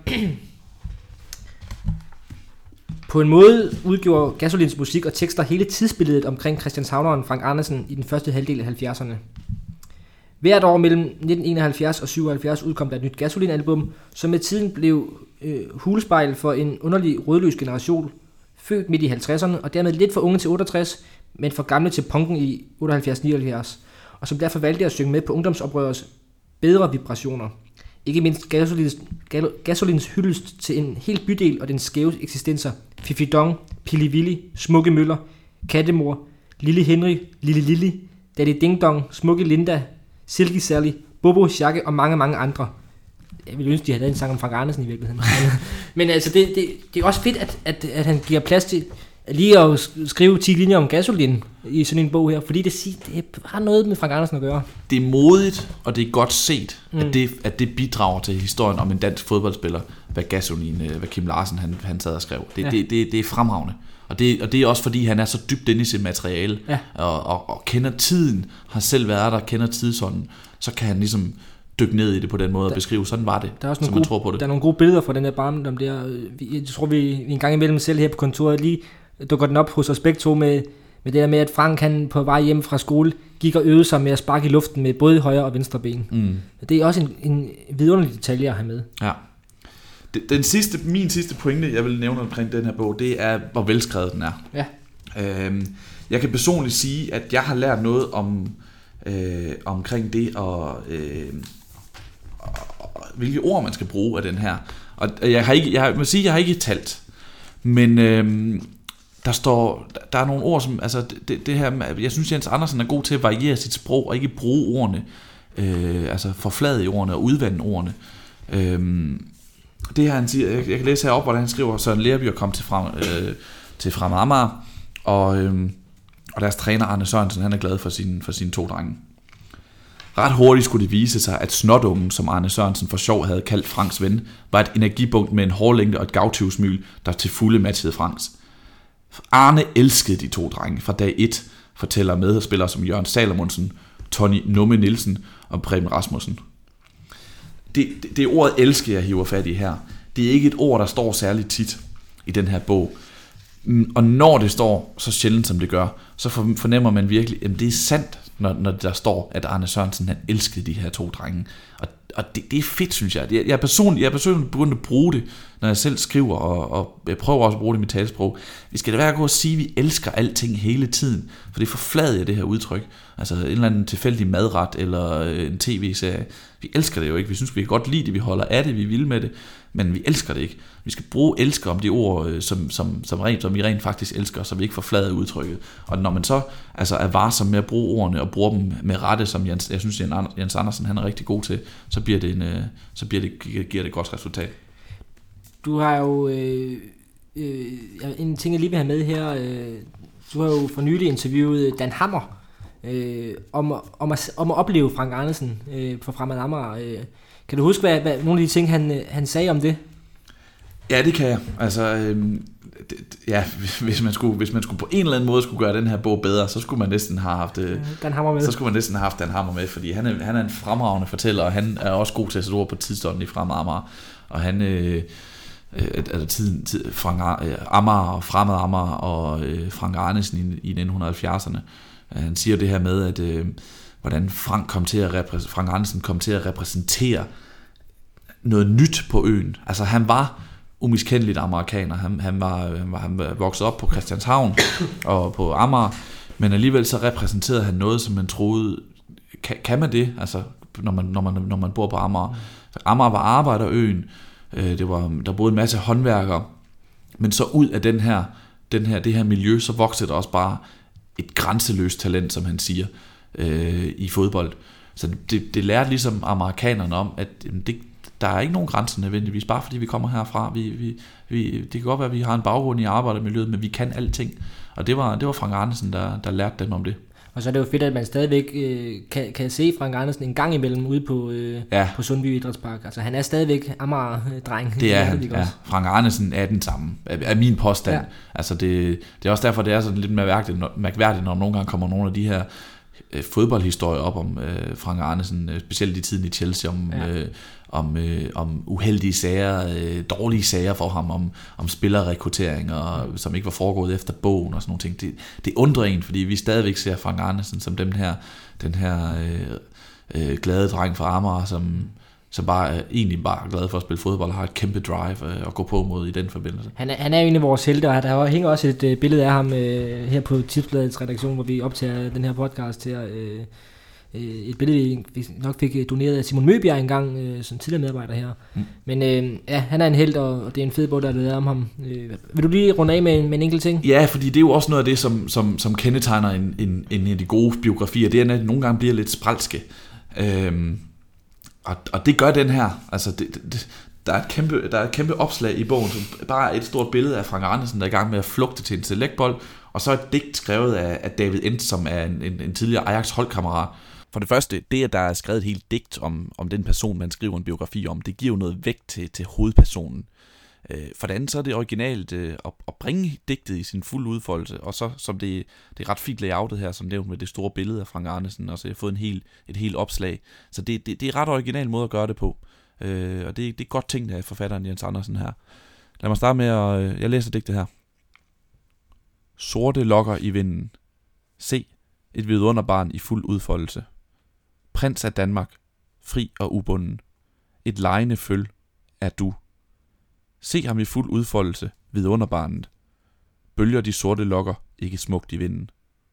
På en måde udgjorde Gasolins musik og tekster hele tidsbilledet omkring Christianshavneren Frank Arnesen i den første halvdel af halvfjerdserne. Hvert år mellem nitten enoghalvfjerds og syvoghalvfjerds udkom der et nyt Gasolin-album, som med tiden blev øh, hulespejl for en underlig rødløs generation, født midt i halvtredserne og dermed lidt for unge til otteogtres, men for gamle til punken i otteoghalvfjerds nioghalvfjerds, og som derfor valgte at synge med på ungdomsoprørets bedre vibrationer. Ikke mindst Gasolins, Gasolins hyldest til en hel bydel og den skæve eksistenser. Fifi Dong, Pili Willy, Smukke Møller, Kattemor, Lille Henry, Lille Lille, Daddy Ding Dong, Smukke Linda, Silky Sally, Bobo, Jacke og mange, mange andre. Jeg ville ønske, de havde lavet en sang om Frank Arnesen i virkeligheden. Men altså, det, det, det er også fedt, at, at, at han giver plads til lige at skrive ti linjer om Gasolin i sådan en bog her, fordi det, siger, det har noget med Frank Andersen at gøre. Det er modigt, og det er godt set, mm. at, det, at det bidrager til historien om en dansk fodboldspiller, hvad Gasolin, hvad Kim Larsen han, han sad og skrev. Det, ja. det, det, det er fremragende. Og det, og det er også fordi, han er så dybt inde i sit materiale, ja. og, og, og kender tiden, har selv været der, kender tidsånden, så kan han ligesom dykke ned i det på den måde og beskrive, sådan var det, der er også som man gode, tror på det. Der er nogle gode billeder fra den der barndom der. Jeg tror, vi, vi en gang imellem selv her på kontoret lige dukker den op hos os begge to med, med det der med, at Frank han på vej hjem fra skole gik og øvede sig med at sparke i luften med både højre og venstre ben. Mm. Det er også en, en vidunderlig detalje at have med. Ja. Den sidste, min sidste pointe, jeg vil nævne omkring den her bog, det er, hvor velskrevet den er. Ja. Øhm, jeg kan personligt sige, at jeg har lært noget om øh, omkring det, og, øh, og hvilke ord man skal bruge af den her. Og jeg har ikke, jeg må sige, jeg har ikke talt, men øh, der står, der er nogle ord, som, altså det, det her, jeg synes Jens Andersen er god til at variere sit sprog og ikke bruge ordene, øh, altså forfladige ordene og udvande ordene. Øh, det her han siger, jeg, jeg kan læse heroppe, hvordan han skriver, Søren Lerby er kommet til, frem, øh, til Fremad Amager, og, øhm, og deres træner Arne Sørensen, han er glad for sine, for sine to drenge. Ret hurtigt skulle det vise sig, at snotungen, som Arne Sørensen for sjov havde kaldt Franks ven, var et energipunkt med en hårlængde og et gavtyvsmyl, der til fulde matchede Franks. Arne elskede de to drenge fra dag et, fortæller medspillere som Jørgen Salomonsen, Tony Numme Nielsen og Preben Rasmussen. Det, det, det ordet elsker jeg hiver fat i her. Det er ikke et ord, der står særligt tit i den her bog. Og når det står så sjældent som det gør, så fornemmer man virkelig, at det er sandt, når, når der står, at Arne Sørensen han elskede de her to drenge. Og, og det, det er fedt, synes jeg. Jeg er personligt, jeg er personligt begyndt at bruge det, når jeg selv skriver, og, og jeg prøver også at bruge det i mit talesprog. Vi skal da være gå og sige, at vi elsker alting hele tiden, for det forfladiger det her udtryk. Altså en eller anden tilfældig madret, eller en tv-serie. Vi elsker det jo ikke. Vi synes, vi kan godt lide det, vi holder af det, vi vil med det, men vi elsker det ikke. Vi skal bruge elsker om de ord, som, som, som, rent, som vi rent faktisk elsker, så vi ikke forfladiger udtrykket. Og når man så altså, er varsom med at bruge ordene, og bruger dem med rette, som Jens, jeg synes, Jens Andersen han er rigtig god til, så, bliver det en, så bliver det, giver det et godt resultat. Du har jo øh, øh, en ting, jeg lige vil have med her. Øh, du har jo for nylig interviewet Dan Hammer øh, om, om, at, om at opleve Frank Andersen øh, på Fremad Amager. Øh, kan du huske, hvad, hvad nogle af de ting, han, han sagde om det? Ja, det kan jeg. Altså, øh, det, ja, hvis man, skulle, hvis man skulle på en eller anden måde skulle gøre den her bog bedre, så skulle man næsten have haft øh, Dan Hammer med. Så skulle man næsten have haft Dan Hammer med, fordi han er, han er en fremragende fortæller, og han er også god til at sætte ord på tidsånden i Fremad Amager. Og han øh, altså tiden, tid, Frank Amager og Fremad Amager og øh, Frank Arnesen i, i nitten halvfjerdserne. Han siger det her med, at øh, hvordan Frank, kom til at repræs- Frank Arnesen kom til at repræsentere noget nyt på øen. Altså han var umiskendeligt amerikaner. Han, han, var, han, var, han var vokset op på Christianshavn og på Amager, men alligevel så repræsenterede han noget, som man troede, kan, kan man det? Altså når man, når man, når man bor på Amager. Amager var arbejderøen. Det var, der boede en masse håndværkere, men så ud af den her, den her, det her miljø, så voksede der også bare et grænseløst talent, som han siger, øh, i fodbold. Så det, det lærte ligesom amerikanerne om, at det, der er ikke nogen grænser nødvendigvis, bare fordi vi kommer herfra. Vi, vi, vi, det kan godt være, at vi har en baggrund i arbejdermiljøet, men vi kan alting. Og det var, det var Frank Arnesen, der, der lærte dem om det. Og så er det jo fedt, at man stadigvæk øh, kan, kan se Frank Andersen en gang imellem ude på, øh, ja. på Sundby Idrætspark. Altså han er stadigvæk Amager-dreng. Det er han, ja. Frank Andersen er den samme, er min påstand. Ja. Altså det, det er også derfor, det er sådan lidt mærkværdigt, mærkværdigt, når nogle gange kommer nogle af de her øh, fodboldhistorier op om øh, Frank Andersen, øh, specielt i tiden i Chelsea, om, ja. øh, om, øh, om uheldige sager, øh, dårlige sager for ham, om, om spillerrekruttering, mm. som ikke var foregået efter bogen og sådan nogle ting. Det, det undrer en, fordi vi stadigvæk ser Frank Andersen som den her, den her øh, øh, glade dreng fra Amager, som, som bare øh, egentlig bare er glad for at spille fodbold og har et kæmpe drive øh, at gå på mod i den forbindelse. Han er, han er jo en af vores helte, og der hænger også et øh, billede af ham øh, her på Tipsbladets redaktion, hvor vi optager den her podcast her. Øh, et billede, vi nok fik doneret af Simon Møbjerg engang, øh, som tidligere medarbejder her. Mm. Men øh, ja, han er en helt, og det er en fed bog, der er lavet om ham. Øh, vil du lige runde af med en, med en enkelt ting? Ja, fordi det er jo også noget af det, som, som, som kendetegner en, en, en af de gode biografier. Det er, at nogle gange bliver lidt spralske. Øhm, og, og det gør den her. Altså, det, det, der, er et kæmpe, der er et kæmpe opslag i bogen, som bare er et stort billede af Frank Andersen, der er i gang med at flugte til en selectbold, og så et digt skrevet af, af David Ent, som er en, en, en tidligere Ajax holdkammerat. For det første, det at der er skrevet et helt digt om, om den person, man skriver en biografi om, det giver jo noget vægt til, til hovedpersonen. For det andet, så er det originalt at, at bringe digtet i sin fulde udfoldelse, og så som det, det er ret fint layoutet her, som nævnt med det store billede af Frank Arnesen, og så har jeg fået en hel, et helt opslag. Så det, det, det er ret original måde at gøre det på, og det, det er godt tænkt af forfatteren Jens Andersen her. Lad mig starte med at, jeg læser digtet her. Sorte lokker i vinden. Se, et vidunderbarn i fuld udfoldelse. Prins af Danmark, fri og ubunden. Et legende føl er du. Se ham i fuld udfoldelse, vidunderbarnet. Bølger de sorte lokker ikke smukt i vinden.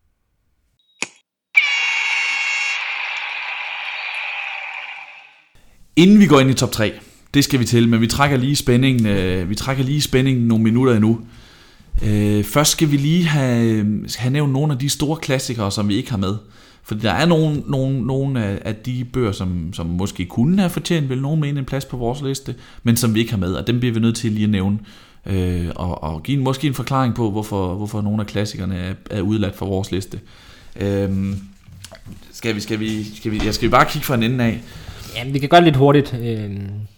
Inden vi går ind i top tre, det skal vi til, men vi trækker lige spændingen, øh, vi trækker lige spændingen nogle minutter endnu. Øh, først skal vi lige have, have nævnt nogle af de store klassikere, som vi ikke har med. Fordi der er nogle, nogle, nogle af de bøger, som, som måske kunne have fortjent, vil nogen mene en plads på vores liste, men som vi ikke har med, og dem bliver vi nødt til lige at nævne. øh, og, og give en, måske en forklaring på, hvorfor, hvorfor nogle af klassikerne er, er udladt fra vores liste. Øh, skal vi, skal vi, skal vi, ja, skal vi bare kigge fra en ende af? Ja, vi kan gøre det lidt hurtigt. Øh...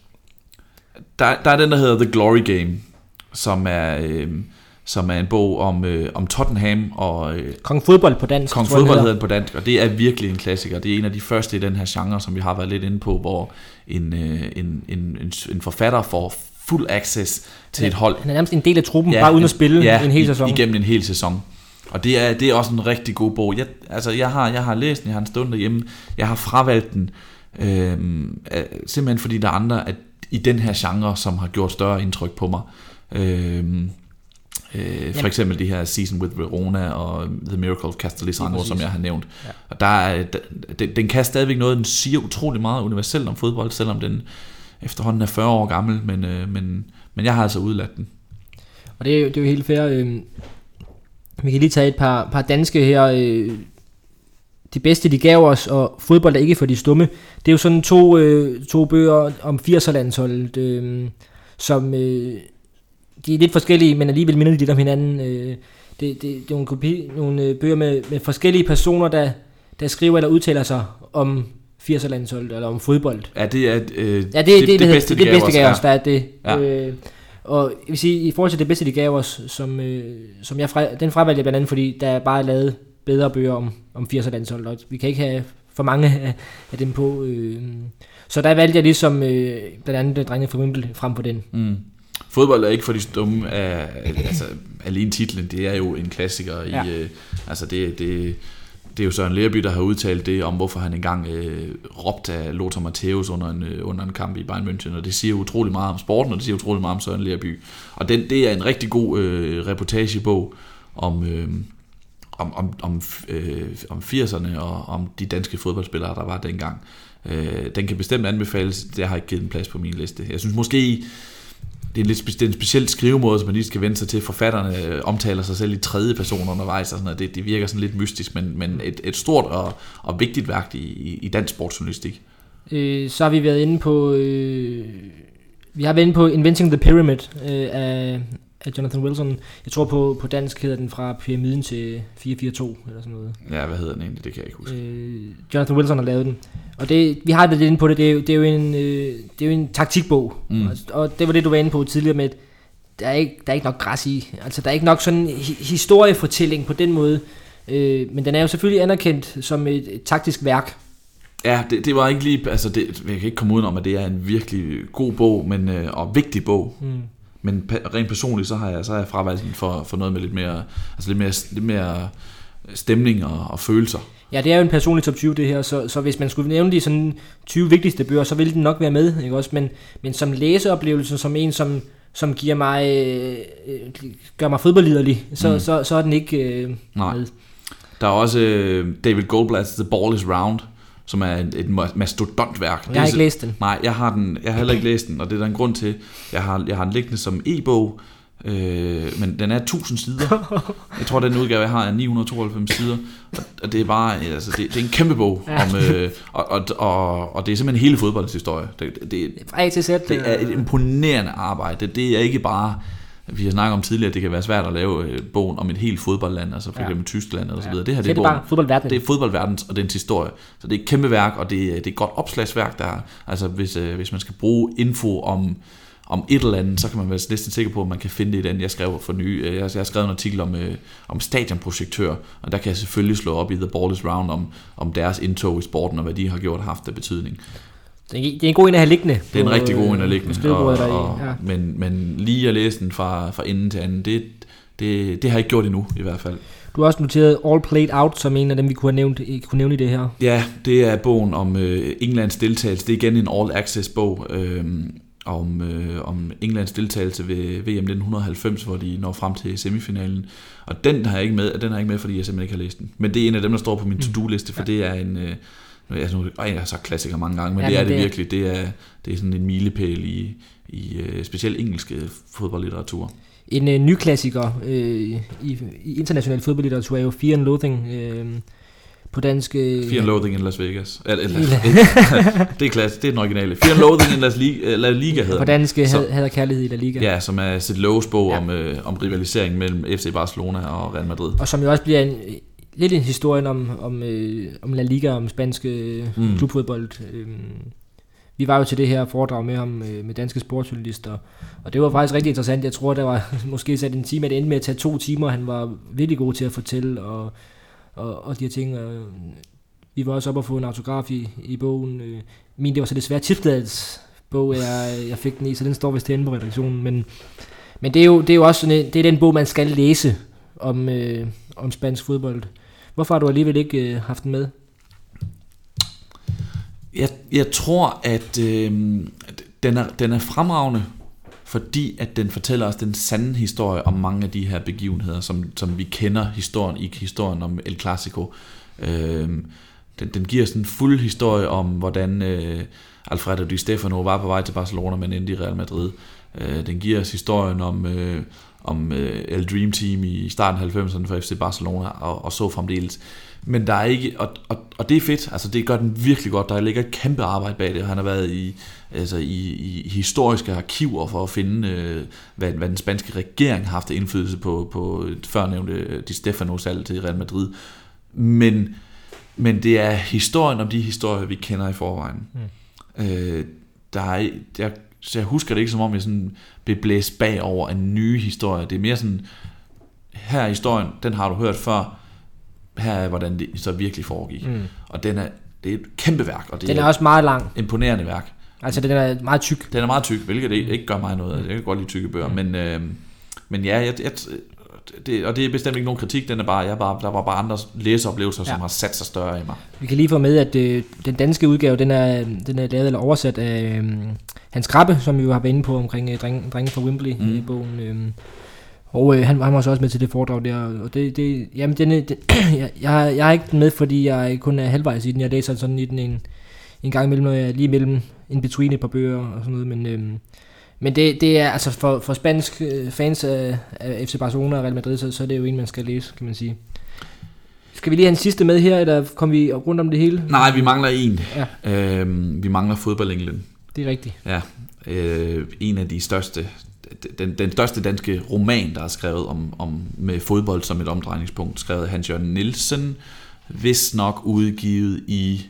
Der, der er den, der hedder The Glory Game, som er... Øh, som er en bog om, øh, om Tottenham og... Øh, Kong Fodbold på dansk. Kong Fodbold hedder den på dansk, og det er virkelig en klassiker. Det er en af de første i den her genre, som vi har været lidt inde på, hvor en, øh, en, en, en, en forfatter får fuld access til ja, et hold. Han er nærmest en del af truppen, ja, bare uden at spille ja, en hel sæson. igennem en hel sæson. Og det er, det er også en rigtig god bog. Jeg, altså, jeg, har, jeg har læst den, jeg har en stund derhjemme. Jeg har fravalgt den, øh, simpelthen fordi der er andre at, i den her genre, som har gjort større indtryk på mig. Øh, Øh, for eksempel de her Season with Verona og The Miracle of Castellisano, som jeg har nævnt. Ja. Og der er, den, den kan stadigvæk noget, den siger utrolig meget universelt om fodbold, selvom den efterhånden er fyrre år gammel, men, øh, men, men jeg har altså udladt den. Og det er, det er jo helt fair. Øh, vi kan lige tage et par, par danske her. Øh, de bedste, de gav os, og fodbold er ikke for de stumme. Det er jo sådan to, øh, to bøger om firser-landsholdet, øh, som... Øh, de er lidt forskellige, men alligevel minder de lidt om hinanden. Det, det, det er nogle, kopi, nogle bøger med, med forskellige personer, der, der skriver eller udtaler sig om firser-landsholdet, eller om fodbold. Ja, det er øh, ja, det, det, det, det, det bedste, de gav os, gav os der er det. Ja. Øh, og jeg vil sige, i forhold til det bedste, de gav os, som, øh, som jeg fra, den fravalgte jeg blandt andet, fordi der er bare lavet bedre bøger om, om firser-landsholdet, og vi kan ikke have for mange af, af dem på. Øh. Så der valgte jeg ligesom øh, blandt andet Drengene fra Wimbledon frem på den. Mm. Fodbold er ikke for de stumme af, altså alene titlen, det er jo en klassiker ja. i, øh, altså det, det, det er jo Søren Lerby, der har udtalt det om, hvorfor han engang øh, råbte af Lothar Matthäus under en, øh, under en kamp i Bayern München, og det siger utrolig meget om sporten, og det siger utrolig meget om Søren Lerby. Og den, det er en rigtig god øh, reportagebog om, øh, om, om, om, øh, om firserne og om de danske fodboldspillere, der var dengang. Øh, den kan bestemt anbefales, det har ikke givet en plads på min liste. Jeg synes måske... Det er en lidt spe, det er en speciel skrivemåde, som man lige skal vende sig til. Forfatterne øh, omtaler sig selv i tredje person undervejs, og sådan noget. Det, det virker sådan lidt mystisk, men, men et, et stort og, og vigtigt værk i, i dansk sportsjournalistik. Øh, så har vi været inde på... Øh, vi har været inde på Inventing the Pyramid øh, af, af Jonathan Wilson. Jeg tror på, på dansk hedder den Fra pyramiden til fire fire to, eller sådan noget. Ja, hvad hedder den egentlig? Det kan jeg ikke huske. Øh, Jonathan Wilson har lavet den. Og det, vi har været lidt inde på det, det er jo, det er jo, en, øh, det er jo en taktikbog. Mm. Og, og det var det, du var inde på tidligere med, der er ikke, der er ikke nok græs i. Altså, der er ikke nok sådan en hi- historiefortælling på den måde. Øh, men den er jo selvfølgelig anerkendt som et, et taktisk værk. Ja, det, det var ikke lige... Altså, det, jeg kan ikke komme udenom, at det er en virkelig god bog, men, øh, og vigtig bog. Mm. Men rent personligt, så har jeg, så har jeg fravalgt den for, for noget med lidt mere, altså lidt mere, lidt mere stemning og, og følelser. Ja, det er jo en personlig top tyve det her, så, så hvis man skulle nævne de sådan tyve vigtigste bøger, så ville den nok være med, ikke også? Men, men som læseoplevelse, som en, som, som giver mig, øh, gør mig fodboldliderlig, så, mm. så, så er den ikke øh, med. Der er også øh, David Goldblatt's The Ball is Round, som er et, et mastodontværk. Jeg har ikke læst den. Nej, jeg har den. Jeg har heller ikke læst den, og det er der en grund til. Jeg har, jeg har den liggende som e-bog, øh, men den er tusind sider. Jeg tror, den udgave, jeg har, er ni hundrede og tooghalvfems sider, og det er bare, altså, det, det er en kæmpe bog, om, øh, og, og, og, og det er simpelthen hele fodboldens historie. Det, det, det, det er et imponerende arbejde. Det, det er ikke bare... Vi har snakket om tidligere, at det kan være svært at lave øh, bogen om et helt fodboldland, altså for eksempel ja. Tyskland eller så videre. Det her, det er, det er bare fodboldverden. Det er fodboldverdens og dens historie. Så det er et kæmpe værk, og det, det er et godt opslagsværk, der altså hvis, øh, hvis man skal bruge info om, om et eller andet, så kan man være næsten sikker på, at man kan finde det i den, jeg skrev for ny. Jeg, jeg har skrevet en artikel om, øh, om stadionprojektør, og der kan jeg selvfølgelig slå op i The Ball is Round om, om deres indtog i sporten, og hvad de har gjort og haft af betydning. Det er en god en at have liggende. Det er en rigtig god en at liggende. Og, og, ja. men, men lige at læse den fra, fra ende til anden, det, det, det har jeg ikke gjort endnu i hvert fald. Du har også noteret All Played Out som en af dem, vi kunne, have nævnt, kunne nævne i det her. Ja, det er bogen om øh, Englands deltagelse. Det er igen en All Access bog øh, om, øh, om Englands deltagelse ved V M nitten halvfems, hvor de når frem til semifinalen. Og den har jeg ikke med, den har jeg ikke med, fordi jeg simpelthen ikke har læst den. Men det er en af dem, der står på min to-do-liste, for ja. det er en... Øh, Jeg har sagt klassiker mange gange, men ja, det er det, det virkelig. Det er, det er sådan en milepæl i, i uh, specielt engelske fodboldlitteratur. En uh, ny klassiker uh, i, i international fodboldlitteratur er jo Fear and Loathing. Uh, På dansk... Fear and Loathing in Las Vegas. Eller, eller, det er klasse, det er den originale. Fear and Loathing in Las Liga, La Liga hedder på dansk Had og Kærlighed i La Liga. Ja, som er Sid Lowe's bog ja. om, øh, om rivalisering mellem F C Barcelona og Real Madrid. Og som jo også bliver en, lidt en historie om, om, øh, om La Liga, om spanske mm. klubfodbold. Øhm, vi var jo til det her foredrag med ham, øh, med danske sportsjournalister, og det var faktisk rigtig interessant. Jeg tror, der var måske sat en time, at det endte med at tage to timer. Han var virkelig god til at fortælle, og Og, og de her ting. Og vi var også oppe og få en autograf i, i bogen. Min, det var så desværre Tipsbladets bog, jeg, jeg fik den i, så den står vist herinde på redaktionen. Men, men det, er jo, det er jo også sådan en, det er den bog, man skal læse om, øh, om spansk fodbold. Hvorfor har du alligevel ikke øh, haft den med? Jeg, jeg tror, at øh, den, er, den er fremragende, fordi at den fortæller os den sande historie om mange af de her begivenheder, som, som vi kender historien i historien om El Clasico. Øh, den, den giver sådan en fuld historie om, hvordan øh, Alfredo Di Stefano var på vej til Barcelona, men endte i Real Madrid. Øh, den giver os historien om, øh, om øh, El Dream Team i starten af halvfemserne for F C Barcelona, og, og så fremdeles. Men der er ikke, og, og, og det er fedt, altså det gør den virkelig godt. Der ligger et kæmpe arbejde bag det. Han har været i, altså i, i historiske arkiver for at finde, øh, hvad, hvad den spanske regering har haft indflydelse på, på førnævnte Di Stefano salg til Real Madrid. Men, men det er historien om de historier, vi kender i forvejen. Mm. Øh, der er, jeg, så jeg husker det ikke, som om jeg sådan blev blæst bagover en nye historie. Det er mere sådan, her er historien, den har du hørt før, her er, hvordan det så virkelig foregik. Mm. Og den er, det er et kæmpe værk. Og det den er, er også meget lang. Imponerende værk. Altså, den er meget tyk. Den er meget tyk, hvilket det ikke gør mig noget. Jeg kan godt lide tykke bøger. Mm. Men, øh, men ja, jeg, jeg, det, og det er bestemt ikke nogen kritik. Den er bare, jeg bare, der var bare andre læseoplevelser, ja. som har sat sig større i mig. Vi kan lige få med, at øh, den danske udgave, den er, den er lavet eller oversat af øh, Hans Krabbe, som vi jo har været inde på omkring øh, Drenge, Drenge fra Wembley mm. i bogen. Øh, Og øh, han, han var så også med til det foredrag der, og det, det jamen den, den jeg, jeg, jeg er ikke med, fordi jeg kun er halvvejs i den. Jeg læser sådan i den en, en gang imellem, når jeg er lige imellem in between et par bøger og sådan noget, men, øhm, men det, det er altså for, for spansk fans af, af F C Barcelona og Real Madrid, så, så er det jo en, man skal læse, kan man sige. Skal vi lige have en sidste med her, eller kommer vi rundt om det hele? Nej, vi mangler en. Ja. Øhm, vi mangler fodboldenglen. Det er rigtigt. Ja, øh, en af de største... Den, den største danske roman, der er skrevet om, om med fodbold som et omdrejningspunkt, skrevet af Hans-Jørgen Nielsen, vist nok udgivet i,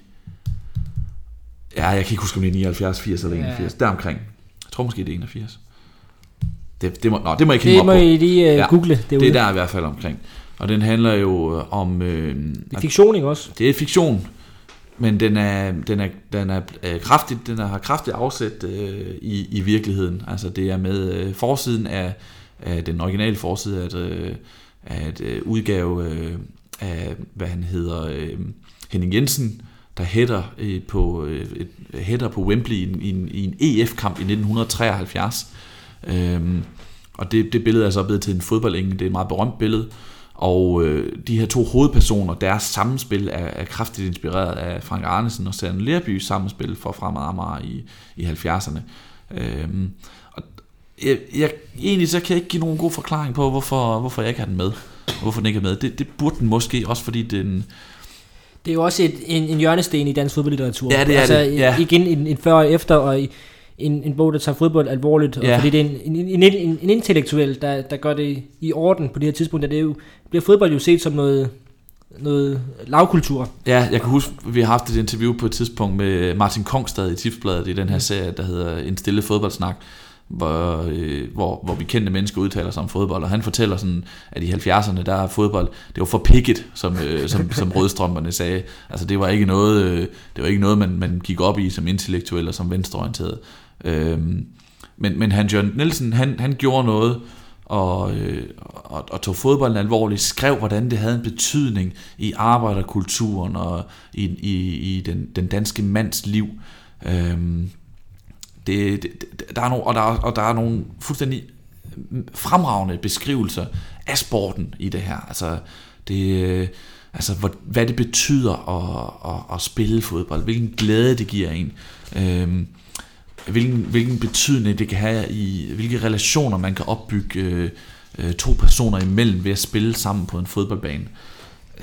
ja, jeg kan ikke huske om det er nioghalvfjerds, firs eller enogfirs, ja. deromkring. Jeg tror måske det er enogfirs. Det, det, må, nå, det må jeg ikke hænge op på. Det må I lige uh, ja, google. Det, det er der i hvert fald omkring. Og den handler jo om... Øh, det er fiktion, ikke også? Det er fiktion. Men den er, den er, den er øh, kraftigt, den har kraftigt afsæt øh, i, i virkeligheden. Altså det er med øh, forsiden af, af den originale forside af et, øh, af et øh, udgave øh, af, hvad han hedder, øh, Henning Jensen, der hætter øh, på øh, et, hætter på Wembley i en, i en, i en E F-kamp i nitten treoghalvfjerds. Øhm, og det, det billede er så blevet til en fodboldengel. Det er et meget berømt billede. Og øh, de her to hovedpersoner, deres sammenspil er, er kraftigt inspireret af Frank Arnesen og Søren Lerbys sammenspil for Fremad Amager i, i halvfjerdserne. Øhm, og jeg, jeg, egentlig så kan jeg ikke give nogen god forklaring på, hvorfor, hvorfor jeg ikke har den med. Hvorfor den ikke er med. Det, det burde den måske, også fordi den... Det er jo også et, en, en hjørnesten i dansk fodboldlitteratur. Ja, det er altså, det. Ja. Igen en, en før og efter, og en, en bog, der tager fodbold alvorligt, og ja. fordi det er en, en, en, en, en intellektuel, der, der gør det i orden på det her tidspunkt, at det jo, bliver fodbold jo set som noget, noget lavkultur. Ja, jeg kan huske, vi har haft et interview på et tidspunkt med Martin Kongstad i Tipsbladet i den her serie, der hedder En stille fodboldsnak, hvor, øh, hvor, hvor vi kendte mennesker udtaler sig om fodbold, og han fortæller sådan, at i halvfjerdserne, der er fodbold, det var for pikket, som, øh, som, som rødstrømperne sagde. Altså det var ikke noget, øh, det var ikke noget man, man gik op i som intellektuel og som venstreorienteret. Øh, men, men han, Jørgen Nielsen, han, han gjorde noget, og, øh, og, og tog fodbolden alvorligt, skrev, hvordan det havde en betydning i arbejderkulturen og i, i, i den, den danske mands liv. Øh, Det, det, der er nogle, og, der, og der er nogle fuldstændig fremragende beskrivelser af sporten i det her. Altså, det, altså hvor, hvad det betyder at, at, at spille fodbold, hvilken glæde det giver en, øhm, hvilken, hvilken betydning det kan have i, hvilke relationer man kan opbygge øh, to personer imellem ved at spille sammen på en fodboldbane. Øh,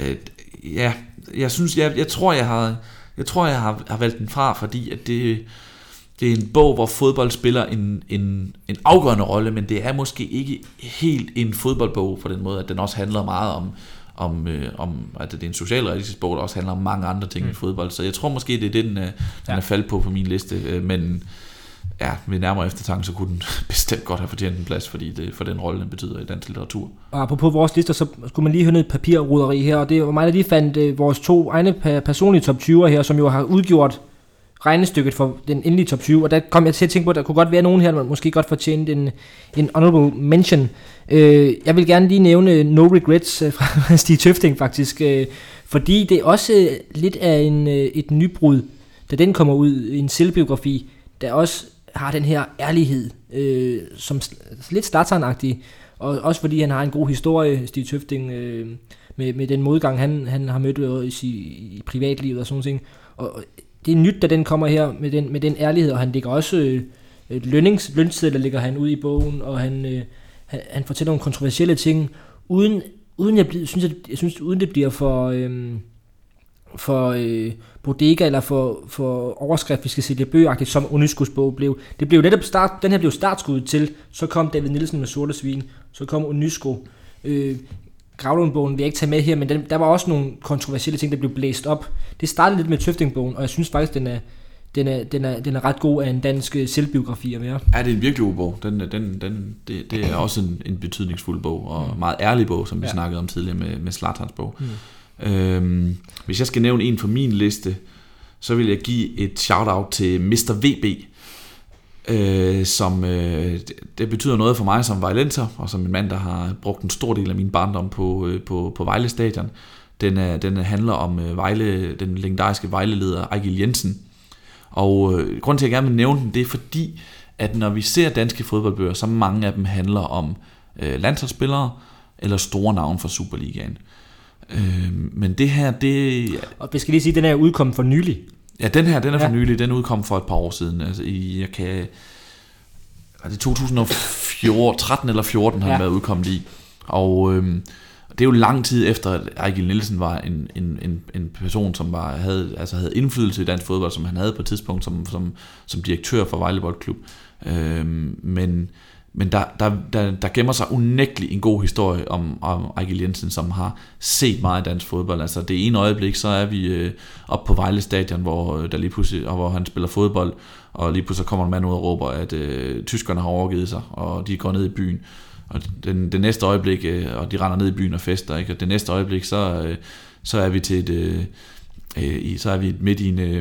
ja, jeg synes, jeg, jeg tror, jeg har, jeg tror, jeg har, har valgt den fra, fordi at det, det er en bog, hvor fodbold spiller en, en, en afgørende rolle, men det er måske ikke helt en fodboldbog på den måde, at den også handler meget om, om, øh, om at det er en socialrealistisk bog, der også handler om mange andre ting mm. end fodbold. Så jeg tror måske, det er det, den, den ja. er faldet på på min liste, men ja, ved nærmere eftertanke, så kunne den bestemt godt have fortjent en plads, fordi det for den rolle, den betyder i dansk litteratur. Og apropos vores lister, så skulle man lige høre noget papirroderi her, og det var mig, der lige fandt øh, vores to egne personlige top tyve'er her, som jo har udgjort regnestykket for den endelige top tyve, og der kom jeg til at tænke på, at der kunne godt være nogen her, der måske godt fortjente en, en honorable mention. Øh, jeg vil gerne lige nævne No Regrets øh, fra Stig Tøfting faktisk, øh, fordi det er også øh, lidt af en, øh, et nybrud, da den kommer ud i en selvbiografi, der også har den her ærlighed, øh, som lidt Zlatan-agtig, og også fordi han har en god historie, Stig Tøfting, øh, med, med den modgang, han, han har mødt i, i privatlivet og sådan noget. Og, og det er nyt, da den kommer her med den, med den ærlighed, og han ligger også øh, lønnings, lønsedler ligger han ud i bogen, og han, øh, han, han fortæller nogle kontroversielle ting, uden, uden jeg, bliver, synes, jeg, jeg synes, uden det bliver for... Øh, for øh, bodega eller for, for overskrift, vi skal sælge bøgeragtigt, som Onyskos bog blev. Det blev netop start, den her blev startskuddet til, så kom David Nielsen med Sorte Svin, så kom Onysko. Øh, Gravlund-bogen vil jeg ikke tage med her, men den, der var også nogle kontroversielle ting, der blev blæst op. Det startede lidt med Tøfting-bogen, og jeg synes faktisk, den er, den er, den er, den er ret god af en dansk selvbiografi at være. Ja, det er en virkelig god bog. Den, den, den, det, det er også en, en betydningsfuld bog, og en meget ærlig bog, som vi ja. snakkede om tidligere med, med Zlatans bog. Mm. Øhm, hvis jeg skal nævne en for min liste, så vil jeg give et shout-out til mister V B, øh, som øh, det, det betyder noget for mig som vejlenser, og som en mand, der har brugt en stor del af min barndom på, øh, på, på Vejle Stadion. Den, er, den handler om øh, Vejle, den legendariske Vejle-leder Ejgil Jensen. Og øh, grunden til, at jeg gerne vil nævne den, det er fordi, at når vi ser danske fodboldbøger, så mange af dem handler om øh, landsholdsspillere eller store navne fra Superligaen. Øh, men det her, det... Og vi skal lige sige, at den er udkommet for nylig. Ja, den her, den er for ja. nylig. Den udkom for et par år siden. Altså, i, jeg kan... Er det to tusind og fjorten, tretten eller fjorten, har ja. været udkommet i. Og øh, det er jo lang tid efter, at Ejgil Nielsen var en, en, en, en person, som var, havde, altså havde indflydelse i dansk fodbold, som han havde på et tidspunkt som, som, som direktør for Vejle Boldklub. Øh, men... Men der, der, der, der gemmer sig unægteligt en god historie om, om Ejgil Jensen, som har set meget dansk fodbold. Altså det ene øjeblik, så er vi øh, oppe på Vejle Stadion, hvor, der lige pludselig, og hvor han spiller fodbold, og lige pludselig kommer en mand ud og råber, at øh, tyskerne har overgivet sig, og de går ned i byen. Og den, det næste øjeblik, øh, og de render ned i byen og fester, ikke? Og det næste øjeblik, så, øh, så er vi til et, øh, øh, så er vi midt i en... Øh,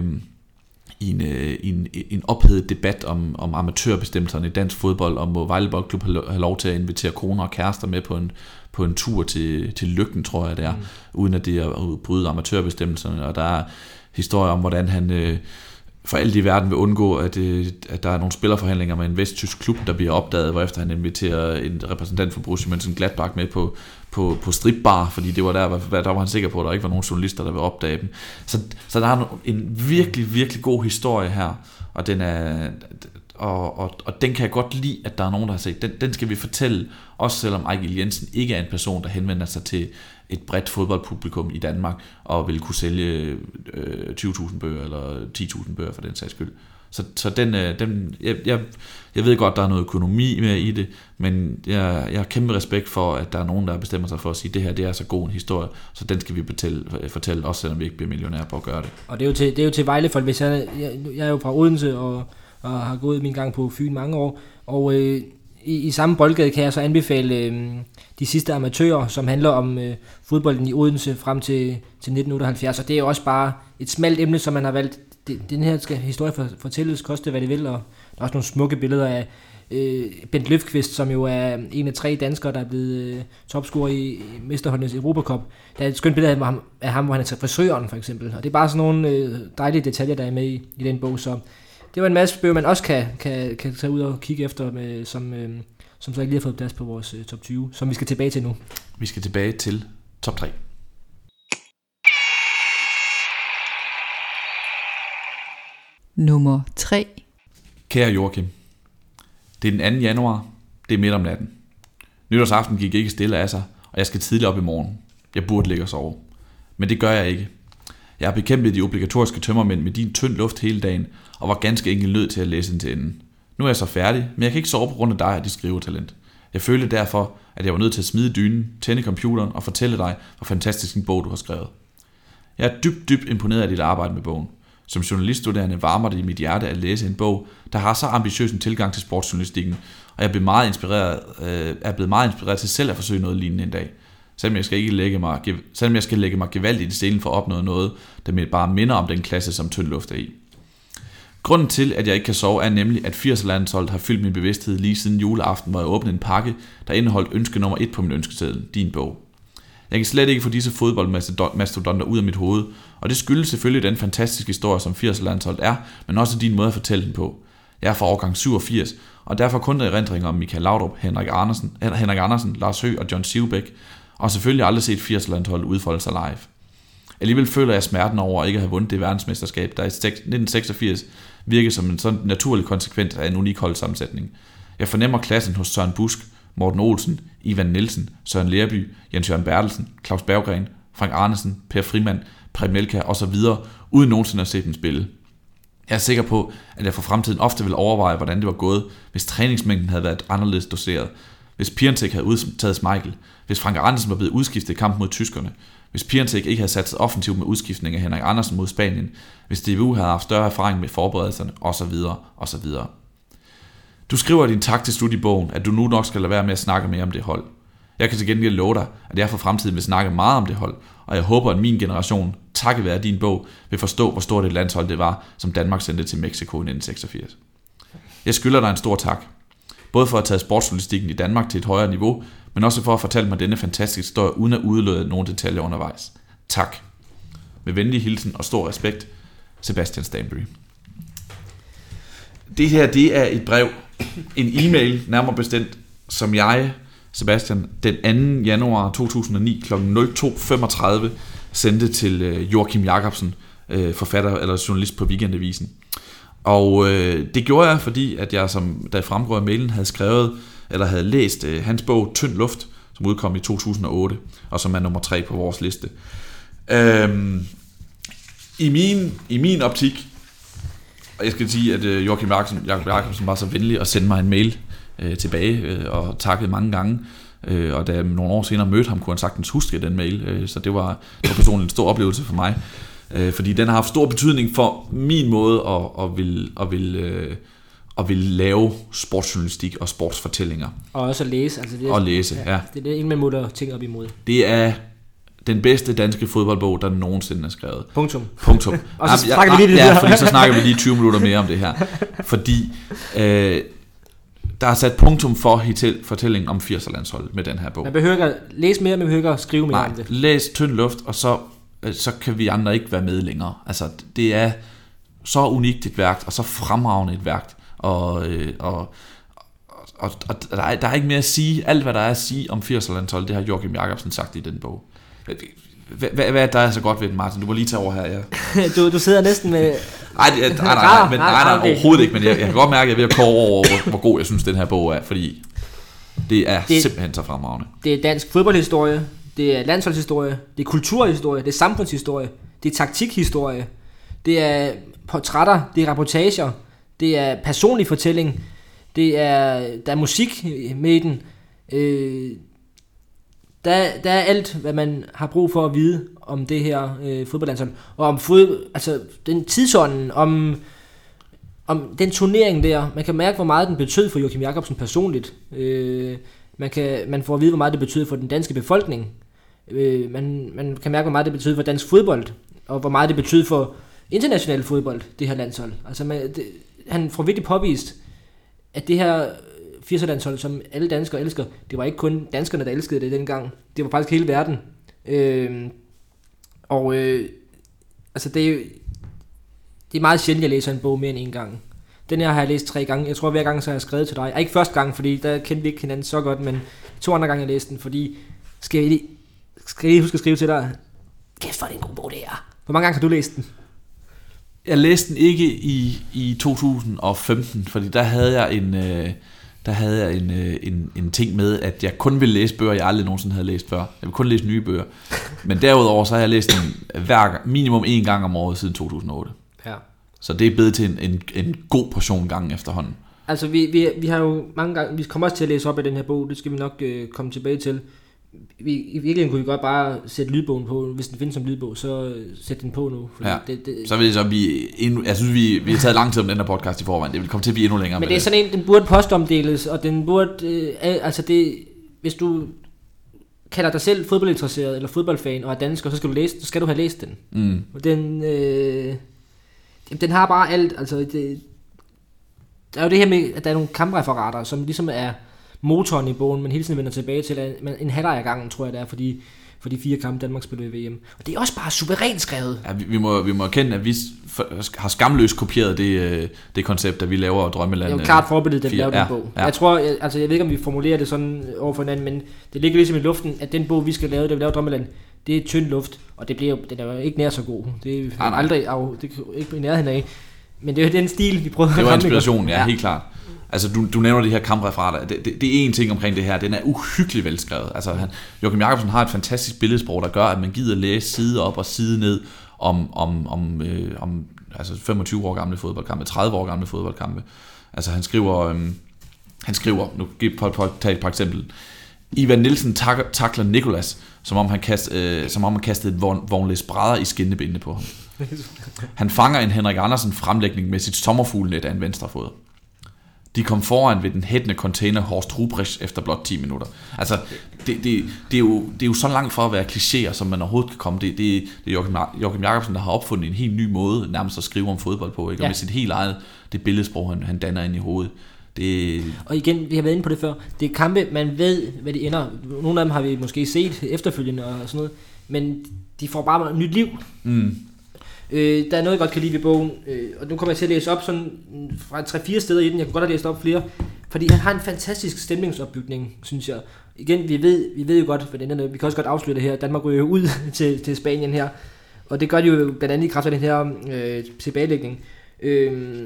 I en, i en, en ophedet debat om, om amatørbestemmelserne i dansk fodbold, og må Vejle Boldklub have lov til at invitere koner og kærester med på en, på en tur til, til Løkken, tror jeg det er, mm. uden at det er at bryde amatørbestemmelserne. Og der er historier om, hvordan han øh, for alt i verden vil undgå, at, øh, at der er nogle spillerforhandlinger med en vesttysk klub, der bliver opdaget, hvorefter han inviterer en repræsentant for Borussia Mönchengladbach med på, på, på stripbar, fordi det var der, der var han sikker på, at der ikke var nogen journalister, der ville opdage dem. Så, så der er en virkelig, virkelig god historie her, og den er... Og, og, og den kan jeg godt lide, at der er nogen, der har set. Den, den skal vi fortælle, også selvom Ejgil Jensen ikke er en person, der henvender sig til et bredt fodboldpublikum i Danmark, og vil kunne sælge øh, tyve tusind bøger, eller ti tusind bøger for den sags skyld. Så, så den, den jeg, jeg, jeg ved godt, der er noget økonomi med i det, men jeg, jeg har kæmpe respekt for, at der er nogen, der bestemmer sig for at sige, at det her det er så god en historie, så den skal vi betale, fortælle, også selvom vi ikke bliver millionærer på at gøre det. Og det er jo til, det er jo til Vejlefolk, hvis jeg, jeg, jeg er jo fra Odense, og og har gået min gang på Fyn mange år, og øh, i, i samme boldgade kan jeg så anbefale øh, De sidste amatører, som handler om øh, fodbolden i Odense frem til, til nitten otteoghalvfjerds, og det er også bare et smalt emne, som man har valgt. Det, den her skal historie for, fortælles, koste hvad det vil, og der er også nogle smukke billeder af øh, Bent Løfqvist, som jo er en af tre danskere, der er blevet øh, topscorer i, i Mesterholdenes Europacup. Der er et skønt billede af ham, af ham hvor han er til frisøren, for eksempel, og det er bare sådan nogle øh, dejlige detaljer, der er med i, i den bog, så det var en masse bøger, man også kan, kan, kan tage ud og kigge efter, med, som, øh, som så ikke lige har fået plads på vores øh, top tyve, som vi skal tilbage til nu. Vi skal tilbage til top tre. Nummer tre. Kære Joachim, det er den anden januar, det er midt om natten. Nytårsaften gik ikke stille af sig, og jeg skal tidligt op i morgen. Jeg burde ligge og sove. Men det gør jeg ikke. Jeg har bekæmpet de obligatoriske tømmermænd med din tynd luft hele dagen, og var ganske enkelt nødt til at læse den til enden. Nu er jeg så færdig, men jeg kan ikke sove på grund af dig og dit skrivetalent. Jeg følte derfor, at jeg var nødt til at smide dynen, tænde computeren og fortælle dig, hvor fantastisk en bog du har skrevet. Jeg er dybt, dybt imponeret af dit arbejde med bogen. Som journaliststuderende varmer det i mit hjerte at læse en bog, der har så ambitiøs en tilgang til sportsjournalistikken, og jeg blev meget inspireret, øh, er blevet meget inspireret til selv at forsøge noget lignende en dag. Selvom jeg skal, ikke lægge mig, selvom jeg skal lægge mig gevaldigt i stenen for at opnå noget, der med bare minder om den klasse, som tynd luft er i. Grunden til, at jeg ikke kan sove, er nemlig, at firserne-landsholdet har fyldt min bevidsthed lige siden juleaften, hvor jeg åbnede en pakke, der indeholdt ønske nummer et på min ønskeseddel, din bog. Jeg kan slet ikke få disse fodboldmastodonter ud af mit hoved, og det skyldes selvfølgelig den fantastiske historie, som firserne-landsholdet er, men også din måde at fortælle den på. Jeg er fra årgang syvogfirs, og derfor kun erindringer om Michael Laudrup, Henrik Andersen, Henrik Andersen, Lars Høgh og John Sivbæk, og selvfølgelig aldrig set firserne-landsholdet udfolde sig live. Alligevel føler jeg smerten over at ikke have vundet det verdensmesterskab, der i nitten seksogfirs virkede som en sådan naturlig konsekvens af en unik holdsammensætning. Jeg fornemmer klassen hos Søren Busk, Morten Olsen, Ivan Nielsen, Søren Lerby, Jens Jørgen Bertelsen, Claus Berggren, Frank Arnesen, Per Frimand, Preben Melka osv., uden nogensinde at se dem spille. Jeg er sikker på, at jeg for fremtiden ofte vil overveje, hvordan det var gået, hvis træningsmængden havde været anderledes doseret, hvis Piontek havde udtaget Schmeichel, hvis Frank Arnesen var blevet udskiftet i kampen mod tyskerne, hvis Piontek ikke havde sat sig offensivt med udskiftning af Henrik Andersen mod Spanien, hvis D V U havde haft større erfaring med forberedelserne osv. osv. Du skriver i din tak til slut i bogen, at du nu nok skal lade være med at snakke mere om det hold. Jeg kan til gengæld love dig, at jeg for fremtiden vil snakke meget om det hold, og jeg håber, at min generation, takket være din bog, vil forstå, hvor stort et landshold det var, som Danmark sendte til Mexico i nitten seksogfirs. Jeg skylder dig en stor tak. Både for at tage sportsjournalistikken i Danmark til et højere niveau, men også for at fortælle mig denne fantastiske historie, uden at udelade nogle detaljer undervejs. Tak. Med venlig hilsen og stor respekt, Sebastian Stanbury. Det her, det er et brev, en e-mail, nærmere bestemt, som jeg, Sebastian, den anden januar to tusind og ni kl. nul to femogtredive sendte til Joachim Jacobsen, forfatter eller journalist på Weekendavisen. Og øh, det gjorde jeg, fordi at jeg, som der fremgår af mailen, havde skrevet, eller havde læst øh, hans bog Tynd Luft, som udkom i to tusind og otte, og som er nummer tre på vores liste. Øhm, i, min, I min optik, og jeg skal sige, at øh, Joachim Jacobsen, Jacobsen var så venlig at sende mig en mail øh, tilbage, øh, og takkede mange gange, øh, og da jeg nogle år senere mødte ham, kunne han sagtens huske den mail, øh, så det var, det var personligt en stor oplevelse for mig. Fordi den har haft stor betydning for min måde at, at, vil, at, vil, at vil lave sportsjournalistik og sportsfortællinger. Og også at læse. Altså det er, og læse, ja. ja. Det er det, ingen man mutter ting op imod. Det er den bedste danske fodboldbog, der nogensinde er skrevet. Punktum. Punktum. Og så snakker ja, vi lige det ja, der. fordi så snakker vi lige tyve minutter mere om det her. Fordi øh, der er sat punktum for fortællingen om firserne-landsholdet med den her bog. Man behøver ikke at læse mere, man behøver ikke at skrive mere Nej, om det. Læs Tynd Luft, og så så kan vi andre ikke være med længere. Altså, det er så unikt et værk, og så fremragende et værk, og, øh, og, og, og der, er, der er ikke mere at sige. Alt, hvad der er at sige om firserne-landsholdet, det har Joachim Jacobsen sagt i den bog. Hvad, hvad, hvad er der er så godt ved den, Martin? Du må lige tage over her, ja. du, du sidder næsten med... Nej, nej, nej, nej, men, nej, nej, overhovedet ikke, men jeg, jeg kan godt mærke, at jeg er ved at koge over, hvor, hvor god jeg synes, den her bog er, fordi det er det, simpelthen så fremragende. Det er dansk fodboldhistorie, det er landsholdshistorie, det er kulturhistorie, det er samfundshistorie, det er taktikhistorie, det er portrætter, det er reportager, det er personlig fortælling, det er, der er musik med i den. Øh, der, der er alt, hvad man har brug for at vide om det her øh, fodboldlandshold, og om fod, altså den tidsånden, om, om den turnering der. Man kan mærke, hvor meget den betød for Joachim Jacobsen personligt. Øh, man, kan, man får at vide, hvor meget det betød for den danske befolkning. Øh, man, man kan mærke, hvor meget det betyder for dansk fodbold, og hvor meget det betyder for international fodbold, det her landshold. Altså man, det, han får virkelig påvist, at det her firserne-landshold, som alle danskere elsker, det var ikke kun danskerne, der elskede det dengang. Det var faktisk hele verden. Øh, og øh, altså det er jo, det er meget sjældent, jeg læser en bog mere end en gang. Den her har jeg læst tre gange. Jeg tror, hver gang så har jeg skrevet til dig. Ikke første gang, fordi der kendte vi ikke hinanden så godt, men to andre gange jeg læste den, fordi skal jeg lige Skal jeg lige huske at skrive til dig, kæft, hvor er det en god bog, det er. Hvor mange gange har du læst den? Jeg læste den ikke i, i to tusind og femten, fordi der havde jeg en, øh, der havde jeg en, en, en ting med, at jeg kun ville læse bøger, jeg aldrig nogensinde havde læst før. Jeg ville kun læse nye bøger. Men derudover så har jeg læst den hver, minimum en gang om året siden to tusind og otte. Ja. Så det er blevet til en, en, en god portion gange efterhånden. Altså vi, vi, vi har jo mange gange, vi kommer også til at læse op af den her bog, det skal vi nok øh, komme tilbage til. Vi, I virkeligheden kunne vi godt bare sætte lydbogen på, hvis den findes som lydbog, så øh, sæt den på nu. Ja. Det, det, så vil det så blive endnu, jeg synes vi, vi har taget lang tid om den her podcast i forvejen, det vil komme til at blive endnu længere. Men det er sådan en, den burde postomdeles, og den burde, øh, altså det, hvis du kalder dig selv fodboldinteresseret eller fodboldfan og er dansker, så skal du læse, så skal du have læst den. Mm. Og den, øh, den har bare alt, altså det, der er jo det her med, at der er nogle kampreferater, som ligesom er motoren i bogen, men hele tiden vender tilbage til en halvleg af gangen, tror jeg det er, fordi for de fire kampe Danmark spiller i V M. Og det er også bare suverænt skrevet. Ja, vi, vi, må, vi må erkende, at vi har skamløst kopieret det, det koncept, at vi laver Drømmeland. Det er jo klart forbilledet, at vi laver ja, den bog. Ja. Jeg tror, jeg, altså jeg ved ikke, om vi formulerer det sådan over for hinanden, men det ligger ligesom i luften, at den bog, vi skal lave, det vi laver Drømmeland, det er tynd luft, og det bliver jo, den er jo ikke nær så god. Det er nej, nej. aldrig af, det er ikke i nærheden af. Men det er jo den stil, vi prøver at det var inspiration, ja, ja, helt klart. Altså, du, du nævner de her kampreferater. Det, det, det er en ting omkring det her. Den er uhyggeligt velskrevet. Altså, han, Joachim Jacobsen har et fantastisk billedsprog, der gør, at man gider læse side op og side ned om, om, om, øh, om altså femogtyve år gamle fodboldkampe, tredive år gamle fodboldkampe. Altså, han skriver, øh, han skriver, nu giv på, på, tag et par eksempel. Ivan Nielsen tak, takler Nicolas, som om han, kast, øh, som om han kastede et vogn, vognlæs brædder i skinnebindene på ham. Han fanger en Henrik Andersen fremlægning med sit sommerfuglenet af en venstre fod. De kom foran ved den hættende container Horst Ruprecht efter blot ti minutter. Altså, det, det, det, er jo, det er jo så langt fra at være klichéer, som man overhovedet kan komme. Det, det, det er Joachim, Joachim Jacobsen, der har opfundet en helt ny måde nærmest at skrive om fodbold på, ikke? Og ja. Med sit helt eget det billedsprog, han, han danner ind i hovedet. Det... Og igen, vi har været inde på det før, det er kampe, man ved, hvad de ender. Nogle af dem har vi måske set efterfølgende og sådan noget, men de får bare nyt liv. Mm. Øh, der er noget, jeg godt kan lide ved bogen, øh, og nu kommer jeg til at læse op sådan fra tre fire steder i den. Jeg kunne godt have læst op flere, fordi han har en fantastisk stemningsopbygning, synes jeg. Igen, vi ved, vi ved jo godt, hvad det ender. Vi kan også godt afsløre det her. Danmark ryger jo ud til, til Spanien her, og det gør de jo blandt andet i kraft af den her øh, tilbagelægning. Øh,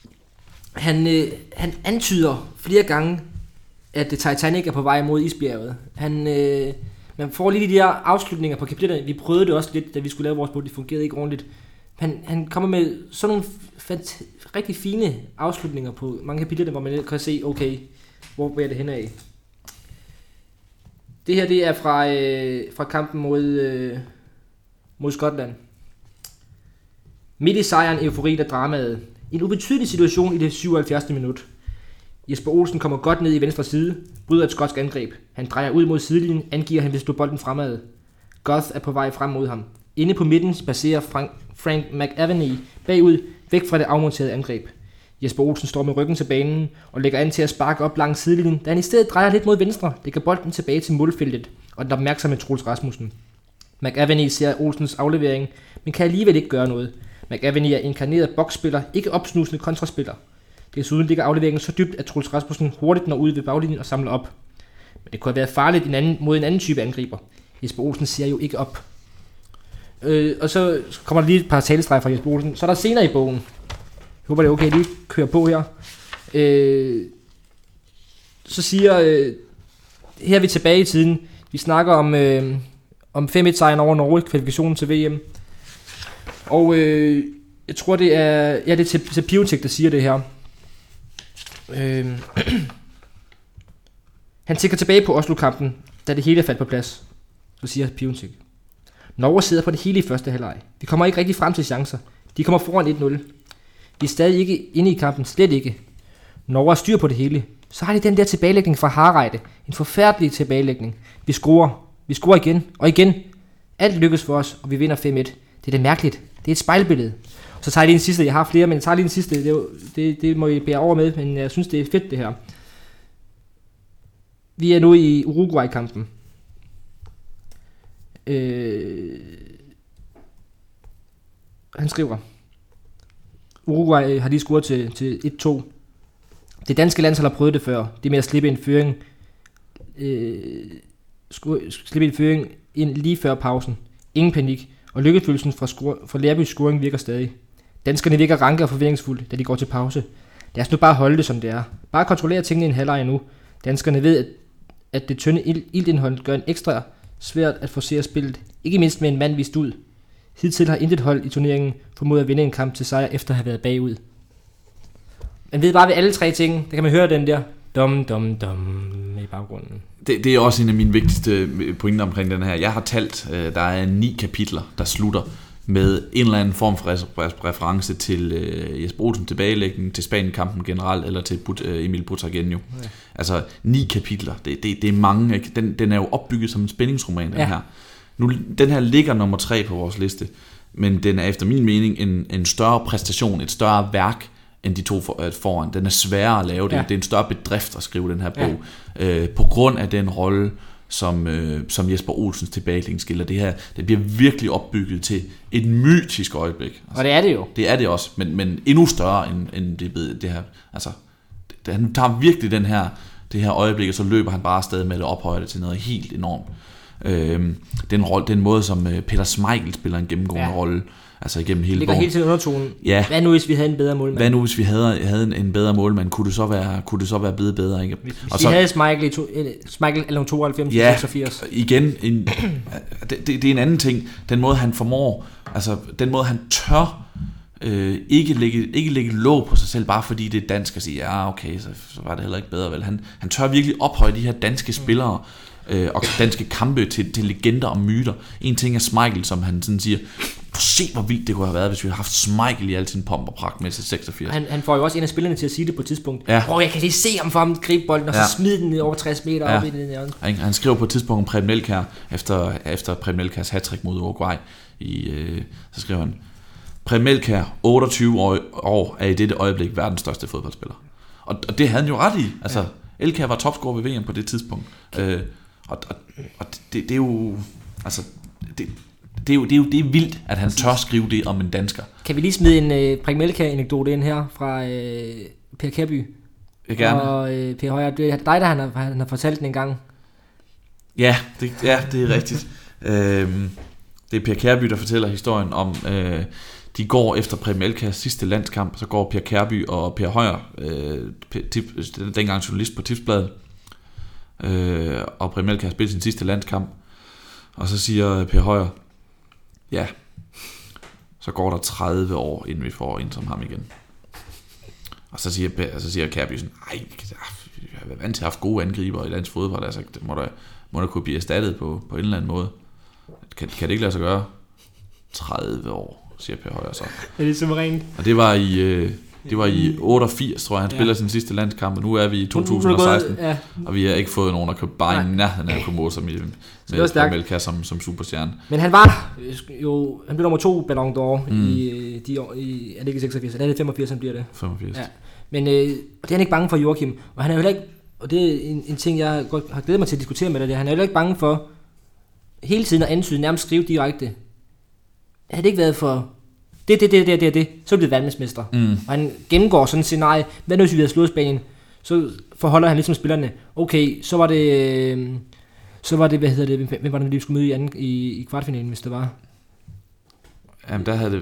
han, øh, han antyder flere gange, at Titanic er på vej mod isbjerget. Han... Øh, man får lige de der afslutninger på kapitlerne. Vi prøvede det også lidt, da vi skulle lave vores bog. Det fungerede ikke ordentligt. Han, han kommer med sådan nogle fant- rigtig fine afslutninger på mange kapitler, hvor man kan se, okay, hvor bliver det hen af. Det her, det er fra, øh, fra kampen mod, øh, mod Skotland. Midt i sejren, eufori og dramaet. En ubetydelig situation i det syvoghalvfjerdsende minut. Jesper Olsen kommer godt ned i venstre side, bryder et skotsk angreb. Han drejer ud mod sidelinjen, angiver han vil slå bolden fremad. Goth er på vej frem mod ham. Inde på midten passerer Frank, Frank McAveney bagud, væk fra det afmonterede angreb. Jesper Olsen står med ryggen til banen og lægger an til at sparke op langs sidelinjen, da han i stedet drejer lidt mod venstre, lægger bolden tilbage til målfeltet og den opmærksomme Troels Rasmussen. McAveney ser Olsens aflevering, men kan alligevel ikke gøre noget. McAveney er inkarneret boksspiller, ikke opsnusende kontraspiller. Desuden ligger afleveringen så dybt, at Troels Rasmussen hurtigt når ud ved baglinjen og samler op. Men det kunne have været farligt en anden, mod en anden type angriber. Jesper Olsen ser jo ikke op. Øh, og så kommer der lige et par talestreger fra Jesper Olsen. Så er der senere i bogen. Jeg håber det er okay, at lige køre på her. Øh, så siger... Øh, her er vi tilbage i tiden. Vi snakker om, øh, om fem et sejren over Norge, kvalifikationen til V M. Og øh, jeg tror det er... Ja, det er til Piontek, der siger det her. Øh, han tænker tilbage på Oslo-kampen, da det hele er faldt på plads. Så siger Piontek: Norge sidder på det hele i første halvleg. Vi kommer ikke rigtig frem til chancer. De kommer foran et nul. Vi er stadig ikke inde i kampen, slet ikke. Norge har styr på det hele. Så har de den der tilbagelægning fra Hareide. En forfærdelig tilbagelægning. Vi scorer. Vi scorer igen og igen. Alt lykkes for os, og vi vinder fem et. Det er da mærkeligt. Det er et spejlbillede. Så tager jeg lige en sidste. Jeg har flere, men jeg tager lige en sidste. Det, er jo, det, det må I bære over med, men jeg synes, det er fedt det her. Vi er nu i Uruguay-kampen. Øh, han skriver: Uruguay har lige scoret til, til et to. Det danske landshold har prøvet det før. Det med at slippe en føring, øh, sku, slippe en føring ind lige før pausen. Ingen panik, og lykkefølelsen fra, fra Lærbys scoring virker stadig. Danskerne virker ranke og forvirringsfulde, da de går til pause. Lad os nu bare holde det, som det er. Bare kontrollere tingene i en halvleg nu. Danskerne ved, at, at det tynde ild- ildindhold gør en ekstra svært at forcere spillet. Ikke mindst med en mand vist ud. Hidtil har intet hold i turneringen formået at vinde en kamp til sejr efter at have været bagud. Man ved bare ved alle tre ting. Der kan man høre den der dum dum dum i baggrunden. Det, det er også en af mine vigtigste pointer omkring den her. Jeg har talt, der er ni kapitler, der slutter med en eller anden form for reference til uh, Jesper Olsens tilbagelægning, til Spanien-kampen generelt, eller til But, uh, Emil Butragueño. Ja. Altså ni kapitler, det, det, det er mange. Ikke? Den, den er jo opbygget som en spændingsroman, den ja. her. Nu, den her ligger nummer tre på vores liste, men den er efter min mening en, en større præstation, et større værk, end de to for, foran. Den er sværere at lave, ja. det, det er en større bedrift at skrive den her bog, ja. øh, på grund af den rolle, som, øh, som Jesper Olsens tilbagelægning skiller. Det her, det bliver virkelig opbygget til et mytisk øjeblik. Altså, og det er det jo. Det er det også, men, men endnu større end, end det, det her. Altså, det, han tager virkelig den her, det her øjeblik, og så løber han bare afsted med det, ophøjer det til noget helt enormt. Øh, den, rolle, den måde, som Peter Schmeichel spiller en gennemgående ja. rolle, altså igennem hele ligger bogen. Helt til undertonen. Ja. Hvad nu hvis vi havde en bedre målmand? Hvad nu hvis vi havde, havde en, en bedre målmand? Kunne det så være, kunne det så være blevet bedre? Ikke? Hvis, hvis og vi så, havde Schmeichel i to, Schmeichel eller tooghalvfems ja, seksogfirs. Igen en, det, det er en anden ting. Den måde han formår, altså den måde han tør øh, ikke lægge ikke lægge låg på sig selv bare fordi det er dansk og sige ja okay så, så var det heller ikke bedre vel. Han han tør virkelig ophøje de her danske spillere øh, og danske kampe til, til legender og myter. En ting er Schmeichel, som han sådan siger, se hvor vildt det kunne have været, hvis vi havde haft Schmeichel i al sin pomp og pragt med til seksogfirs. Han, han får jo også en af spillerne til at sige det på et tidspunkt. Ja. Åh, jeg kan lige se ham for ham gribe bolden, og så ja. smide den over tres meter ja. op i den hjørne. Han, han skriver på et tidspunkt om Preben Elkjær, efter, efter Preben Elkjærs hattrick mod Uruguay, i, øh, så skriver han, Preben Elkjær, otteogtyve år, er i dette øjeblik verdens største fodboldspiller. Og, og det havde han jo ret i. Altså, ja. Elkjær var topscorer ved V M på det tidspunkt. Øh, og og, og det, det er jo... Altså, det, det er jo det er jo det er vildt, at han tør skrive det om en dansker. Kan vi lige smide en øh, Preben Elkjær-anekdote ind her fra øh, Per Kærby? Jeg gerne. Og øh, Per Højer, det er dig, der han har, han har fortalt den en gang. Ja, det, ja, det er rigtigt. øhm, det er Per Kærby, der fortæller historien om... Øh, de går efter Preben Elkjærs sidste landskamp, så går Per Kærby og Per Højer, øh, tip, dengang journalist på Tipsbladet, øh, og Preben Elkjær spiller sin sidste landskamp, og så siger Per Højer, ja, så går der tredive år, inden vi får en som ham igen. Og så siger, så siger Kærby sådan, ej, jeg har været vant til at have haft gode angriber i dansk fodbold, altså det må der, må der kunne blive erstattet på, på en eller anden måde. Kan, kan det ikke lade sig gøre? tredive år, siger Per Højer så. Er det suverænt? Og det var i, øh, det var i otteogfirs, tror jeg, han ja. spiller sin sidste landskamp, og nu er vi i to tusind og seksten, gået, ja. og vi har ikke fået nogen, der kan bare i nærheden af at komme som, med Preben Elkjær som, som superstjerne. Men han var jo, han blev nummer to Ballon d'Or mm. i de år, i, er det ikke seksogfirs, er det femogfirs, han bliver det? femogfirs. Ja. Men øh, det er han ikke bange for, Joachim, og han er jo heller ikke, og det er en, en ting, jeg godt har glædet mig til at diskutere med dig, han er jo heller ikke bange for hele tiden at antyde, nærmest skrive direkte. Havde det ikke været for det, det, det, det, det, det, så bliver det verdensmester. Mm. Og han gennemgår sådan et scenarie, hvad nu hvis vi havde slået Spanien, så forholder han ligesom spillerne, okay, så var det, øh, så var det, hvad hedder det, hvem var det, vi skulle møde i, anden, i, i kvartfinalen, hvis det var? Jamen, der havde det,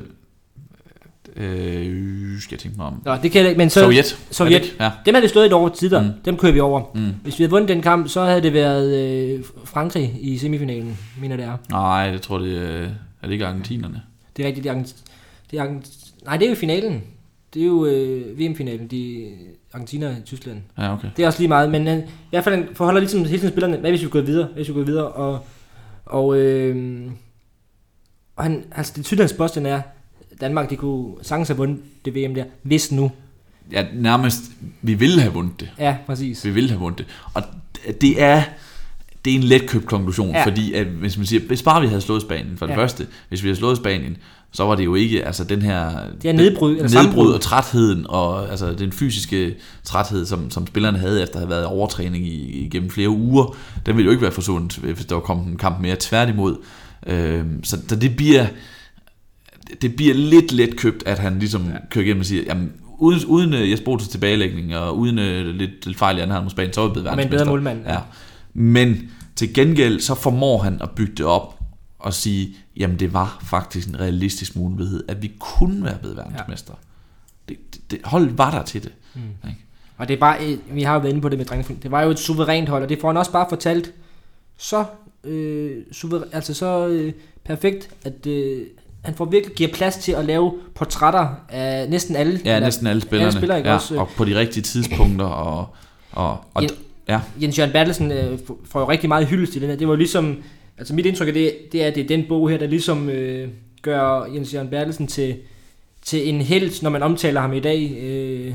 øh, skal jeg tænke mig om. Nå, det kan jeg ikke, men så... Sovjet. Sovjet. Det, ja. Dem havde det stået et år tidligere, mm. dem kører vi over. Mm. Hvis vi havde vundet den kamp, så havde det været øh, Frankrig i semifinalen, mener det er. Nej, det tror det er, er det ikke argentinerne? Det er rigtigt, det er, det er nej, det er jo finalen. Det er jo øh, V M-finalen, de Argentina og Tyskland. Ja, okay. Det er også lige meget, men han, i hvert fald han forholder ligesom hele tiden spillerne, hvad hvis vi går videre, hvis vi går videre, og, og, øh, og han, altså det tydelige spørgsmål er, Danmark, de kunne sagtens have vundet det V M der, hvis nu. Ja, nærmest, vi ville have vundet det. Ja, præcis. Vi ville have vundet det. Og det er, det er en letkøbt konklusion, ja. Fordi at, hvis man siger, hvis bare vi havde slået Spanien, for det ja. første, hvis vi havde slået Spanien, så var det jo ikke, altså den her det er nedbrud, den, nedbrud og trætheden, og altså den fysiske træthed, som, som spillerne havde efter at have været i overtræning i, igennem flere uger, den ville jo ikke være forsvundet, hvis der var kommet en kamp mere tværtimod. Øhm, så, så det bliver det bliver lidt let købt, at han ligesom ja. kører igennem og siger, jamen uden, uden Jesper Olsens tilbagelægning, og uden lidt, lidt fejl i anden halvleg mod Spanien, så var det blevet verdensmester. Men bedre målmand. Ja. Men til gengæld, så formår han at bygge det op, og sige, jamen det var faktisk en realistisk mulighed, at vi kunne være blevet verdensmester. det, det, holdet var der til det. Mm. Ikke? Og det er bare, vi har jo været inde på det med drengefilm, det var jo et suverænt hold, og det får han også bare fortalt så, øh, suver- altså så øh, perfekt, at øh, han får virkelig giver plads til at lave portrætter af næsten alle. Ja, næsten alle spillerne. Alle spillere, ikke ja, også? Og på de rigtige tidspunkter. Og, og, og Jen, ja. Jens Jørgen Bertelsen øh, får jo rigtig meget hyldest i den her. Det var ligesom, altså mit indtryk af det, det er, at det er den bog her, der ligesom øh, gør Jens Jørgen Bertelsen til, til en helt, når man omtaler ham i dag. Øh,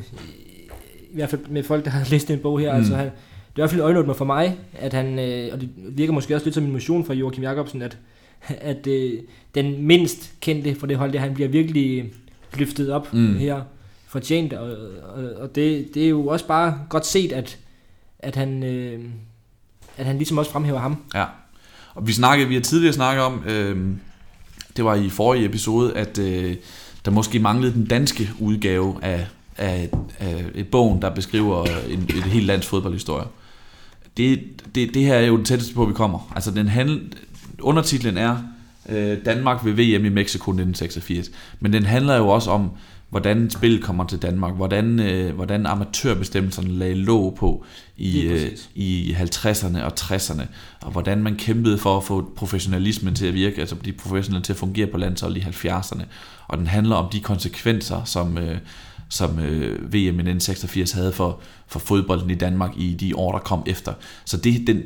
I hvert fald med folk, der har læst den bog her. Mm. Altså, han, det er i hvert fald øjenåbner for mig, at han, øh, og det virker måske også lidt som en motion fra Joachim Jacobsen, at, at øh, den mindst kendte for det hold, det han bliver virkelig løftet op mm. her, fortjent, og, og, og det, det er jo også bare godt set, at, at, han, øh, at han ligesom også fremhæver ham. Ja, og vi snakkede, vi har tidligere snakket om, øh, det var i forrige episode, at øh, der måske manglede den danske udgave af Af, af et bogen, der beskriver en, et helt lands fodboldhistorie. Det, det, det her er jo den tætteste på, vi kommer. Altså den handel, undertitlen er øh, Danmark ved V M i Mexico nitten seksogfirs, men den handler jo også om, hvordan spil kommer til Danmark, hvordan, øh, hvordan amatørbestemmelserne lagde låg på i, øh, i halvtredserne og tresserne, og hvordan man kæmpede for at få professionalismen til at virke, altså de professionelle til at fungere på landsholdet i halvfjerdserne, og den handler om de konsekvenser, som øh, som øh, V M i nitten seksogfirs havde for, for fodbolden i Danmark i de år, der kom efter. Så det den,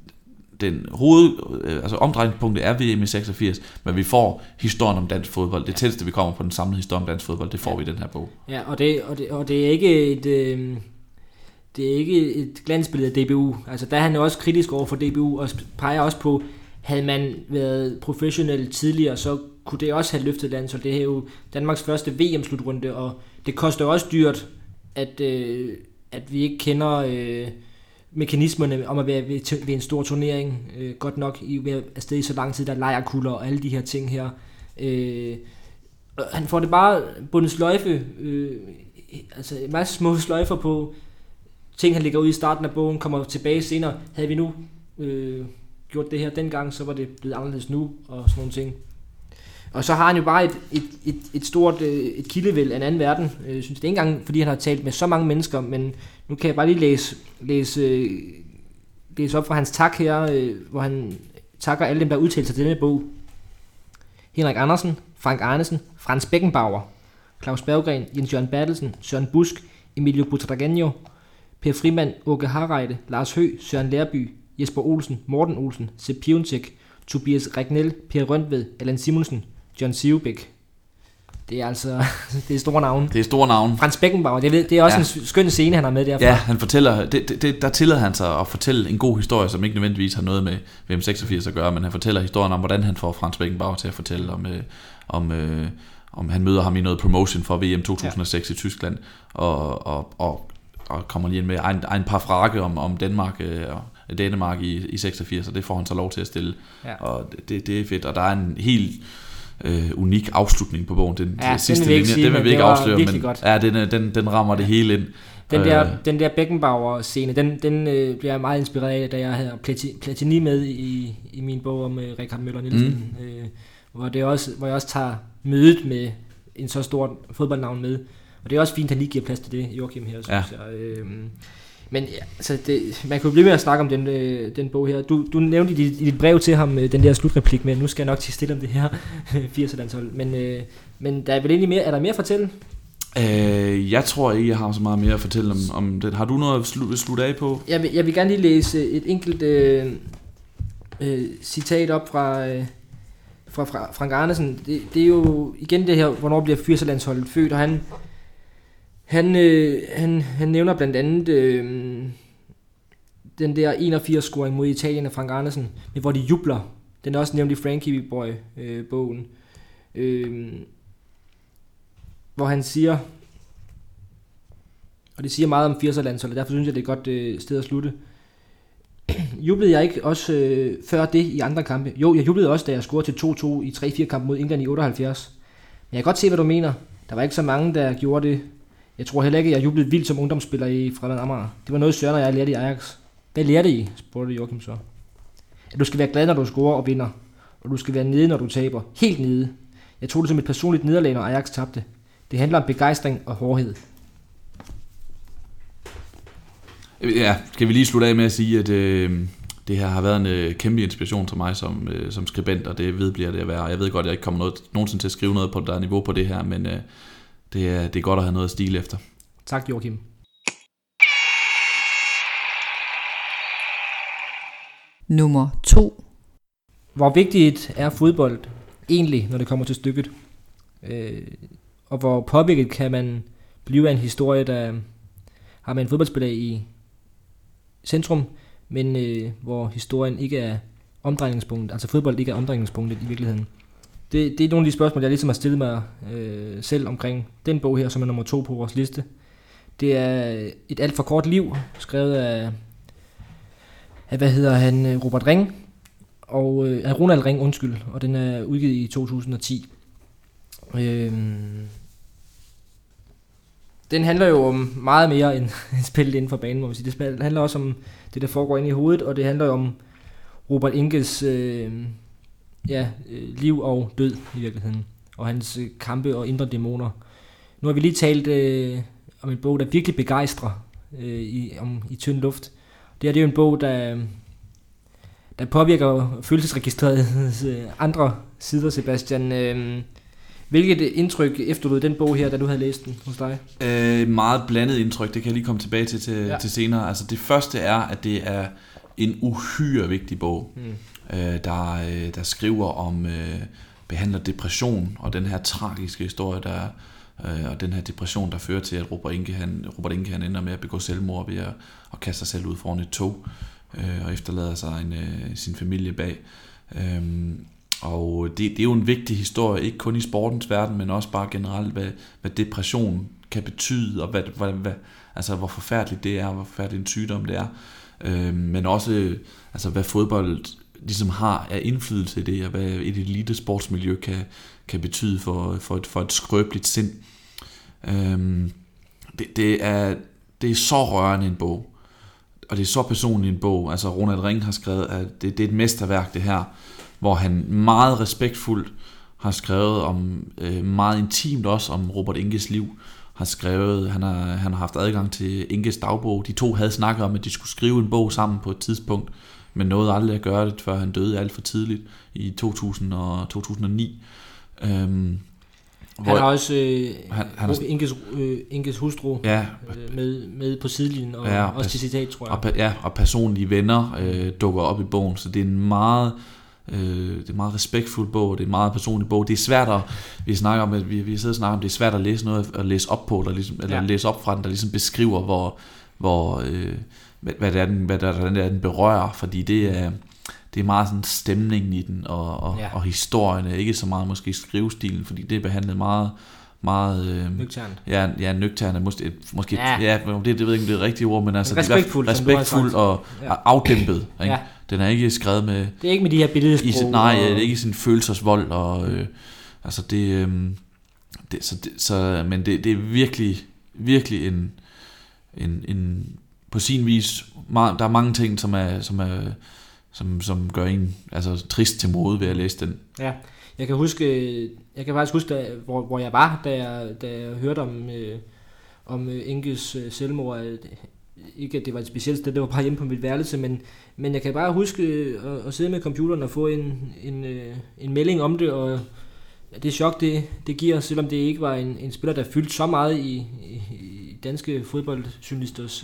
den hoved, øh, altså omdrejningspunktet er V M i seksogfirs, men vi får historien om dansk fodbold. Det tætteste, vi kommer på den samlede historie om dansk fodbold, det får ja. vi i den her bog. Ja, og det, og det, og det er ikke et... Øh det er ikke et glansbillede af D B U. Altså der er han jo også kritisk over for D B U, og peger også på, havde man været professionel tidligere, så kunne det også have løftet landshold. Det er jo Danmarks første V M-slutrunde, og det koster også dyrt, at, øh, at vi ikke kender øh, mekanismerne om at være ved, ved en stor turnering øh, godt nok i være afsted i så lang tid, der er lejrkulder og alle de her ting her. Øh, han får det bare bundet sløjfe, øh, altså en masse små sløjfer på ting, han ligger ud i starten af bogen, kommer tilbage senere. Havde vi nu øh, gjort det her dengang, så var det blevet anderledes nu, og sådan nogle ting. Og så har han jo bare et, et, et, et stort et kildevæld af en anden verden. Jeg synes, det er ikke engang, fordi han har talt med så mange mennesker, men nu kan jeg bare lige læse, læse, læse op fra hans tak her, hvor han takker alle dem, der udtaler sig til denne bog. Henrik Andersen, Frank Arnesen, Frans Beckenbauer, Claus Berggren, Jens Jørgen Bertelsen, Søren Busk, Emilio Butragueño, Per Frimand, Åke Harreide, Lars Høgh, Søren Lærby, Jesper Olsen, Morten Olsen, Sepp Piontek, Tobias Regnell, Per Røntved, Allan Simonsen, John Sivebæk. Det er altså det er store navne. Det er store navne. Frans Beckenbauer, det er, det er også ja. en skøn scene, han har med derfra. Ja, han fortæller, det, det, det, der tillader han sig at fortælle en god historie, som ikke nødvendigvis har noget med V M seksogfirs at gøre, men han fortæller historien om, hvordan han får Frans Beckenbauer til at fortælle om, øh, om, øh, om han møder ham i noget promotion for V M to tusind og seks ja. i Tyskland, og, og, og, og kommer lige ind med en, en par frakke om, om Danmark øh, og Danmark i, i seksogfirs, og det får han så lov til at stille. Ja. Og det, det er fedt, og der er en helt øh, unik afslutning på bogen. Den, ja, sidste den vil linje, sige, den vil vi ikke afsløre, men godt. Ja, den, den, den rammer ja. det hele ind. Den der, øh, den der Beckenbauer-scene, den, den øh, bliver jeg meget inspireret af, da jeg havde Platini, Platini med i, i min bog om øh, Richard Møller Nielsen, mm. øh, hvor, det også, hvor jeg også tager mødet med en så stor fodboldnavn med. Og det er også fint, at han lige giver plads til det, Joachim her, synes ja. jeg. Øh, men ja, altså det, man kan jo blive med at snakke om den, øh, den bog her. Du, du nævnte i dit, i dit brev til ham øh, den der slutreplik med, nu skal jeg nok til stille om det her firserne-landshold. Men, øh, men der er vel egentlig mere, er der mere at fortælle? Øh, jeg tror ikke, jeg har så meget mere at fortælle om, om det. Har du noget at slutte, slutte af på? Jeg vil, jeg vil gerne lige læse et enkelt øh, øh, citat op fra, øh, fra, fra Frank Arnesen. Det, det er jo igen det her, hvornår bliver firserne-landsholdet født, og han... Han, øh, han, han nævner blandt andet øh, den der enogfirs-scoring mod Italien af Frank Andersen, med hvor de jubler. Den er også nævnt i Frankie Boy-bogen. Øh, øh, hvor han siger, og det siger meget om firserne-landsholdet, derfor synes jeg, det er et godt øh, sted at slutte. Jublede jeg ikke også øh, før det i andre kampe? Jo, jeg jublede også, da jeg scorede til to to i tre fire kampe mod England i otteoghalvfjerds. Men jeg kan godt se, hvad du mener. Der var ikke så mange, der gjorde det. Jeg tror heller ikke, at jeg jublede vildt som ungdomsspiller i Fremad Amager. Det var noget Søren og jeg lærte i Ajax. Hvad lærte I? Spurgte Joachim så. At du skal være glad, når du scorer og vinder. Og du skal være nede, når du taber. Helt nede. Jeg tog det som et personligt nederlag, når Ajax tabte. Det handler om begejstring og hårdhed. Ja, skal vi lige slutte af med at sige, at øh, det her har været en øh, kæmpe inspiration til mig som, øh, som skribent, og det vedbliver det at være. Jeg ved godt, at jeg ikke kommer noget, nogensinde til at skrive noget på der niveau på det her, men øh, det, er, det er godt at have noget at stile efter. Tak, Joachim. Nummer to. Hvor vigtigt er fodbold egentlig, når det kommer til stykket? Øh, og hvor påvirket kan man blive af en historie, der har man en fodboldspiller i centrum, men øh, hvor historien ikke er omdrejningspunktet, altså fodbold ikke er omdrejningspunktet i virkeligheden. Det, det er nogle af de spørgsmål, jeg ligesom har stillet mig øh, selv omkring den bog her, som er nummer to på vores liste. Det er Et alt for kort liv, skrevet af, af hvad hedder han, Robert Ring, og øh, Ronald Ring, undskyld, og den er udgivet i to tusind og ti. Øh, Den handler jo om meget mere end spillet inden for banen, må man sige. Det handler også om det, der foregår inde i hovedet, og det handler jo om Robert Inges øh, ja, liv og død i virkeligheden, og hans øh, kampe og indre dæmoner. Nu har vi lige talt øh, om en bog, der virkelig begejstrer øh, i, om, i tynd luft. Det her det er jo en bog, der, der påvirker følelsesregistrerets øh, andre sider, Sebastian. Øh, Hvilket indtryk efterlod den bog her, da du havde læst den hos dig? Øh, meget blandet indtryk, det kan jeg lige komme tilbage til til, ja. til senere. Altså det første er, at det er en uhyre vigtig bog, mm. øh, der, øh, der skriver om, øh, behandler depression og den her tragiske historie, der øh, og den her depression, der fører til, at Robert Inge, han, Robert Inge, han ender med at begå selvmord ved at, at kaste sig selv ud foran et tog, øh, og efterlader sig en, øh, sin familie bag. Øh, Og det, det er jo en vigtig historie, ikke kun i sportens verden, men også bare generelt, hvad, hvad depression kan betyde, og hvad, hvad, hvad, altså, hvor forfærdeligt det er, hvor forfærdelig en sygdom det er. Øh, men også, altså, hvad fodbold ligesom har af indflydelse i det, og hvad et elite sportsmiljø kan, kan betyde for, for, et, for et skrøbeligt sind. Øh, det, det, er, det er så rørende en bog, og det er så personligt en bog. Altså Ronald Ring har skrevet, at det, det er et mesterværk det her, hvor han meget respektfuldt har skrevet om, øh, meget intimt også om Robert Inges liv, har skrevet, han har, han har haft adgang til Inges dagbog. De to havde snakket om, at de skulle skrive en bog sammen på et tidspunkt, men nåede aldrig at gøre det, før han døde alt for tidligt i to tusind og to tusind og ni. Øhm, han har også øh, han, han har, Inges, øh, Inges hustru ja, øh, med, med på sidelinjen, og ja, også til citat, tror jeg. Og, ja, og personlige venner øh, dukker op i bogen, så det er en meget... Øh, det er en meget respektfuld bog, det er en meget personlig bog. Det er svært at, vi snakker om, at vi, vi sidder og snakker om, det er svært at læse noget, at læse op på, der ligesom, eller ja. læse op fra den, der ligesom beskriver, hvor, hvor øh, hvad, hvad, det er, den, hvad der, den, der, den berører, fordi det er, det er meget sådan stemningen i den, og, og, ja. og historien er ikke så meget måske skrivestilen, fordi det er behandlet meget, meget øh, nøgternt. Ja, ja, nøgternt, måske, måske ja. ja det, det ved jeg ikke, om det er det rigtige ord, men altså respektfuld, respektfuld og ja. afdæmpet, ikke? Ja. Den er ikke skrevet med... Det er ikke med de her billedsprog. Nej, og... det er ikke sådan følelsesvold, og øh, altså det, øh, det, så, det så, men det, det er virkelig, virkelig en, en, en på sin vis, meget, der er mange ting, som er, som er, som, som gør en altså trist til mode ved at læse den. Ja, jeg kan huske, jeg kan faktisk huske, da, hvor, hvor jeg var, da jeg, da jeg hørte om, øh, om Inges øh, selvmord. Ikke at det var et specielt sted, det var bare hjemme på mit værelse, men, men jeg kan bare huske at, at sidde med computeren og få en, en, en melding om det, og det chok, det, det giver, selvom det ikke var en, en spiller, der fyldte så meget i, i, i danske fodboldjournalisters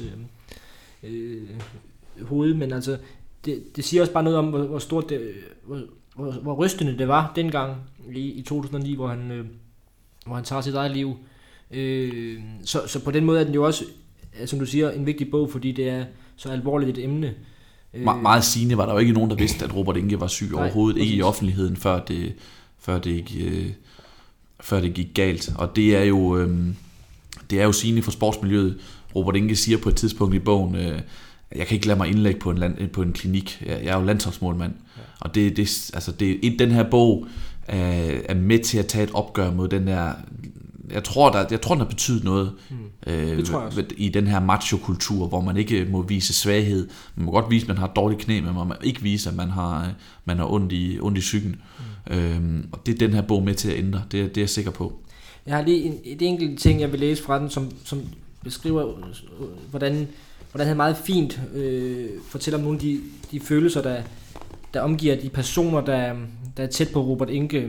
øh, øh, hoved, men altså, det, det siger også bare noget om, hvor, hvor stort det, hvor, hvor, hvor rystende det var dengang i, i to tusind og ni, hvor han, øh, hvor han tager sit eget liv. Øh, så, så på den måde er den jo også, som du siger, en vigtig bog, fordi det er så alvorligt et emne. Me- meget sigende var der jo ikke nogen, der vidste, at Robert Inge var syg. Nej, overhovedet, præcis. Ikke i offentligheden, før det, før det, gik, øh, før det gik galt. Og det er jo, øh, det er jo sigende for sportsmiljøet. Robert Inge siger på et tidspunkt i bogen, øh, jeg kan ikke lade mig indlægge på en, land, på en klinik. Jeg, jeg er jo landsholdsmålmand. Ja. Og det, det, altså det, den her bog er, er med til at tage et opgør mod den der... Jeg tror, der, jeg tror, den har betydet noget mm. øh, i den her macho-kultur, hvor man ikke må vise svaghed. Man må godt vise, at man har et dårligt knæ, men man må ikke vise, at man har, man har ondt i, ondt i psyken. Mm. Øhm, og det er den her bog med til at ændre, det, det er jeg sikker på. Jeg har lige en, et enkelt ting, jeg vil læse fra den, som, som beskriver, hvordan, hvordan han meget fint øh, fortæller om nogle af de, de følelser, der, der omgiver de personer, der, der er tæt på Robert Inge.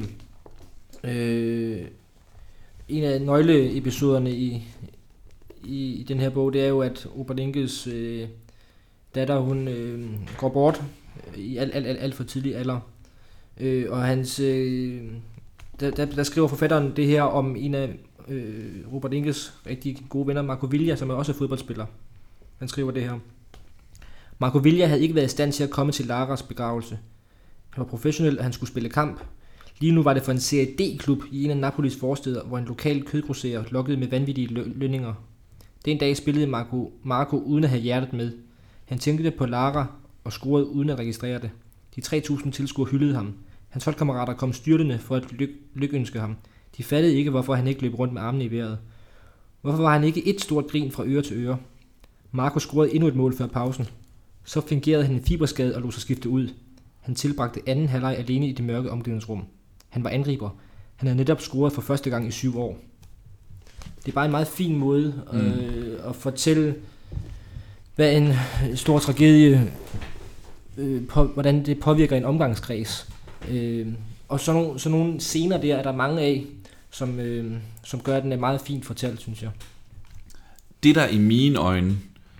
Øh, en af nøgleepisoderne i, i, i den her bog, det er jo, at Robert Inges øh, datter, hun øh, går bort i alt, alt, alt, alt for tidlig alder. Øh, og hans, øh, der, der, der skriver forfatteren det her om en af øh, Robert Inges rigtig gode venner, Marco Villa, som er også fodboldspiller. Han skriver det her. Marco Villa havde ikke været i stand til at komme til Laras begravelse. Han var professionel, og han skulle spille kamp. Lige nu var det for en Serie D-klub i en af Napolis forsteder, hvor en lokal kødgrosserer lokkede med vanvittige lø- lønninger. Den dag spillede Marco, Marco uden at have hjertet med. Han tænkte på Lara og scorede uden at registrere det. De tre tusind tilskuere hyldede ham. Hans holdkammerater kom styrtende for at lyk- lykønske ham. De fattede ikke, hvorfor han ikke løb rundt med armene i vejret. Hvorfor var han ikke et stort grin fra øre til øre? Marco scorede endnu et mål før pausen. Så fingerede han en fiberskade og lod sig skifte ud. Han tilbragte anden halvleg alene i det mørke omklædningsrum. Han var angriber. Han havde netop scoret for første gang i syv år. Det er bare en meget fin måde mm. øh, at fortælle, hvad en stor tragedie, øh, på, hvordan det påvirker en omgangskreds. Øh, og sådan nogle, sådan nogle scener der er der mange af, som, øh, som gør, at den er meget fint fortalt, synes jeg. Det der i mine øjne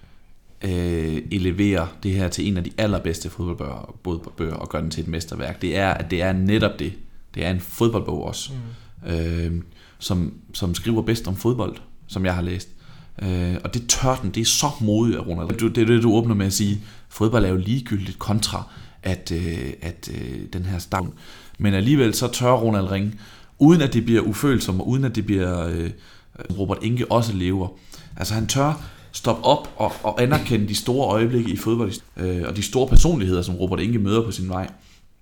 øh, eleverer det her til en af de allerbedste fodboldbøger og gør den til et mesterværk, det er, at det er netop det. Det er en fodboldbog også, mm. øh, som, som skriver bedst om fodbold, som jeg har læst. Øh, og det tør den, det er så modigt af Ronald. Det er det, du åbner med at sige, fodbold er jo ligegyldigt kontra, at, øh, at øh, den her stavn. Men alligevel så tør Ronald Ring, uden at det bliver ufølsomt, og uden at det bliver øh, Robert Inge også lever. Altså han tør stoppe op og, og anerkende de store øjeblikke i fodbold, øh, og de store personligheder, som Robert Inge møder på sin vej.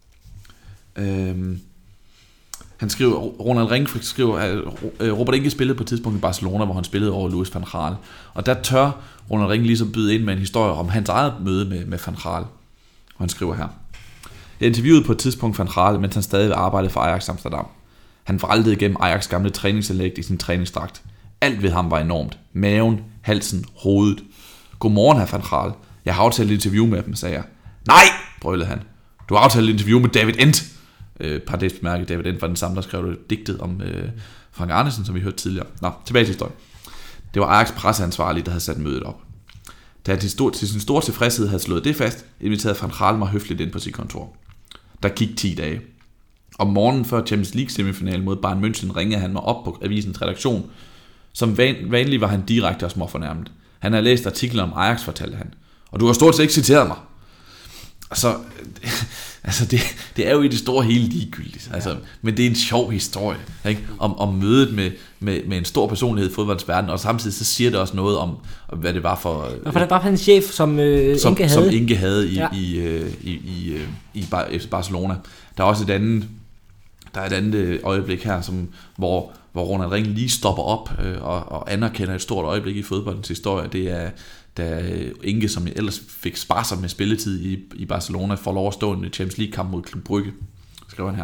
Øh, Han skriver, Ronald Ring skriver, at Robert Inge spillede på et tidspunkt i Barcelona, hvor han spillede over Louis van Gaal. Og der tør Ronald Ring ligesom byde ind med en historie om hans eget møde med, med van Gaal. Og han skriver her. Jeg interviewede på et tidspunkt van Gaal, mens han stadig arbejdede for Ajax Amsterdam. Han vraltede igennem Ajax gamle træningsanlæg i sin træningsdragt. Alt ved ham var enormt. Maven, halsen, hovedet. Godmorgen, hr. van Gaal. Jeg har aftalt et interview med dem, sagde jeg. Nej, brølede han. Du har aftalt et interview med David Ent. Øh, Paradis bemærket, David Ent var den samme, der skrev det digtet om øh, Frank Arnesen, som vi hørte tidligere. Nå, tilbage til historien. Det var Ajax presseansvarlige, der havde sat mødet op. Da han til, stor, til sin store tilfredshed havde slået det fast, inviterede Van Gaal mig høfligt ind på sit kontor. Der gik ti dage. Om morgenen før Champions League semifinalen mod Bayern München ringede han mig op på avisens redaktion. Som van, vanligt var han direkte og småfornærmet. Han havde læst artikler om Ajax, fortalte han. Og du har stort set ikke citeret mig. Altså, altså det, det er jo i det store hele ligegyldigt. Altså, ja. Men det er en sjov historie, ikke? Om, om mødet med, med, med en stor personlighed i fodboldens verden, og samtidig så siger det også noget om, om hvad det var for... Hvad det var for en chef, som øh, som, Inge havde? Som Inge havde i, ja. i, øh, i, i, øh, i F C Barcelona. Der er også et andet, der er et andet øjeblik her, som, hvor, hvor Ronald Ring lige stopper op øh, og, og anerkender et stort øjeblik i fodboldens historie. Det er... da Inge, som ellers fik sparsomt med spilletid i, i Barcelona, får lov at stå en Champions League-kamp mod Klub Brygge, skriver han her.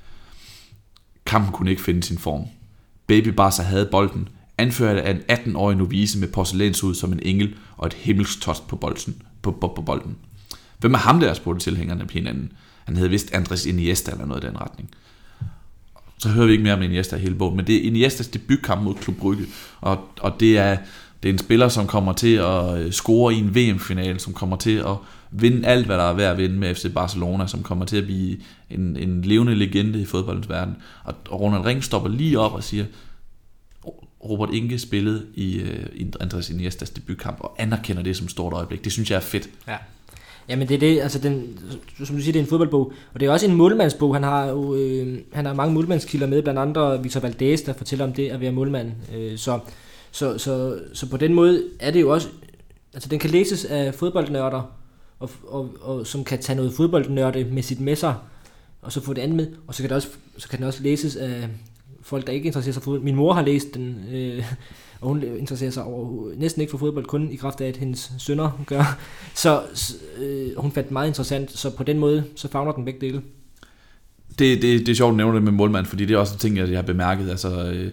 Kampen kunne ikke finde sin form. Baby Barca havde bolden, anført af en atten-årig novice med porcelænshud som en engel og et himmelsk tost på, bolden, på, på, på bolden. Hvem er ham der, spurgte tilhængerne på hinanden. Han havde vist Andres Iniesta eller noget i den retning. Så hører vi ikke mere om Iniesta i hele bogen, men det er Iniestas debutkamp mod Klub Brygge, og, og det er Det er en spiller, som kommer til at score i en V M-final, som kommer til at vinde alt, hvad der er værd at vinde med F C Barcelona, som kommer til at blive en, en levende legende i fodboldens verden. Og Ronald Ring stopper lige op og siger, Robert Inge spillede i, i Andres Iniestas debutkamp, og anerkender det som et stort øjeblik. Det synes jeg er fedt. Ja. Jamen det er det, altså den, som du siger, det er en fodboldbog, og det er også en målmandsbog. Han har jo øh, han har mange målmandskilder med, blandt andre Victor Valdez, der fortæller om det at være målmand. Øh, så Så, så, så på den måde er det jo også, altså den kan læses af fodboldnørder, og, og, og som kan tage noget fodboldnørde med sit med sig, og så få det andet med, og så kan, det også, så kan den også læses af folk, der ikke interesserer sig for fodbold. Min mor har læst den, øh, og hun interesserer sig over, næsten ikke for fodbold, kun i kraft af, at hendes sønner gør. Så øh, hun fandt det meget interessant, så på den måde, så favner den begge dele. Det, det, det er sjovt at nævne det med målmand, fordi det er også en ting, jeg har bemærket, altså... Øh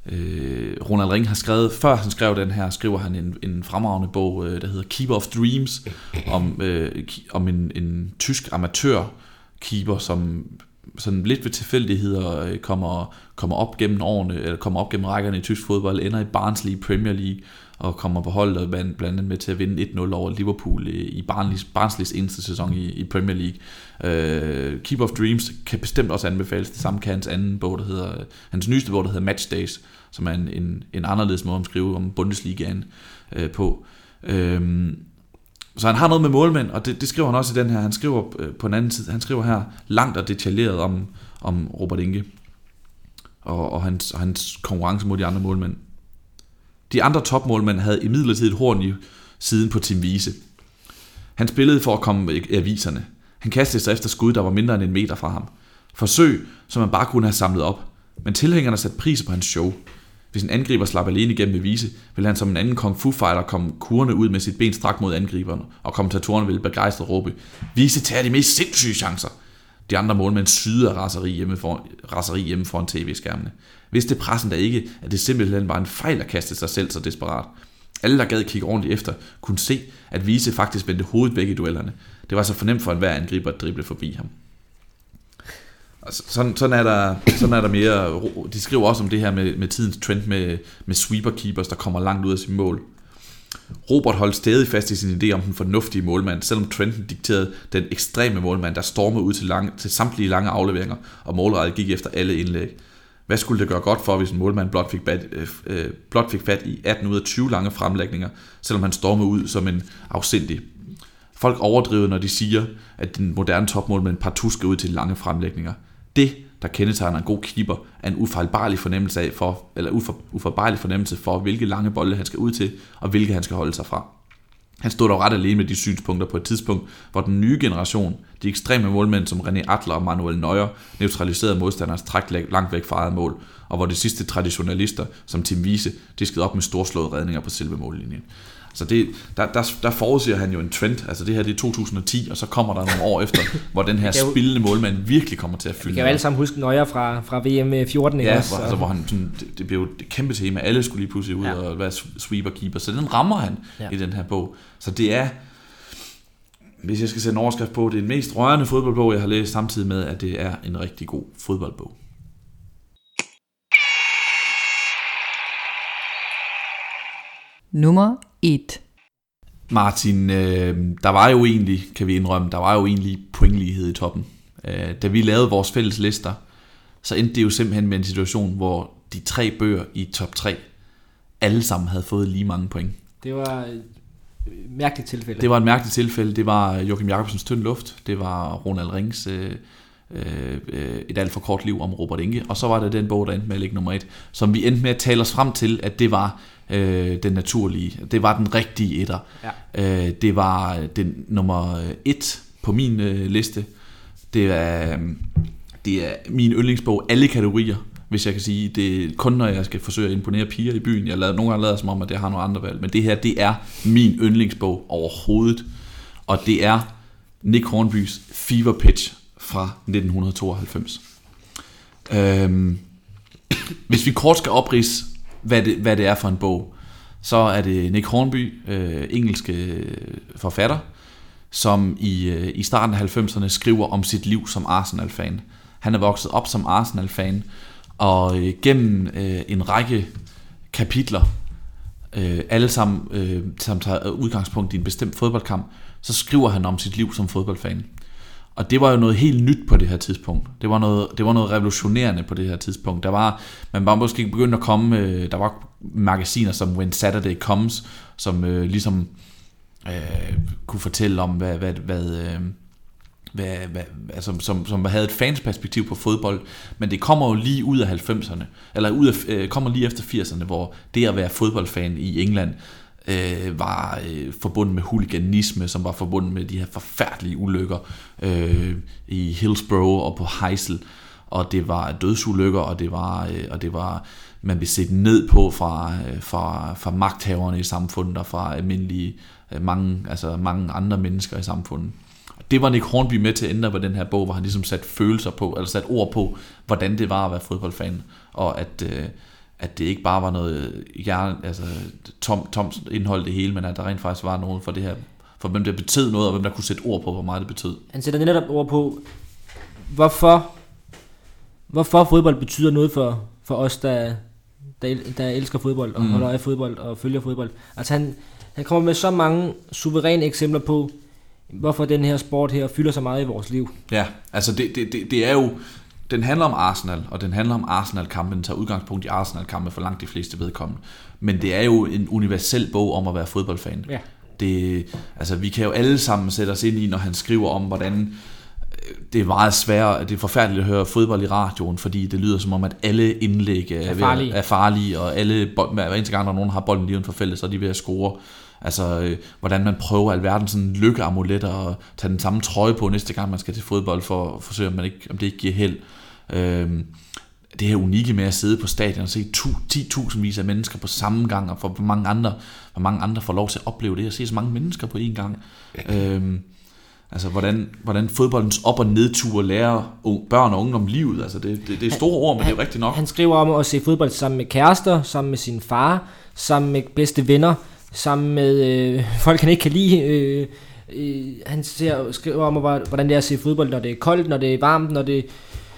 øh, Ronald Ring har skrevet, før han skrev den her, skriver han en, en fremragende bog, øh, der hedder Keeper of Dreams, om, øh, om en, en tysk amatørkeeper, som sådan lidt ved tilfældigheder kommer, kommer op gennem årene, eller kommer op gennem rækkerne i tysk fodbold, ender i Barnsley Premier League, og kommer på holdet og blandt andet med til at vinde et nul over Liverpool i Barnleys, Barnsleys eneste sæson i, i Premier League. Uh, Keeper of Dreams kan bestemt også anbefales. Det samme kan hans anden bog, der hedder, hans nyeste bog, der hedder Match Days, som er en, en, en anderledes måde at skrive om Bundesligaen uh, på. Uh, så han har noget med målmænd, og det, det skriver han også i den her. Han skriver uh, på en anden side, han skriver her langt og detaljeret om, om Robert Inge og, og, hans, og hans konkurrence mod de andre målmænd. De andre topmålmænd havde imidlertid et horn i siden på Tim Wiese. Han spillede for at komme i aviserne. Han kastede sig efter skud, der var mindre end en meter fra ham. Forsøg, som man bare kunne have samlet op. Men tilhængerne satte pris på hans show. Hvis en angriber slap alene igennem med Wiese, ville han som en anden kung fu fighter komme kurende ud med sit ben strakt mod angriberen, og kommentatorerne ville begejstret råbe: Wiese tager de mest sindssyge chancer. De andre målmænd syede af raseri hjemme, for, raseri hjemme foran tv-skærmene. Vidste pressen da ikke, at det simpelthen var en fejl at kaste sig selv så desperat. Alle, der gad kigge ordentligt efter, kunne se, at Wiese faktisk vendte hovedet væk i duellerne. Det var så fornemt for enhver angriber at drible forbi ham. Altså, sådan, sådan, er der, sådan er der mere. De skriver også om det her med, med tidens trend med, med sweeper-keepers, der kommer langt ud af sit mål. Robert holdt stadig fast i sin idé om den fornuftige målmand, selvom trenden dikterede den ekstreme målmand, der stormede ud til, lange, til samtlige lange afleveringer, og målrettet gik efter alle indlæg. Hvad skulle det gøre godt for, hvis en målmand blot fik, bat, øh, blot fik fat i atten ud af tyve lange fremlægninger, selvom han stormede ud som en afsindig? Folk overdriver, når de siger, at den moderne topmålmand partout skal ud til lange fremlægninger. Det, der kendetegner en god keeper, er en ufejlbarlig fornemmelse af for, eller ufor, uforbarlig fornemmelse for, hvilke lange bolde han skal ud til, og hvilke han skal holde sig fra. Han stod dog ret alene med de synspunkter på et tidspunkt, hvor den nye generation, de ekstreme målmænd som René Adler og Manuel Neuer, neutraliserede modstanders træk langt væk fra eget mål, og hvor de sidste traditionalister, som Tim Wiese, diskede op med storslåede redninger på selve mållinjen. Så det, der, der, der forudsiger han jo en trend. Altså det her, det er to tusind og ti, og så kommer der nogle år efter, hvor den her spillende målmand virkelig kommer til at fylde. Vi kan jo alle sammen huske Neuer fra, fra V M fjorten. Ja, også, hvor, altså, hvor han, sådan, det, det blev jo et kæmpe tema. Alle skulle lige pludselig ud ja. og være sweeper-keeper. Så den rammer han ja. i den her bog. Så det er, hvis jeg skal sætte en overskrift på, det er den mest rørende fodboldbog, jeg har læst, samtidig med, at det er en rigtig god fodboldbog. Nummer et. Martin, øh, der var jo egentlig, kan vi indrømme, der var jo egentlig pointlighed i toppen. Øh, da vi lavede vores fælles lister, så endte det jo simpelthen med en situation, hvor de tre bøger i top tre, alle sammen havde fået lige mange point. Det var et mærkeligt tilfælde. Det var et mærkeligt tilfælde. Det var Joachim Jacobsens Tynd Luft. Det var Ronald Rings øh, øh, Et alt for kort liv om Robert Inge. Og så var det den bog, der endte med at ligge nummer et, som vi endte med at tale os frem til, at det var øh, den naturlige. Det var den rigtige etter. Ja. Øh, det var den nummer et på min øh, liste. Det er, øh, det er min yndlingsbog, alle kategorier. Hvis jeg kan sige, det er kun når jeg skal forsøge at imponere piger i byen. Jeg lader nogle gange lade som om, at jeg har nogle andre valg. Men det her, det er min yndlingsbog overhovedet. Og det er Nick Hornbys Fever Pitch fra nitten tooghalvfems. Øhm, hvis vi kort skal opridse, hvad det, hvad det er for en bog, så er det Nick Hornby, øh, engelske forfatter, som i, øh, i starten af halvfemserne skriver om sit liv som Arsenal-fan. Han er vokset op som Arsenal-fan, og øh, gennem øh, en række kapitler, øh, alle sammen, øh, som tager udgangspunkt i en bestemt fodboldkamp, så skriver han om sit liv som fodboldfan. Og det var jo noget helt nyt på det her tidspunkt. Det var noget, det var noget revolutionerende på det her tidspunkt. Der var, man var måske begyndt at komme, øh, der var magasiner som When Saturday Comes, som øh, ligesom øh, kunne fortælle om, hvad, hvad, hvad, øh, hvad, hvad altså, som, som havde et fansperspektiv på fodbold. Men det kommer jo lige ud af halvfemserne, eller ud af, øh, kommer lige efter firserne, hvor det at være fodboldfan i England Øh, var øh, forbundet med huliganisme, som var forbundet med de her forfærdelige ulykker øh, i Hillsborough og på Heysel, og det var dødsulykker, og det var, øh, og det var man blev set ned på fra, øh, fra, fra magthaverne i samfundet og fra almindelige øh, mange, altså mange andre mennesker i samfundet. Det var Nick Hornby med til at ændre på den her bog, hvor han ligesom sat følelser på, eller sat ord på, hvordan det var at være fodboldfan, og at, øh, at det ikke bare var noget hjerne, altså tom, tom indhold det hele, men at der rent faktisk var nogen for det her, for hvem det betød noget, og hvem der kunne sætte ord på, hvor meget det betød. Han sætter netop ord på, hvorfor, hvorfor fodbold betyder noget for, for os, der, der, der elsker fodbold, og mm. holder af fodbold, og følger fodbold. Altså han, han kommer med så mange suveræne eksempler på, hvorfor den her sport her fylder så meget i vores liv. Ja, altså det, det, det, det er jo, den handler om Arsenal, og den handler om Arsenal-kampen, den tager udgangspunkt i Arsenal-kampen for langt de fleste vedkommende. Men det er jo en universel bog om at være fodboldfan. Ja. Det, altså vi kan jo alle sammen sætte os ind i, når han skriver om, hvordan det er meget svært, det er forfærdeligt at høre fodbold i radioen, fordi det lyder som om, at alle indlæg er, er, farlige. er farlige, og alle, hver eneste gang, når nogen har bolden lige uden for feltet, så er de ved at score. Altså, øh, hvordan man prøver alverden sådan lykkeamuletter og tage den samme trøje på næste gang, man skal til fodbold, for at forsøge, om, man ikke, om det ikke giver held. Øh, det her unikke med at sidde på stadion og se ti tusind vis af mennesker på samme gang, og for hvor mange andre, hvor mange andre får lov til at opleve det, at se så mange mennesker på én gang. Øh, altså, hvordan, hvordan fodboldens op- og nedture lærer børn og unge om livet. Altså, det, det, det er store ord, men han, det er jo rigtigt nok. Han skriver om at se fodbold sammen med kærester, sammen med sin far, sammen med bedste venner, sammen med øh, folk, han ikke kan lide. Øh, øh, han ser, skriver om, hvordan det er at se fodbold, når det er koldt, når det er varmt, når det...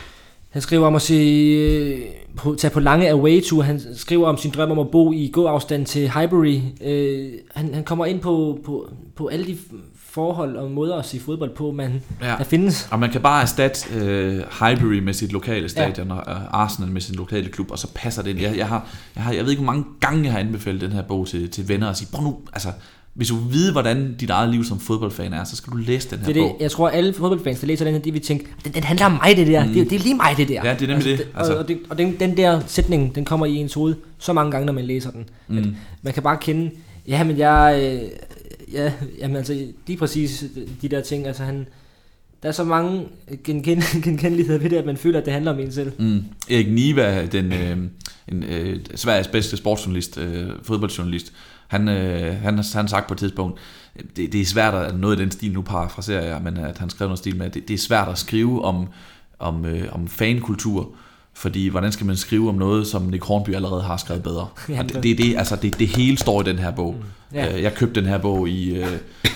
Han skriver om at se, øh, på, tage på lange away-ture. Han skriver om sin drøm om at bo i gåafstand til Highbury. Øh, han, han kommer ind på, på, på alle de forhold og måder at se fodbold på, man, ja. der findes. Og man kan bare erstatte øh, Highbury med sit lokale stadion, ja. og Arsenal med sin lokale klub, og så passer det ind. Jeg, jeg, har, jeg, har, jeg ved ikke, hvor mange gange jeg har anbefalet den her bog til, til venner og sige, prøv nu, altså, hvis du vil vide, hvordan dit eget liv som fodboldfan er, så skal du læse den her det er bog. Det, jeg tror, alle fodboldfans, der læser den her, de vil tænke, den, den handler om mig, det der. Mm. Det, det er lige mig, det der. Ja, det er nemlig altså, det. Altså. Og, og, det, og den, den der sætning, den kommer i ens hoved så mange gange, når man læser den. Mm. At man kan bare kende, ja, men jeg... Øh, ja, jamen altså, lige præcis de der ting, altså han... Der er så mange genkendeligheder ved det, at man føler, at det handler om en selv. Mm. Erik Niva, den øh, en, øh, Sveriges bedste sportsjournalist, øh, fodboldjournalist, han, øh, han, han har sagt på et tidspunkt, det, det er svært at noget af den stil, nu parafraserer jeg, men at han skrev noget stil med, at det, det er svært at skrive om, om, øh, om fankultur, fordi hvordan skal man skrive om noget, som Nick Hornby allerede har skrevet bedre? Ja, det, det, det, altså, det, det hele står i den her bog. Mm. Ja. Jeg købte den her bog i, øh,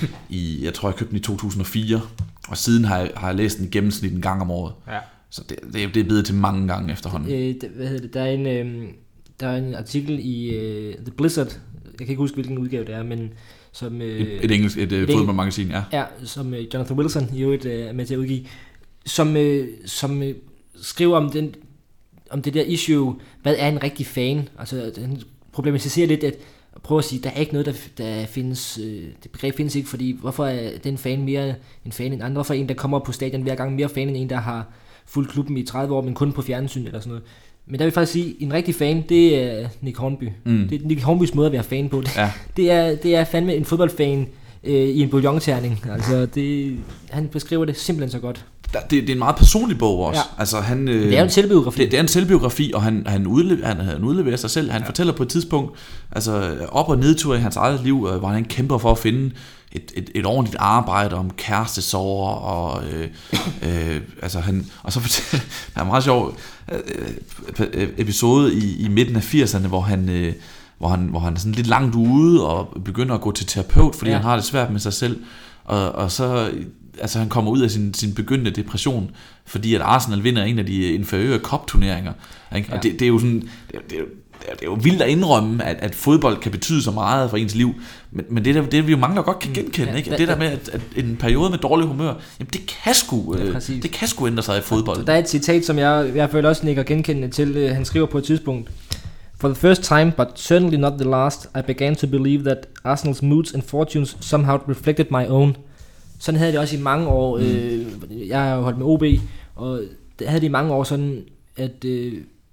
i, jeg tror jeg købte den i to tusind og fire, og siden har jeg, har jeg læst den i gennemsnit en gang om året. Ja. Så det, det, det er blevet til mange gange efterhånden. Øh, det, hvad hedder det? Der er en, øh, der er en artikel i øh, The Blizzard, jeg kan ikke huske, hvilken udgave det er, men som... Øh, et, et engelsk, et, et fodboldmagasin, ja. Ja, som øh, Jonathan Wilson i øvrigt øh, er med til at udgive, som, øh, som øh, skriver om, den, om det der issue, hvad er en rigtig fan? Altså, han problematiserer lidt, at prøve at sige, der er ikke noget, der, der findes, øh, det begreb findes ikke, fordi hvorfor er den fan mere en fan end andre? Hvorfor er en, der kommer på stadion hver gang mere fan end en, der har fulgt klubben i tredive år, men kun på fjernsyn eller sådan noget? Men der vil jeg faktisk sige, en rigtig fan, det er Nick Hornby. Mm. Det er Nick Hornbys måde at være fan på. Det, ja. det, er, det er fandme en fodboldfan øh, i en bouillon-terning. Altså, det, han beskriver det simpelthen så godt. Det, det er en meget personlig bog også. Ja. Altså, han, øh, det er jo en selvbiografi. Det, det er en selvbiografi, og han, han, udlever, han, han udleverer sig selv. Han ja. fortæller på et tidspunkt, altså op- og nedtur i hans eget liv, hvor han kæmper for at finde et, et, et ordentligt arbejde om kærestesorger, og, øh, øh, altså han, og så fortæller han en meget sjov øh, episode i, i midten af firserne, hvor han... Øh, hvor han, hvor han er sådan lidt langt ude og begynder at gå til terapeut, fordi ja. han har det svært med sig selv, og, og så altså han kommer ud af sin, sin begyndende depression, fordi at Arsenal vinder en af de inferiøre cup-turneringer, ikke? Ja. Og det, det er jo sådan, det, det er jo, det er jo vildt at indrømme, at, at fodbold kan betyde så meget for ens liv, men, men det, der, det vi jo mange der godt kan genkende, ja, ikke? At det der med, at, at en periode med dårlig humør, jamen det kan sgu, ja, det kan sgu ændre sig i fodbold. Der er et citat, som jeg, jeg føler også nikker genkendende til, han skriver på et tidspunkt: For the first time, but certainly not the last, I began to believe that Arsenal's moods and fortunes somehow reflected my own. Sådan havde det også i mange år. Mm. Øh, jeg har jo holdt med O B, og det havde det i mange år sådan, at øh,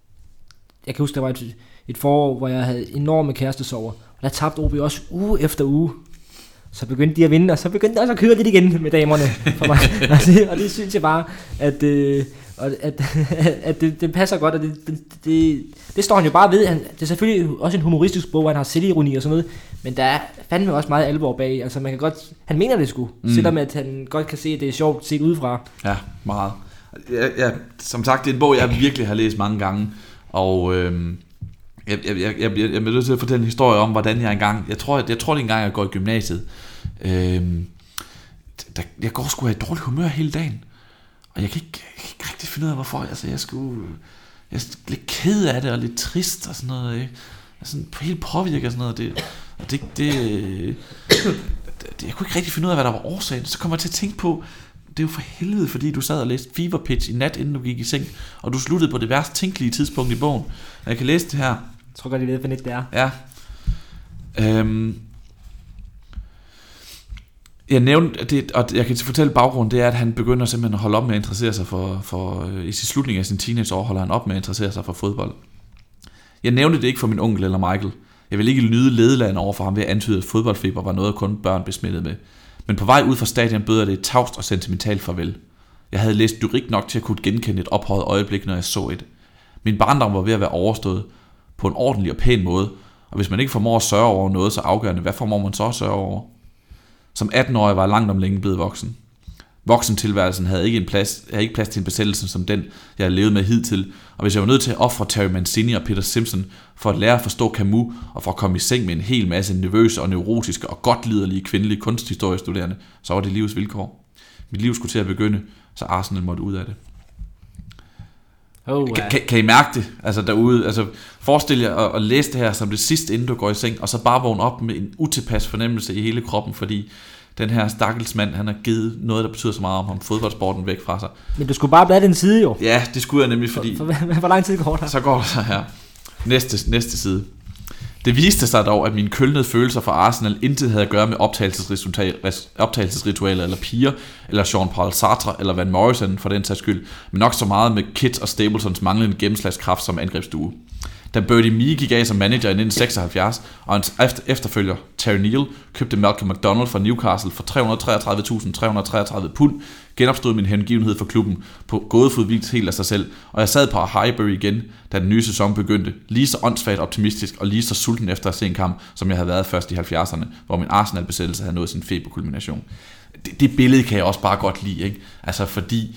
jeg kan huske, der var et, et forår, hvor jeg havde enorme kærestesorger, og der tabte O B også uge efter uge. Så begyndte de at vinde, og så begyndte de også at køre lidt igen med damerne for mig. og, det, og det synes jeg bare, at... Øh, og at, at det, det passer godt, og det, det, det, det står han jo bare ved. Han, det er selvfølgelig også en humoristisk bog, hvor han har selvironi og sådan noget, men der er fandme også meget alvor bag. Altså man kan godt, han mener det sgu, mm. selvom at han godt kan se, at det er sjovt set udefra. Ja, meget. Ja, ja, som sagt, det er en bog, jeg virkelig har læst mange gange, og øhm, Jeg, jeg, jeg, jeg, jeg er nødt til at fortælle en historie om, hvordan jeg engang, jeg tror, jeg, jeg tror det engang, jeg går i gymnasiet. Øhm, der, jeg går sgu af et dårligt humør hele dagen, og jeg kan ikke, jeg kan ikke rigtig finde ud af, hvorfor. Altså, jeg skulle, jeg er lidt ked af det, og lidt trist og sådan noget. Jeg er sådan helt påvirket og sådan noget. Det, og det, det, det, det, jeg kunne ikke rigtig finde ud af, hvad der var årsagen. Så kommer jeg til at tænke på, det er jo for helvede, fordi du sad og læste Fever Pitch i nat, inden du gik i seng, og du sluttede på det værst tænkelige tidspunkt i bogen. Jeg kan læse det her. Jeg tror godt, I ved, hvad det er. Ja. Øhm. Jeg nævnte det, og jeg kan fortælle baggrunden, det er, at han begynder simpelthen at holde op med at interessere sig for, for øh, i sin slutning af sin teenageår holder han op med at interessere sig for fodbold. Jeg nævnte det ikke for min onkel eller Michael. Jeg vil ikke lyde ledeland over for ham ved at antyde, at fodboldfeber var noget, kun børn blev smittet med. Men på vej ud fra stadion bød jeg det et tavst og sentimentalt farvel. Jeg havde læst lyrik nok til at kunne genkende et ophøjet øjeblik, når jeg så et. Min barndom var ved at være overstået på en ordentlig og pæn måde, og hvis man ikke formår at sørge over noget så afgørende, hvad formår man så at sørge over? Som atten-årig var jeg langt om længe blevet voksen. Voksentilværelsen havde ikke, en plads, havde ikke plads til en besættelse som den, jeg havde levet med hidtil, og hvis jeg var nødt til at ofre Terry Mancini og Peter Simpson for at lære at forstå Camus og for at komme i seng med en hel masse nervøse og neurotiske og godt liderlige kvindelige kunsthistoriestuderende, så var det livets vilkår. Mit liv skulle til at begynde, så Arsenal måtte ud af det. Oh, wow. kan, kan, kan I mærke det? Altså derude, altså forestil jer at, at læse det her som det sidste, inden du går i seng, og så bare vågne op med en utilpas fornemmelse i hele kroppen, fordi den her stakkelsmand, han har givet noget, der betyder så meget om ham, fodboldsporten, væk fra sig. Men du skulle bare blade den side jo. Ja, det skulle jeg nemlig, fordi... For, for, hvor lang tid går der? Så går det så her. Næste, næste side. Det viste sig dog, at mine kølnede følelser for Arsenal intet havde at gøre med optagelsesritualer eller piger, eller Jean-Paul Sartre eller Van Morrison for den sags skyld, men nok så meget med Kit og Stablesons manglende gennemslagskraft som angrebsstue. Da Bertie Mee gik af som manager i nitten seksoghalvfjerds, og hans efterfølger Terry Neal købte Malcolm McDonald fra Newcastle for tre hundrede og treogtredive tusind tre hundrede og treogtredive pund, genopstod min hengivenhed for klubben på gådefodvis helt af sig selv, og jeg sad på Highbury igen, da den nye sæson begyndte, lige så åndssvagt optimistisk og lige så sulten efter at se en kamp, som jeg havde været først i halvfjerdserne, hvor min Arsenal-besættelse havde nået sin feberkulmination. Det, det billede kan jeg også bare godt lide, ikke? Altså fordi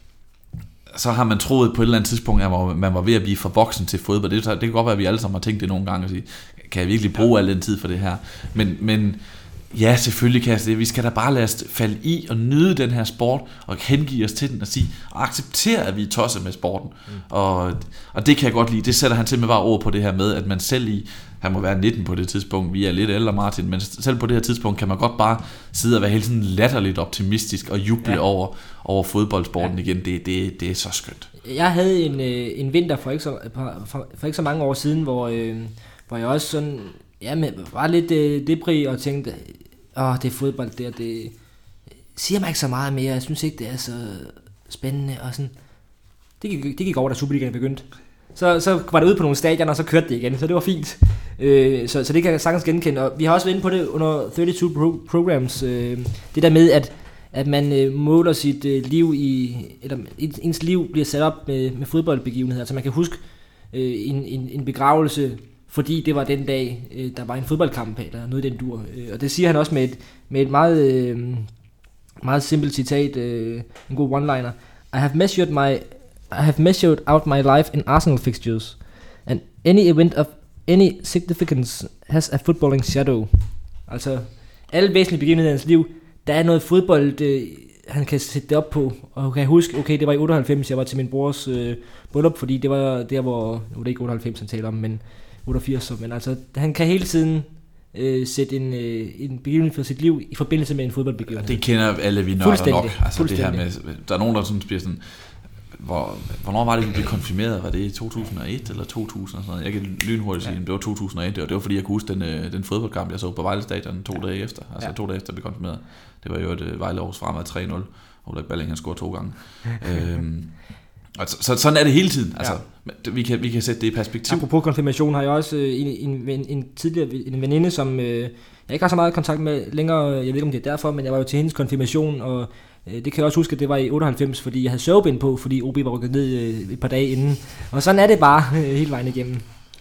så har man troet på et eller andet tidspunkt, at man var ved at blive for voksen til fodbold. Det, det kan godt være, at vi alle sammen har tænkt det nogle gange og sige, kan jeg virkelig bruge al den tid for det her? Men, men ja, selvfølgelig kan jeg det. Vi skal da bare lade os falde i og nyde den her sport og hengive os til den og sige, og acceptere, at vi er tosset med sporten. Mm. Og, og det kan jeg godt lide. Det sætter han simpelthen bare ord på det her med, at man selv i, han må være nitten på det tidspunkt, vi er lidt ældre Martin, men selv på det her tidspunkt kan man godt bare sidde og være helt sådan latterligt optimistisk og juble ja. over, over fodboldsporten ja. igen. Det, det, det er så skønt. Jeg havde en, en vinter for ikke, så, for, for ikke så mange år siden, hvor, øh, hvor jeg også sådan, ja, men var lidt øh, depri og tænkte, åh, det er fodbold der, det siger mig ikke så meget mere, jeg synes ikke, det er så spændende, og sådan, det gik, det gik over, da Superligaen begyndte. Så, så var det ude på nogle stadioner, og så kørte det igen, så det var fint. Øh, så, så det kan jeg sagtens genkende, og vi har også været inde på det under treogtredive pro- programs, øh, det der med, at, at man øh, måler sit øh, liv i, eller ens liv bliver sat op med, med fodboldbegivenheder, altså man kan huske øh, en, en, en begravelse, fordi det var den dag, øh, der var en fodboldkamp, eller noget i den dur. Øh, og det siger han også med et, med et meget, øh, meget simpelt citat, øh, en god one-liner. I have measured my, I have measured out my life in Arsenal fixtures, and any event of any significance has a footballing shadow. Altså, alle væsentlige begivenheder i hans liv, der er noget fodbold, øh, han kan sætte det op på, og kan jeg huske, okay, det var i otteoghalvfems, jeg var til min brors øh, bryllup, fordi det var der, hvor, nu er det ikke otteoghalvfems, han taler om, men otteogfirs, men altså, han kan hele tiden øh, sætte en, øh, en begivenhed for sit liv i forbindelse med en fodboldbegivenhed. Det kender alle vi nørder nok. Altså det her med, der er nogen, der sådan bliver sådan, hvor, hvornår var det, vi blev konfirmeret? Var det i to tusind og et eller to tusind? Sådan noget? Jeg kan lynhurtigt sige, ja. Det var to tusind og et, og det var fordi, jeg kunne huske den, den fodboldkamp, jeg så på Vejle Stadion to dage efter. Altså ja. to dage efter, vi blev konfirmeret. Det var jo et Vejle Aarhus fremad tre nul. Ulrik Balling, han scorede to gange. øhm, og så, så, sådan er det hele tiden. Altså, ja. vi, kan, vi kan sætte det i perspektiv. Apropos konfirmation, har jeg også øh, en, en, en, en tidligere en veninde, som øh, jeg ikke har så meget kontakt med længere. Jeg ved ikke, om det er derfor, men jeg var jo til hendes konfirmation, og øh, det kan jeg også huske, at det var i otteoghalvfems, fordi jeg havde sørgebind på, fordi O B var rykket ned øh, et par dage inden. Og sådan er det bare øh, hele vejen igennem.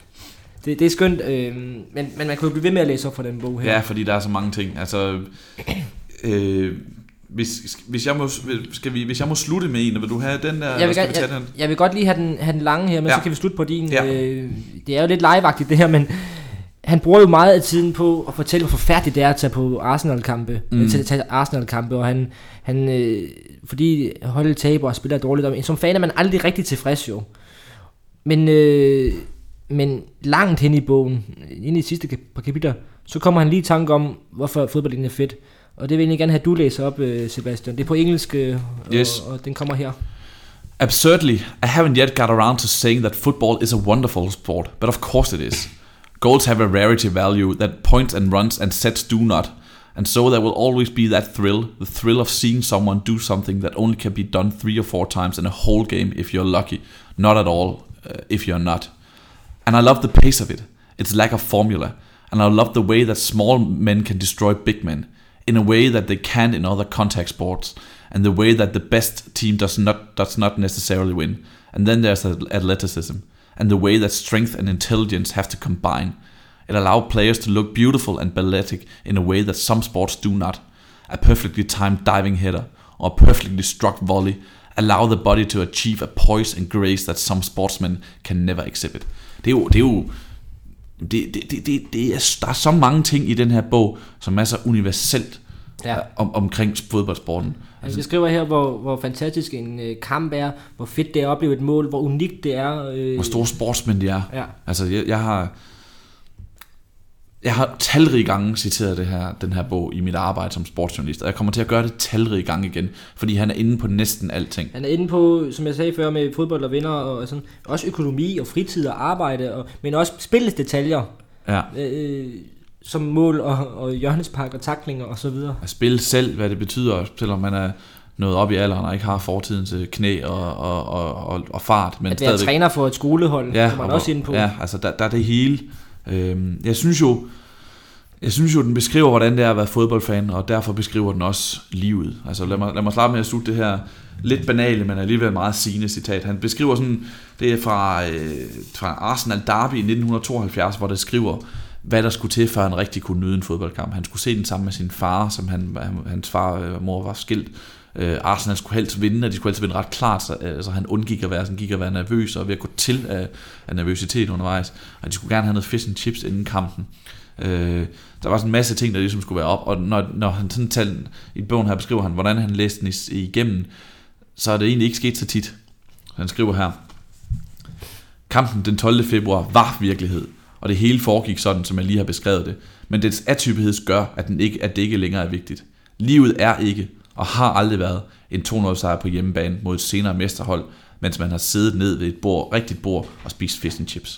Det, det er skønt, øh, men, men man kan jo blive ved med at læse op fra den bog her. Ja, fordi der er så mange ting. Altså, øh, hvis, hvis, jeg må, skal vi, hvis jeg må slutte med en, vil du have den der? Jeg vil, jeg, jeg, jeg vil godt lige have den, have den lange her, men ja. Så kan vi slutte på din. Ja. Øh, det er jo lidt liveagtigt det her, men han bruger jo meget af tiden på at fortælle, hvor forfærdeligt det er at tage på Arsenal-kampe, mm. til at tage Arsenal-kampe, og han, han øh, fordi holdet taber og spiller dårligt, og som fan er man aldrig rigtig tilfreds jo. Men, øh, men langt hen i bogen, inde i de sidste par kapitler, så kommer han lige i tanke om, hvorfor fodbold er fedt. Og det vil jeg egentlig gerne have, at du læser op, Sebastian. Det er på engelsk, og, yes. og den kommer her. Absurdly, I haven't yet got around to saying that football is a wonderful sport, but of course it is. Goals have a rarity value that points and runs and sets do not, and so there will always be that thrill, the thrill of seeing someone do something that only can be done three or four times in a whole game if you're lucky, not at all uh, if you're not. And I love the pace of it, its lack of formula, and I love the way that small men can destroy big men, in a way that they can't in other contact sports, and the way that the best team does not does not necessarily win. And then there's athleticism, and the way that strength and intelligence have to combine. It allows players to look beautiful and balletic in a way that some sports do not. A perfectly timed diving header or a perfectly struck volley allow the body to achieve a poise and grace that some sportsmen can never exhibit. Det er jo, det er jo Det, det, det, det, det er, der er så mange ting i den her bog, som er så universelt ja. om, omkring fodboldsporten. Altså, det skriver her, hvor, hvor fantastisk en øh, kamp er, hvor fedt det er at opleve et mål, hvor unikt det er. Øh... Hvor store sportsmænd de er. Ja. Altså, jeg, jeg har jeg har talrige gange citeret det her, den her bog i mit arbejde som sportsjournalist, og jeg kommer til at gøre det talrige gange igen, fordi han er inde på næsten alting. Han er inde på, som jeg sagde før, med fodbold og venner, og sådan, også økonomi og fritid og arbejde, og, men også spillets detaljer, ja. øh, som mål og, og hjørnespark og tacklinger og så videre. At spille selv, hvad det betyder, selvom man er nået op i alderen og ikke har fortidens knæ og, og, og, og, og fart. Men at være stadigvæk træner for et skolehold, ja, kommer man også ind på. Ja, altså der, der er det hele. Øhm, jeg synes jo, jeg synes jo, den beskriver, hvordan det er at være fodboldfan, og derfor beskriver den også livet. Altså lad mig, lad mig starte med at slutte det her lidt banale, men alligevel meget sigende citat. Han beskriver sådan, det er fra, øh, fra Arsenal Derby i nitten tooghalvfjerds, hvor det skriver, hvad der skulle til, før han rigtig kunne nyde en fodboldkamp. Han skulle se den sammen med sin far, som han, hans far og mor var skilt. Øh, Arsenal skulle helst vinde, og de skulle helst vinde ret klart, så altså, han undgik at være, sådan, gik at være nervøs og ved at gå til af, af nervøsitet undervejs. Og de skulle gerne have noget fish and chips inden kampen. Øh, der var sådan en masse ting, der ligesom skulle være op, og når, når han sådan talte, i bogen her beskriver han, hvordan han læste den igennem, så er det egentlig ikke sket så tit. Han skriver her: kampen den tolvte februar var virkelighed, og det hele foregik sådan, som jeg lige har beskrevet det, men dets atypighed gør, at, den ikke, at det ikke længere er vigtigt. Livet er ikke, og har aldrig været, en to nul sejr på hjemmebane mod et senere mesterhold, mens man har siddet ned ved et bord, rigtigt bord og spist fish and chips.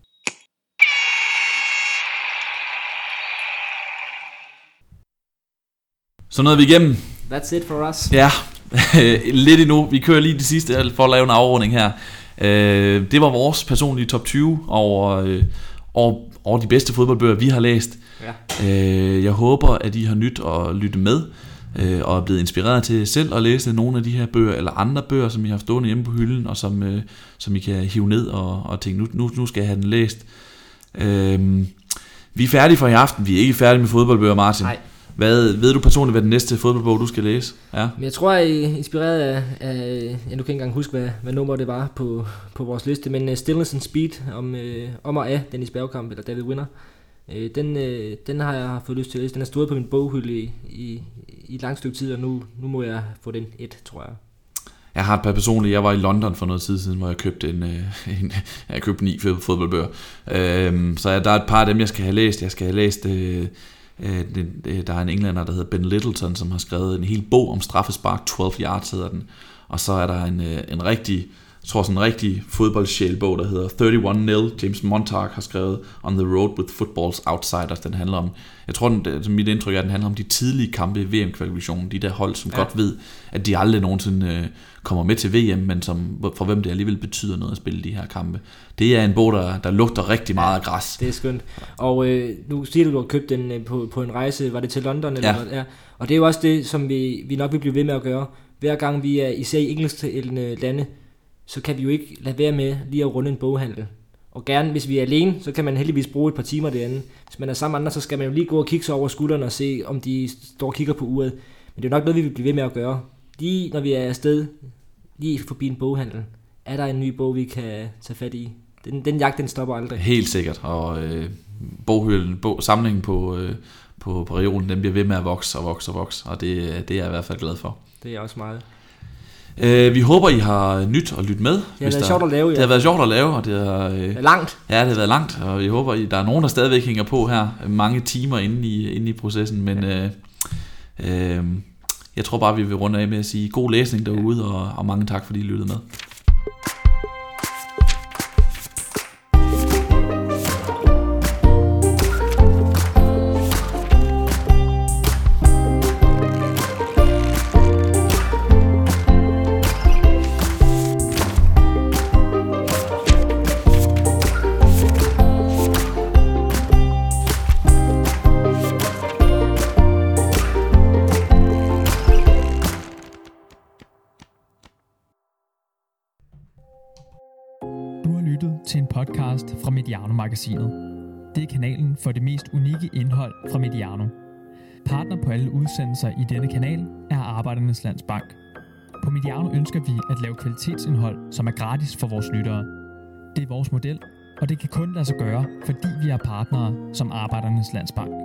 Så nåede vi igennem. That's it for us. Ja, lidt endnu. Vi kører lige det sidste for at lave en afrunding her. Det var vores personlige top tyve over, over, over de bedste fodboldbøger, vi har læst. Ja. Jeg håber, at I har nyt at lytte med, og er blevet inspireret til selv at læse nogle af de her bøger, eller andre bøger, som I har stående hjemme på hylden, og som, som I kan hive ned og, og tænke, nu, nu, nu skal jeg have den læst. Vi er færdige for i aften. Vi er ikke færdige med fodboldbøger, Martin. Nej. Hvad, ved du personligt, hvad den næste fodboldbog, du skal læse? Ja. Men jeg tror, jeg er inspireret af, af jeg nu kan ikke engang huske, hvad, hvad nummer det var på, på vores liste, men uh, Stillness and Speed, om, uh, om og af Dennis Bergkamp, eller David Winner, uh, den, uh, den har jeg fået lyst til at læse. Den har stået på min boghylde i, i, i et langt stykke tid, og nu, nu må jeg få den et, tror jeg. Jeg har et par personligt. Jeg var i London for noget tid siden, hvor jeg købte en, en jeg købte ni fodboldbøger. Uh, så der er et par af dem, jeg skal have læst. Jeg skal have læst... Uh, Der er en englænder, der hedder Ben Littleton, som har skrevet en hel bog om straffespark, tolv yards hedder den. Og så er der en, en rigtig, jeg tror sådan en rigtig fodboldsjælbog, der hedder enogtredive nul. James Montag har skrevet On the Road with Football's Outsiders. Den handler om, jeg tror, den, mit indtryk er, at den handler om de tidlige kampe i V M-kvalifikationen. De der hold, som ja. godt ved, at de aldrig nogensinde øh, kommer med til V M, men som, for hvem det alligevel betyder noget at spille de her kampe. Det er en bog, der, der lugter rigtig meget af græs. Det er skønt. Og øh, nu siger du, du har købt den øh, på, på en rejse. Var det til London? Eller ja. Hvad? Ja. Og det er jo også det, som vi, vi nok vil blive ved med at gøre. Hver gang vi er især i engelsktalende lande, så kan vi jo ikke lade være med lige at runde en boghandel. Og gerne, hvis vi er alene, så kan man heldigvis bruge et par timer derinde. Hvis man er sammen med andre, så skal man jo lige gå og kigge sig over skulderen og se, om de står og kigger på uret. Men det er nok noget, vi vil blive ved med at gøre. Lige når vi er afsted, lige forbi en boghandel, er der en ny bog, vi kan tage fat i. Den, den jagt, den stopper aldrig. Helt sikkert, og øh, boghylden, bog, samlingen på, øh, på, på reolen, den bliver ved med at vokse og vokse og vokse, og det, det er jeg i hvert fald glad for. Det er jeg også meget. Øh, vi håber, I har nyt at lytte med. Det har været sjovt at lave, ja. Det har været sjovt at lave, og det har... Øh, det er langt. Ja, det har været langt, og vi håber, I, der er nogen, der stadigvæk hænger på her. Mange timer inde i, inde i processen, men ja. øh, øh, jeg tror bare, vi vil runde af med at sige god læsning derude, ja. og, og mange tak, fordi I lyttede med. Til en podcast fra Mediano-magasinet. Det er kanalen for det mest unikke indhold fra Mediano. Partner på alle udsendelser i denne kanal er Arbejdernes Landsbank. På Mediano ønsker vi at lave kvalitetsindhold, som er gratis for vores lyttere. Det er vores model, og det kan kun lade sig gøre, fordi vi er partnere som Arbejdernes Landsbank.